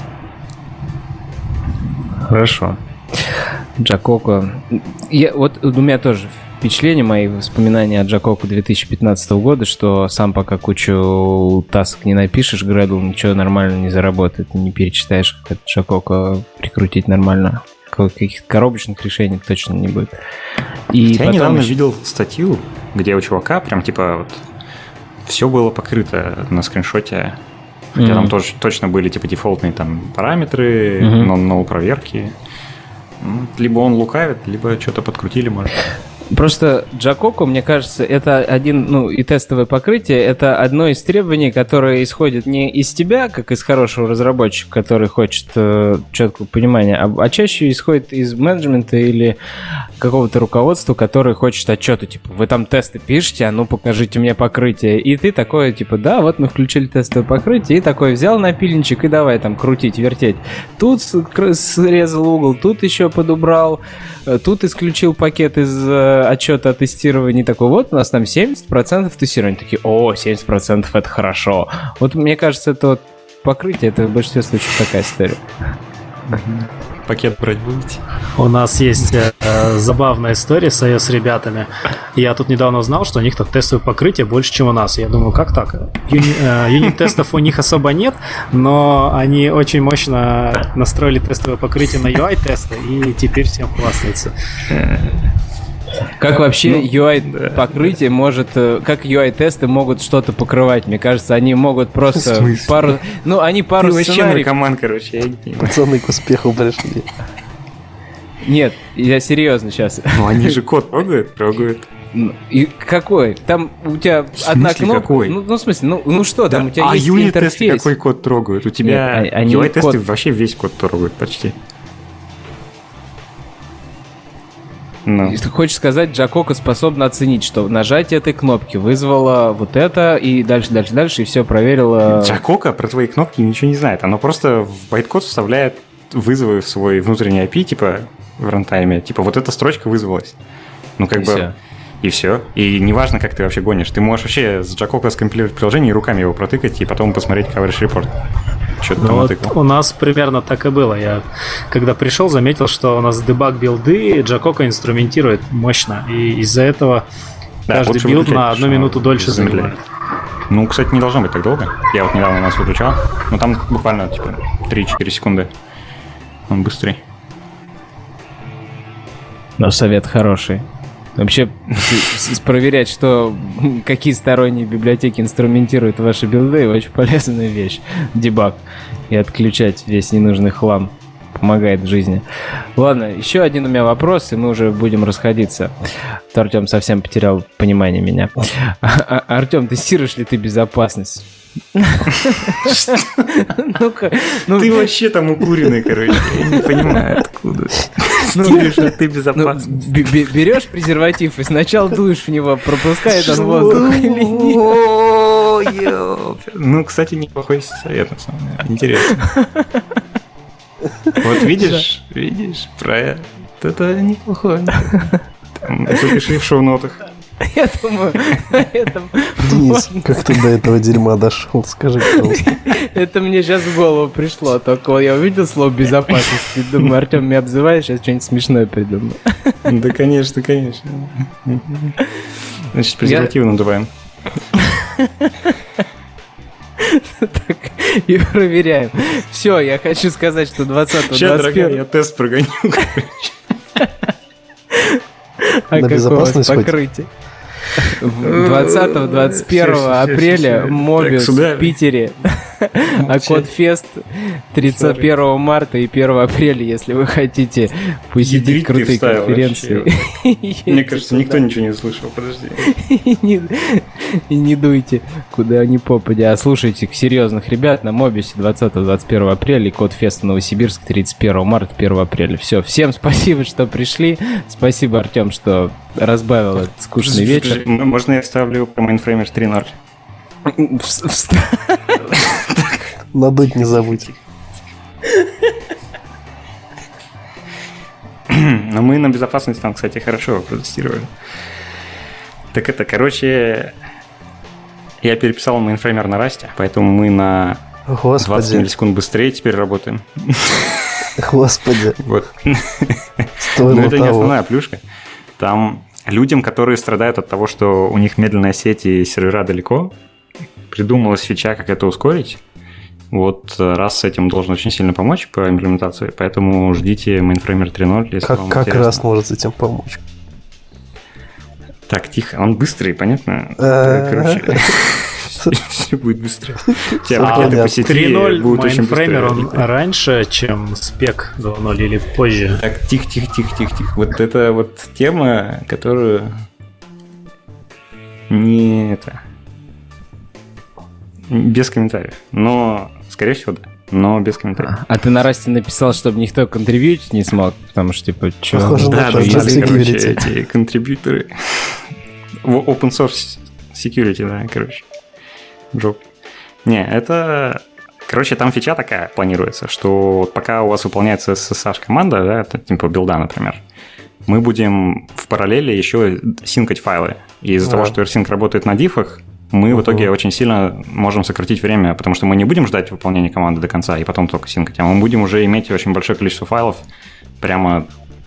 Хорошо. Джакоко. Вот у меня тоже впечатление, мои воспоминания о Джакоко 2015 года, что сам пока кучу таск не напишешь, Gradle ничего нормально не заработает, не перечитаешь, как это Джакоко прикрутить нормально. Каких-то коробочных решений точно не будет. И я недавно видел статью, где у чувака прям типа вот все было покрыто на скриншоте, где там тоже точно были типа дефолтные там параметры, но проверки. Либо он лукавит, либо что-то подкрутили, может. Просто Джакоко, мне кажется, это и тестовое покрытие, это одно из требований, которое исходит не из тебя, как из хорошего разработчика, который хочет четкого понимания, а чаще исходит из менеджмента или какого-то руководства, который хочет отчета, типа, вы там тесты пишете, а ну покажите мне покрытие. И ты такой, типа, да, вот мы включили тестовое покрытие, и такой взял напильничек и давай там крутить, вертеть. Тут срезал угол, тут еще подубрал, тут исключил пакет из отчета о тестировании, такой, вот у нас там 70% тестирования. Такие, 70% это хорошо. Вот мне кажется, это вот покрытие, это в большинстве случаев такая история. Пакет брать будете? У нас есть забавная история с iOS ребятами. Я тут недавно узнал, что у них тут тестовое покрытие больше, чем у нас. Я думаю, как так? Юнит-тестов у них особо нет, но они очень мощно настроили тестовое покрытие на UI-тесты, и теперь всем хвастаются. Как вообще UI-покрытие может... Как UI-тесты могут что-то покрывать? Мне кажется, они могут просто пару... они пару сценариев... Ты вообще наркоман, короче, я не понимаю. Пацаны к успеху пришли. Нет, я серьезно сейчас. Они же код трогают. И какой? Там у тебя одна кнопка... какой? В смысле, что там? У тебя есть юнит-тесты интерфейс. какой код трогают? У тебя UI-тесты вообще весь код трогают почти. Ты хочешь сказать, Джакоко способна оценить, что нажатие этой кнопки вызвало вот это, и дальше, и все проверило. Джакоко про твои кнопки ничего не знает. Оно просто в байткод вставляет вызовы в свой внутренний API, типа, в рантайме, типа, вот эта строчка вызвалась. Ну, как бы... И все. И неважно, как ты вообще гонишь. Ты можешь вообще с Джакока скомпилировать приложение и руками его протыкать, и потом посмотреть coverage report. Что-то там натыкал. У нас примерно так и было. Я, когда пришел, заметил, что у нас дебаг билды Джакока инструментирует мощно. И из-за этого каждый билд на 1 минуту дольше занимает. Ну, кстати, не должно быть так долго. Я вот недавно у нас выключал. Но там буквально, типа, 3-4 секунды. Он быстрый. Но совет хороший. Вообще, проверять, какие сторонние библиотеки инструментируют ваши билды, очень полезная вещь. Дебаг. И отключать весь ненужный хлам. Помогает в жизни. Ладно, еще один у меня вопрос, и мы уже будем расходиться. Артем совсем потерял понимание меня. Артем, тестируешь ли ты безопасность? Ты вообще там укуренный, короче. Я не понимаю, откуда. Тестируешь ли ты безопасность? Берешь презерватив и сначала дуешь в него, пропускает он воздух или нет? Ну, кстати, неплохой совет, на самом деле. Интересно. Вот видишь, про это неплохое. Запиши в шоу-нотах. Я думаю, это... Денис, как ты до этого дерьма дошел? Скажи, пожалуйста. Это мне сейчас в голову пришло. Только я увидел слово «безопасность» и думаю, Артем меня обзывает, сейчас что-нибудь смешное придумаю. Да, конечно. Значит, презервативы надуваем. Так, и проверяем. Все, я хочу сказать, что 20-го, сейчас, дорогая, я тест прогоню, на безопасность покрытие. 20-21 апреля Мобиус в Питере, а Кодфест 31 марта и 1 апреля, если вы хотите посетить крутые конференции. Мне кажется, никто ничего не услышал, подожди. И не дуйте, куда ни попадя, а слушайте серьезных ребят на Мобиусе 20-21 апреля и Кодфест Новосибирск 31 марта, 1 апреля. Все, всем спасибо, что пришли. Спасибо, Артем, что разбавил этот скучный вечер. Можно я вставлю про Mainframer 3.0? Надуть не забудь. Но мы на безопасность там, кстати, хорошо протестировали. Так это, короче, я переписал Mainframer на Rust, поэтому мы на 20 миллисекунд быстрее теперь работаем. Господи. Вот. Но это не основная плюшка. Там людям, которые страдают от того, что у них медленная сеть и сервера далеко, придумалась фича, как это ускорить. Вот раз с этим должен очень сильно помочь по имплементации, поэтому ждите Mainframer 3.0, если вам интересно. Как раз может с этим помочь? Так, тихо, он быстрый, понятно? Короче, все будет быстро. У тебя пакеты по сети будут очень быстрые. Mainframer он раньше, чем Spec 2.0 или позже? Так, тихо. Вот это вот тема, которую не это... Без комментариев. Но, скорее всего, да. Но без комментариев. А ты на Расте написал, чтобы никто контрибьютить не смог, потому что, типа, что... Да, короче, эти контрибьюторы. Open source security, да, короче. Жоп. Не, это... Короче, там фича такая планируется, что пока у вас выполняется SSH-команда, да, это типа билда, например, мы будем в параллели еще синкать файлы. И из-за того, что AirSync работает на дифах, мы в итоге очень сильно можем сократить время, потому что мы не будем ждать выполнения команды до конца и потом только синкать, а мы будем уже иметь очень большое количество файлов прямо,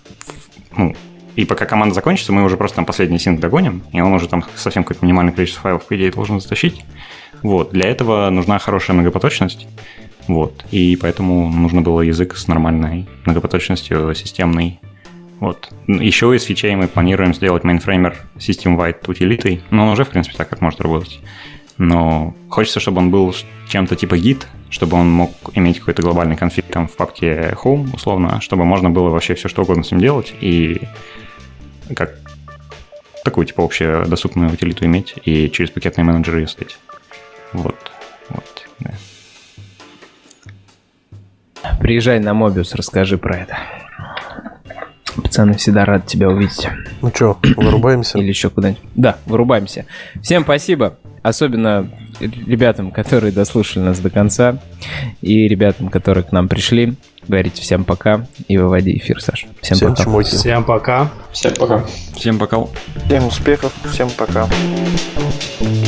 и пока команда закончится, мы уже просто там последний синк догоним, и он уже там совсем какое-то минимальное количество файлов, по идее, должен затащить. Вот. Для этого нужна хорошая многопоточность, вот, и поэтому нужно было язык с нормальной многопоточностью, системной. Вот. Еще из фичей мы планируем сделать Mainframer System-wide утилитой, но он уже, в принципе, так как может работать. Но хочется, чтобы он был чем-то типа Git, чтобы он мог иметь какой-то глобальный конфиг там в папке Home, условно, чтобы можно было вообще все что угодно с ним делать и как такую типа общедоступную утилиту иметь и через пакетные менеджеры ее ставить. Вот, да. Приезжай на Mobius, расскажи про это. Пацаны всегда рады тебя увидеть. Ну что, вырубаемся? Или еще куда-нибудь. Да, вырубаемся. Всем спасибо. Особенно ребятам, которые дослушали нас до конца, и ребятам, которые к нам пришли, говорить всем пока и выводи эфир, Саша. Всем пока. Всем пока. Всем пока. Всем пока. Всем успехов, всем пока.